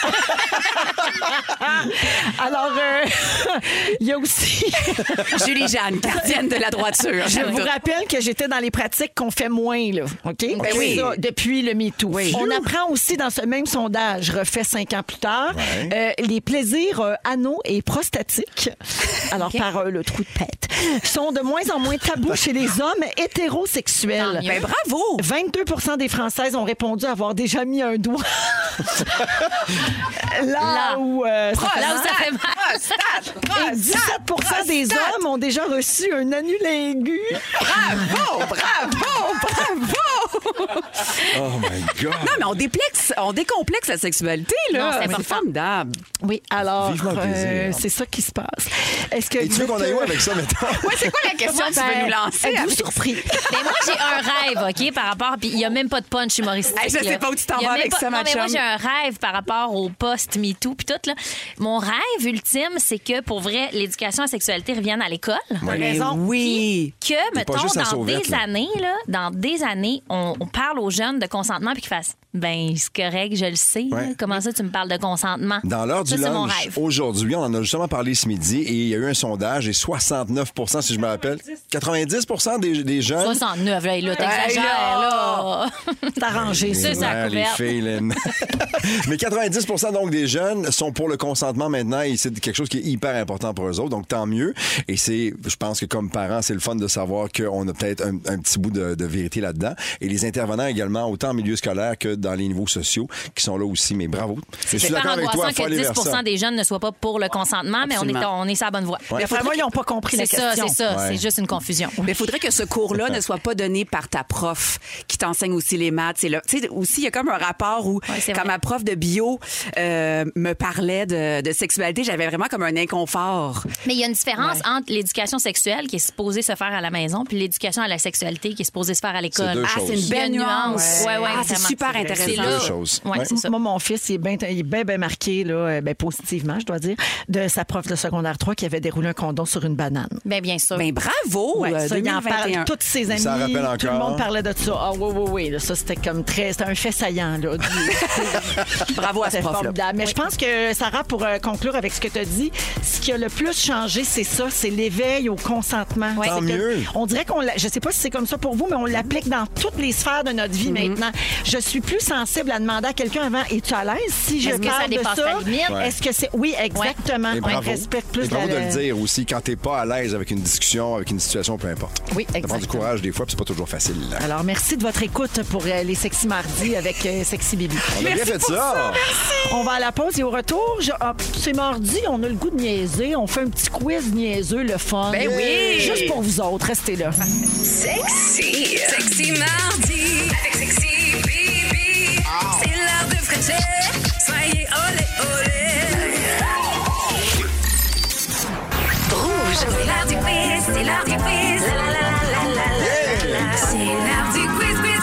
Speaker 3: Alors, euh, il y a aussi.
Speaker 2: Julie-Jeanne, gardienne de la droiture.
Speaker 3: Je vous rappelle que j'étais dans les pratiques qu'on fait moins, là. OK?
Speaker 2: Ben
Speaker 3: C'est
Speaker 2: oui.
Speaker 3: ça, depuis le MeToo. On apprend aussi dans ce même sondage, refait cinq ans plus tard,
Speaker 5: Ouais.
Speaker 3: euh, les plaisirs euh, anaux et prostatiques, alors par euh, le trou de pète, sont de moins en moins tabous chez les hommes hétérosexuels.
Speaker 1: Tant mieux.
Speaker 2: Ben bravo.
Speaker 3: vingt-deux pour cent des Françaises ont répondu avoir déjà mis un doigt là,
Speaker 1: Là.
Speaker 3: où euh, ça fait
Speaker 1: Là où
Speaker 3: mal.
Speaker 1: ça fait mal.
Speaker 3: Et dix-sept pour cent des hommes ont déjà reçu un annulé
Speaker 2: Bravo, bravo, bravo.
Speaker 5: Oh my God.
Speaker 2: Non, mais on déplexe, on décomplexe la sexualité, là.
Speaker 1: Non, c'est
Speaker 2: Mais
Speaker 1: important.
Speaker 2: formidable.
Speaker 3: Oui, alors,
Speaker 5: Vivement le plaisir.
Speaker 3: euh, c'est ça qui se passe. Est-ce que
Speaker 5: Et tu veux qu'on aille où avec ça, maintenant?
Speaker 2: Ouais, c'est quoi la question que tu veux nous lancer?
Speaker 3: Êtes-vous
Speaker 2: avec-
Speaker 3: surpris?
Speaker 1: Mais moi, j'ai un rêve, OK, par rapport. Puis il n'y a même pas de punch humoristique.
Speaker 2: Hey, je sais
Speaker 1: là.
Speaker 2: pas où tu t'en
Speaker 1: Il y a
Speaker 2: vas
Speaker 1: même
Speaker 2: avec
Speaker 1: pas-
Speaker 2: ça,
Speaker 1: Non,
Speaker 2: ma
Speaker 1: mais moi,
Speaker 2: chum.
Speaker 1: j'ai un rêve par rapport au post-MeToo. Puis tout, là. Mon rêve ultime, c'est que pour vrai, l'éducation à la sexualité revienne à l'école.
Speaker 5: Ouais.
Speaker 2: Mais
Speaker 3: raison.
Speaker 2: oui.
Speaker 1: Que,
Speaker 5: pas
Speaker 1: mettons,
Speaker 5: juste à
Speaker 1: dans
Speaker 5: Sauvette,
Speaker 1: des
Speaker 5: là.
Speaker 1: années, là, dans des années, on, on parle aux jeunes de consentement puis qu'ils fassent ben, c'est correct, je le sais. là.
Speaker 5: Ouais.
Speaker 1: Comment ça, tu me parles de consentement?
Speaker 5: Dans l'heure du
Speaker 1: Ça, c'est mon
Speaker 5: lunch,
Speaker 1: rêve.
Speaker 5: aujourd'hui, on en a justement parlé ce midi et il y a eu un sondage et soixante-neuf pour cent, si je me rappelle, quatre-vingt-dix pour cent des, des jeunes.
Speaker 1: soixante-neuf, là, là t'exagères,
Speaker 2: là.
Speaker 1: là.
Speaker 3: C'est arrangé, ça.
Speaker 1: C'est ça,
Speaker 5: Ouais, les
Speaker 1: couverte.
Speaker 5: filles, Lynn. Mais quatre-vingt-dix pour cent donc des jeunes sont pour le consentement maintenant et c'est quelque chose qui est hyper important pour eux autres, donc tant mieux. Et c'est, je pense que comme parents, c'est le fun de savoir qu'on a peut-être un, un petit bout de, de vérité là-dedans. Et les intervenants également, autant en milieu scolaire que dans les niveaux sociaux, qui sont là aussi. Mais bravo. Je suis
Speaker 1: C'est
Speaker 5: d'accord
Speaker 1: super
Speaker 5: avec toi,
Speaker 1: angoissant
Speaker 5: faut
Speaker 1: que
Speaker 5: aller
Speaker 1: dix
Speaker 5: vers
Speaker 1: pour
Speaker 5: ça.
Speaker 1: cent des jeunes ne soient pas pour le consentement, mais on est,
Speaker 2: Absolument.
Speaker 1: on est sur la bonne voie.
Speaker 5: Ouais.
Speaker 3: Mais vraiment, ils n'ont pas compris la
Speaker 1: C'est ça,
Speaker 3: question.
Speaker 1: c'est ça.
Speaker 5: Ouais.
Speaker 1: C'est juste une confusion.
Speaker 2: Mais il faudrait que ce cours-là ne soit pas donné par ta prof qui t'enseigne aussi les maths. C'est là. Tu sais, aussi, il y a comme un rapport où,
Speaker 1: c'est
Speaker 2: quand
Speaker 1: vrai.
Speaker 2: ma prof de bio euh, me parlait de, de sexualité, j'avais vraiment comme un inconfort.
Speaker 1: Mais il y a une différence entre l'éducation sexuelle qui est supposée se faire à la maison puis l'éducation à la sexualité qui est supposée se faire à l'école.
Speaker 5: C'est deux
Speaker 2: Ah,
Speaker 5: choses.
Speaker 2: c'est une
Speaker 1: Il y a
Speaker 2: belle
Speaker 1: une
Speaker 2: nuance.
Speaker 1: Ouais, ouais,
Speaker 2: Ah, c'est
Speaker 1: vraiment.
Speaker 2: super
Speaker 1: C'est
Speaker 2: intéressant.
Speaker 1: là.
Speaker 5: Deux choses.
Speaker 1: Ouais,
Speaker 5: Ouais.
Speaker 1: c'est ça.
Speaker 3: Moi, mon fils, il est bien il est bien, bien marqué, là, euh, ben, positivement, je dois dire, de sa prof de secondaire trois qui avait déroulé un condom sur une banane.
Speaker 1: Ben, bien sûr.
Speaker 2: Ben bravo,
Speaker 3: Ouais,
Speaker 2: euh,
Speaker 3: ça, il en
Speaker 2: deux mille vingt et un.
Speaker 3: parle, toutes ses amies,
Speaker 5: Ça rappelle
Speaker 3: tout le
Speaker 5: encore.
Speaker 3: monde parlait de ça. Ah oui, oui, oui, là, ça c'était comme très, c'était un fait saillant. Là, du-
Speaker 2: Bravo à ce
Speaker 3: C'était
Speaker 2: prof-là.
Speaker 3: formidable. Mais je pense que, Sarah, pour euh, conclure avec ce que tu as dit, ce qui a le plus changé, c'est ça, c'est l'éveil au consentement.
Speaker 1: Ouais.
Speaker 5: Tant
Speaker 3: C'est que-
Speaker 5: mieux.
Speaker 3: On dirait qu'on, l'a- je sais pas si c'est comme ça pour vous, mais on l'applique dans toutes les sphères de notre vie maintenant. Je suis plus sensible à demander à quelqu'un avant, es-tu à l'aise si je
Speaker 1: Est-ce que ça
Speaker 3: parle de
Speaker 1: dépasse
Speaker 3: ça?
Speaker 1: ta limite?
Speaker 5: Ouais.
Speaker 3: Est-ce que c'est... Oui, exactement.
Speaker 5: Et
Speaker 3: On
Speaker 5: bravo.
Speaker 3: respecte plus
Speaker 5: Et bravo
Speaker 3: la-
Speaker 5: de le dire aussi quand t'es pas à l'aise avec une discussion, avec une situation, peu importe.
Speaker 3: Oui,
Speaker 5: Ça prend du
Speaker 3: exactement.
Speaker 5: courage des fois, puis c'est pas toujours facile. là.
Speaker 3: Alors, merci de votre écoute pour euh, les Sexy Mardis avec euh, Sexy Bibi.
Speaker 5: On a bien fait ça.
Speaker 3: On va à la pause et au retour, je- ah, c'est mardi, on a le goût de niaiser. On fait un petit quiz niaiseux, le fun.
Speaker 2: Ben oui!
Speaker 3: Juste pour vous autres, restez là.
Speaker 8: Sexy. Sexy mardi. Avec Sexy Bibi. C'est l'heure de Frencher. Soyez olé olé. Rouge. C'est l'heure du quiz. C'est l'heure du quiz. La la la la la la la. C'est l'heure du quiz quiz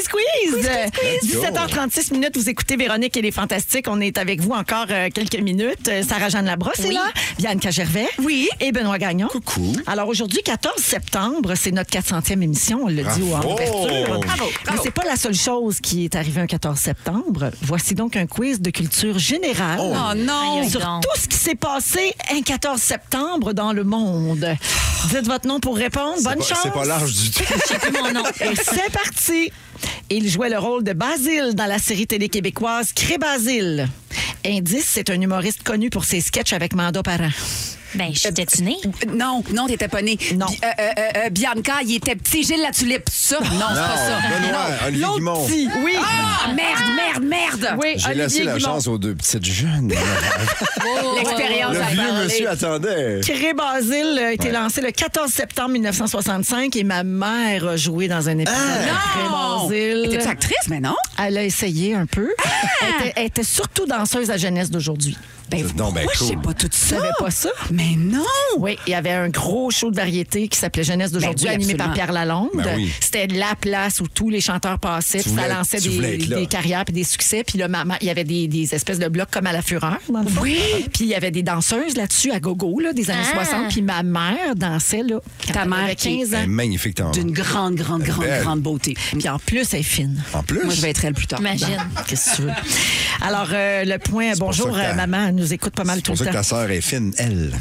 Speaker 3: Quiz, quiz! dix-sept heures trente-six minutes, vous écoutez Véronique et les Fantastiques. On est avec vous encore euh, quelques minutes. Euh, Sarah-Jeanne Labrosse est là, Bianca Gervais
Speaker 2: Oui.
Speaker 3: et Benoît Gagnon.
Speaker 5: Coucou.
Speaker 3: Alors aujourd'hui, quatorze septembre, c'est notre quatre centième émission, on le dit en
Speaker 5: Bravo.
Speaker 3: ouverture.
Speaker 2: Bravo,
Speaker 3: Mais
Speaker 2: bravo.
Speaker 3: c'est pas la seule chose qui est arrivée un quatorze septembre. Voici donc un quiz de culture générale.
Speaker 2: Oh non!
Speaker 1: Aïe, aïe.
Speaker 3: Sur
Speaker 1: donc.
Speaker 3: tout ce qui s'est passé un quatorze septembre dans le monde. Dites votre nom pour répondre. Bonne
Speaker 5: Pas-
Speaker 3: chance.
Speaker 5: C'est pas large du tout.
Speaker 1: Je sais plus mon nom.
Speaker 3: Et c'est parti. Il jouait le rôle de Basile dans la série télé québécoise Cré Basile. Indice, c'est un humoriste connu pour ses sketchs avec Manda Parent.
Speaker 1: Ben, j'étais-tu née?
Speaker 2: Non, non, t'étais pas né.
Speaker 3: Non.
Speaker 2: Bi- euh, euh, euh, Bianca, il était petit. Gilles la tulipe. Ça? Non, c'est
Speaker 5: Non,
Speaker 2: pas ça.
Speaker 5: Benoît, Olivier
Speaker 3: L'autre
Speaker 5: Guimond.
Speaker 3: petit, oui.
Speaker 2: Ah, merde, merde, merde!
Speaker 3: Oui,
Speaker 5: J'ai
Speaker 3: Olivier
Speaker 5: laissé la
Speaker 3: Guimond.
Speaker 5: chance aux deux petites jeunes.
Speaker 2: L'expérience
Speaker 5: Le
Speaker 2: a
Speaker 5: vieux
Speaker 2: parlé.
Speaker 5: monsieur attendait.
Speaker 3: Cré Basile a été
Speaker 5: Ouais.
Speaker 3: lancé le quatorze septembre mille neuf cent soixante-cinq et ma mère a joué dans un épisode de Cré
Speaker 2: Non!
Speaker 3: Basile.
Speaker 2: T'es-tu actrice, mais non?
Speaker 3: Elle a essayé un peu. Elle, était, elle était surtout danseuse à jeunesse d'aujourd'hui.
Speaker 2: Ben,
Speaker 5: C'est donc ben
Speaker 2: pourquoi je sais
Speaker 5: cool.
Speaker 2: pas tout
Speaker 3: Tu
Speaker 2: ça?
Speaker 3: savais pas ça?
Speaker 2: Mais non!
Speaker 3: Oui, il y avait un gros show de variété qui s'appelait Jeunesse d'aujourd'hui,
Speaker 2: Ben oui,
Speaker 3: animé par
Speaker 2: absolument.
Speaker 3: Pierre Lalonde.
Speaker 5: Ben oui.
Speaker 3: C'était la place où tous les chanteurs passaient,
Speaker 5: Tu
Speaker 3: puis ça
Speaker 5: voulais-
Speaker 3: lançait
Speaker 5: tu
Speaker 3: des,
Speaker 5: voulais être là.
Speaker 3: des carrières puis des succès. Puis là, maman, il y avait des, des espèces de blocs comme à la Fureur, dans le fond.
Speaker 2: Oui.
Speaker 3: Puis il y avait des danseuses là-dessus à gogo là, des années
Speaker 1: Ah.
Speaker 3: soixante. Puis ma mère dansait là. quand
Speaker 2: Ta
Speaker 3: elle
Speaker 2: mère
Speaker 3: avait
Speaker 2: qui-
Speaker 3: quinze
Speaker 5: Elle est
Speaker 3: ans.
Speaker 5: magnifique, t'en
Speaker 2: D'une grande, grande, grande,
Speaker 5: belle.
Speaker 2: grande beauté.
Speaker 3: Puis en plus, elle est fine.
Speaker 5: En plus.
Speaker 2: Moi, je vais être elle plus tard.
Speaker 1: Imagine.
Speaker 3: Qu'est-ce que tu veux? Alors, euh, le point,
Speaker 5: pour
Speaker 3: bonjour,
Speaker 5: ça que ta-
Speaker 3: euh, maman, elle nous écoute pas mal
Speaker 5: C'est
Speaker 3: tout
Speaker 5: pour
Speaker 3: le
Speaker 5: ça que
Speaker 3: temps.
Speaker 5: ta sœur est fine, elle.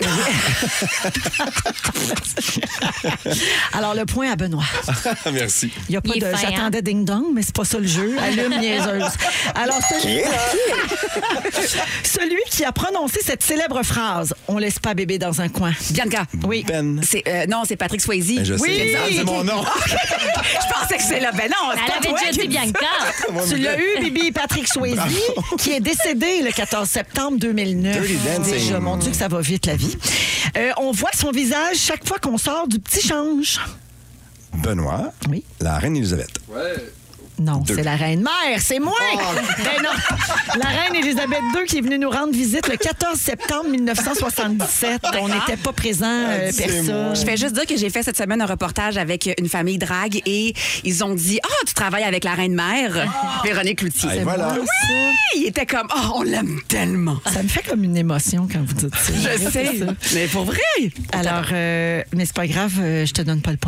Speaker 3: Alors, le point à Benoît.
Speaker 5: Merci.
Speaker 3: Il y a pas
Speaker 1: Il est
Speaker 3: de
Speaker 1: fin, hein?
Speaker 3: j'attendais ding-dong, mais c'est pas ça le jeu. Allume niaiseuse. Alors, celui... celui qui a prononcé cette célèbre phrase « On laisse pas bébé dans un coin
Speaker 2: Bianca. ».
Speaker 3: Oui.
Speaker 5: Ben.
Speaker 2: C'est, euh, non, c'est Patrick Swayze.
Speaker 5: Ben, je
Speaker 3: Oui.
Speaker 5: sais. Ah, c'est mon nom.
Speaker 2: Je pensais que c'est là. Ben non, c'est
Speaker 1: Elle
Speaker 2: pas
Speaker 1: avait
Speaker 2: toi
Speaker 1: déjà
Speaker 2: qui
Speaker 1: dit
Speaker 2: dis ça.
Speaker 1: Bianca.
Speaker 3: Tu l'as eu, Bibi, Patrick Swayze, qui est décédé le quatorze septembre deux mille neuf.
Speaker 5: Dirty Dancing.
Speaker 3: Déjà, mon Dieu, que ça va vite, la vie. Euh, on voit son visage chaque fois qu'on sort du petit change.
Speaker 5: Benoît,
Speaker 3: Oui.
Speaker 5: la reine Élisabeth.
Speaker 3: Non,
Speaker 5: Deux.
Speaker 3: c'est la reine mère, c'est moi! Ben non! La reine Élisabeth deux qui est venue nous rendre visite le quatorze septembre mille neuf cent soixante-dix-sept. On n'était pas présents, euh,
Speaker 5: c'est
Speaker 3: personne.
Speaker 5: moi.
Speaker 2: Je fais juste dire que j'ai fait cette semaine un reportage avec une famille drague et ils ont dit « Ah, tu travailles avec la reine-mère, Véronique Cloutier.
Speaker 5: Et voilà.
Speaker 2: Oui! Il était comme « Oh, on l'aime tellement.
Speaker 3: Ça me fait comme une émotion quand vous dites ça. »
Speaker 2: Je sais. Mais pour vrai.
Speaker 3: Alors, euh, mais c'est pas grave, euh, je te donne pas le point.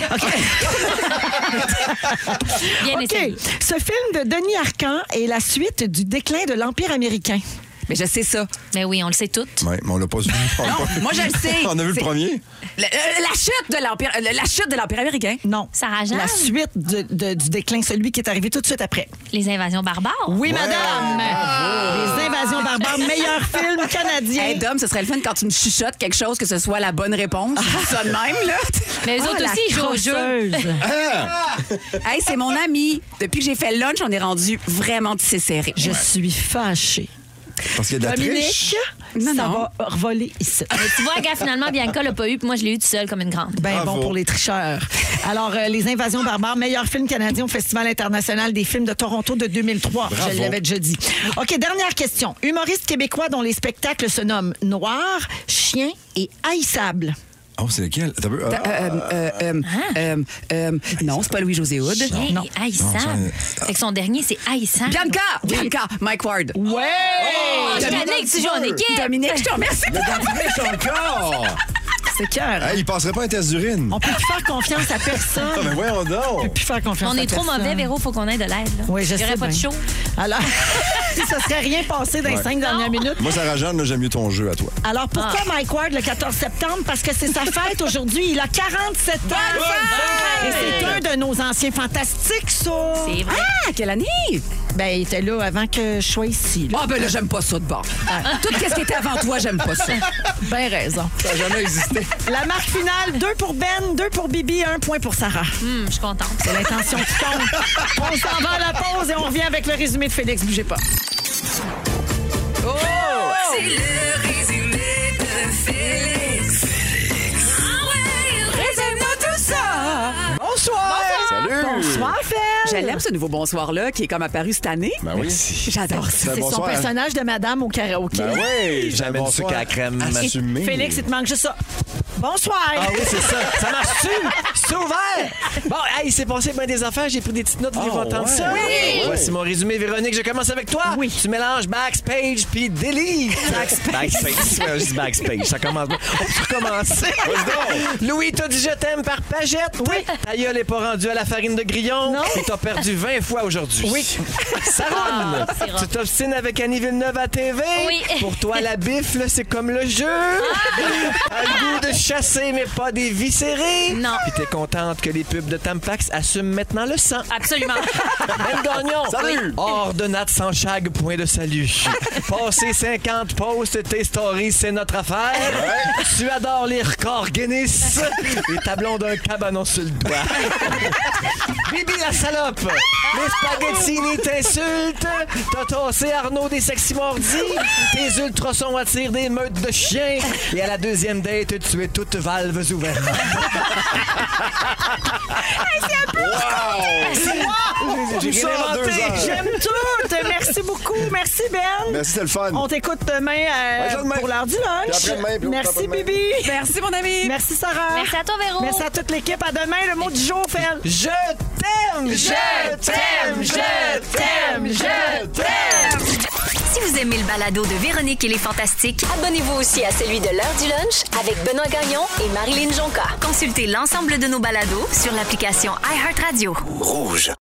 Speaker 1: Bien
Speaker 3: OK.
Speaker 1: essayé.
Speaker 3: Ce film de Denis Arcand est la suite du déclin de l'Empire américain.
Speaker 2: Mais je sais ça.
Speaker 1: Mais oui, on le sait toutes.
Speaker 5: Oui, mais on l'a pas vu. On l'a
Speaker 2: Non,
Speaker 5: pas vu.
Speaker 2: moi, je le sais.
Speaker 5: On a vu le
Speaker 2: C'est-
Speaker 5: premier.
Speaker 2: La, la- la chute de l'Empire euh, la chute de l'Empire américain.
Speaker 3: Non.
Speaker 1: Sarah Jeanne?
Speaker 3: La suite de- de- du déclin, celui qui est arrivé tout de suite après.
Speaker 1: Les invasions barbares.
Speaker 3: Oui, madame! Les invasions barbares, meilleur film canadien.
Speaker 2: Hey, Dom, ce serait le fun quand tu me chuchotes quelque chose que ce soit la bonne réponse. Je dis ça de même, là.
Speaker 1: Mais eux
Speaker 3: Ah,
Speaker 1: autres
Speaker 3: la
Speaker 1: aussi, ils jouent au jeu.
Speaker 3: crosseuse.
Speaker 2: Hey, c'est mon ami. Depuis que j'ai fait le lunch, on est rendu vraiment tissé serré.
Speaker 3: Je suis fâchée.
Speaker 5: Parce qu'il y a de la
Speaker 3: Dominique,
Speaker 5: triche.
Speaker 2: Non,
Speaker 3: ça
Speaker 2: non.
Speaker 3: va revoler ici.
Speaker 1: Mais tu vois, gars, finalement, Bianca l'a pas eu, puis moi, je l'ai eu tout seul comme une grande.
Speaker 3: Ben
Speaker 5: Bravo.
Speaker 3: bon pour les tricheurs. Alors, euh, Les Invasions barbares, meilleur film canadien au Festival international des films de Toronto de deux mille trois.
Speaker 5: Bravo.
Speaker 3: Je l'avais déjà dit. OK, dernière question. Humoriste québécois dont les spectacles se nomment Noir, Chien et Haïssable.
Speaker 5: Oh, c'est lequel? T'as vu?
Speaker 2: Euh, euh, euh, euh, euh, euh, non, c'est pas Louis-José Hood.
Speaker 1: Chien
Speaker 3: Non.
Speaker 1: et haïssable.
Speaker 5: Non, ça-
Speaker 1: Fait que son dernier, c'est haïssable.
Speaker 2: Bianca! Bianca! Mike Ward.
Speaker 3: Ouais!
Speaker 1: Oh, je
Speaker 2: Dominique,
Speaker 1: savais que tu joues en équipe.
Speaker 2: Dominique, je te remercie.
Speaker 5: Mais dans le triche encore!
Speaker 3: C'est cœur.
Speaker 5: Hey, il passerait pas un test d'urine.
Speaker 3: On peut plus faire confiance à
Speaker 5: Ah,
Speaker 3: personne.
Speaker 5: mais voyons
Speaker 3: On peut
Speaker 5: donc!
Speaker 3: plus faire confiance
Speaker 1: On
Speaker 3: à
Speaker 1: est trop
Speaker 3: personne.
Speaker 1: mauvais, Véro, faut qu'on ait de l'aide. là.
Speaker 3: Oui, je
Speaker 1: Il y
Speaker 3: sais
Speaker 1: aurait pas de
Speaker 3: bien.
Speaker 1: show.
Speaker 3: Alors, ça serait rien passé dans les
Speaker 5: Ouais.
Speaker 3: cinq dernières minutes.
Speaker 5: Moi, Sarah Jeanne, là, j'aime mieux ton jeu à toi.
Speaker 3: Alors, pourquoi
Speaker 1: Ah.
Speaker 3: Mike Ward le quatorze septembre? Parce que c'est sa fête aujourd'hui. Il a quarante-sept ans. Et c'est un de nos anciens fantastiques, ça.
Speaker 1: C'est vrai.
Speaker 2: Ah, quelle année?
Speaker 3: Ben, il était là avant que je sois ici. là.
Speaker 2: Ah, ben là, j'aime pas ça de bord. Tout ce qui était avant toi, j'aime pas ça.
Speaker 3: Ben raison.
Speaker 5: Ça n'a jamais existé.
Speaker 3: La marque finale, deux pour Ben, deux pour Bibi, un point pour Sarah.
Speaker 1: Hum, je suis contente.
Speaker 3: C'est l'intention qui compte. On s'en va à la pause et on revient avec le résumé de Félix. Bougez pas.
Speaker 8: C'est le résumé de Félix. Félix. Ah ouais, résume-nous tout ça.
Speaker 2: Bonsoir!
Speaker 5: Salut!
Speaker 3: Bonsoir, Fel.
Speaker 2: Je l'aime, ce nouveau bonsoir-là, qui est comme apparu cette année.
Speaker 5: Ben oui.
Speaker 2: J'adore ça.
Speaker 5: Ben
Speaker 3: C'est son
Speaker 5: bonsoir.
Speaker 3: personnage de madame au karaoké.
Speaker 5: Ben oui!
Speaker 9: J'amène du sucre à la crème.
Speaker 5: Assumé.
Speaker 3: Félix, il te manque juste ça. Bonsoir.
Speaker 9: Ah oui, c'est ça. Ça marche-tu? C'est ouvert! Bon, hey, il s'est passé bien des affaires. J'ai pris des petites notes. Voulez-vous
Speaker 5: Oh,
Speaker 9: entendre
Speaker 5: ouais.
Speaker 9: ça?
Speaker 5: Oui.
Speaker 9: Voici mon résumé, Véronique. Je commence avec toi.
Speaker 3: Oui.
Speaker 9: Tu mélanges backstage puis delete. Backspace. Backspace. Ouais, je dis backstage. Ça commence bien. On peut recommencer. Louis, t'as dit je t'aime par Pagette. Oui. Ta gueule n'est pas rendue à la farine de grillon.
Speaker 3: Non.
Speaker 9: Et t'as perdu vingt fois aujourd'hui.
Speaker 3: Oui.
Speaker 9: Saronne,
Speaker 1: Ah, c'est rough.
Speaker 9: tu t'obstines avec Annie Villeneuve à T V.
Speaker 1: Oui.
Speaker 9: Pour toi, la bif, là, c'est comme le jeu. T'as le goût de chasser, mais pas des viscérés.
Speaker 1: Non.
Speaker 9: Puis t'es contente que les pubs de Tampax assument maintenant le sang.
Speaker 1: Absolument.
Speaker 9: Ben Gagnon.
Speaker 5: Salut.
Speaker 9: Hors de Nat sans chag, point de salut. Passer cinquante posts, tes stories, c'est notre affaire. Tu adores les records Guinness. Les tablons d'un cabanon sur le doigt. Bibi la salope. Les spaghettini t'insultent. T'as tassé Arnaud des sexy mordis. Tes ultrasons attirent des meutes de chiens. Et à la deuxième date, tu es toute valves ouvertes. J'ai
Speaker 5: Tout ça en deux
Speaker 9: inventé.
Speaker 5: heures.
Speaker 3: J'aime tout. Merci beaucoup. Merci, Ben.
Speaker 5: Merci, c'était le fun.
Speaker 3: On t'écoute demain euh,
Speaker 5: Ouais, ça demain.
Speaker 3: pour l'heure du lunch.
Speaker 5: Puis après-demain, puis
Speaker 3: Merci,
Speaker 5: après-demain.
Speaker 3: Bibi.
Speaker 2: Merci, mon ami.
Speaker 3: Merci, Sarah.
Speaker 1: Merci à toi, Véro.
Speaker 3: Merci à toute l'équipe. À demain. Le mot du jour, Fel.
Speaker 9: Je t'aime! Je t'aime! Je t'aime! Je t'aime!
Speaker 7: Si vous aimez le balado de Véronique et les Fantastiques, abonnez-vous aussi à celui de l'heure du lunch avec Benoît Gagnon et Marilyn Jonca. Consultez l'ensemble de nos balados sur l'application iHeartRadio.
Speaker 10: Rouge.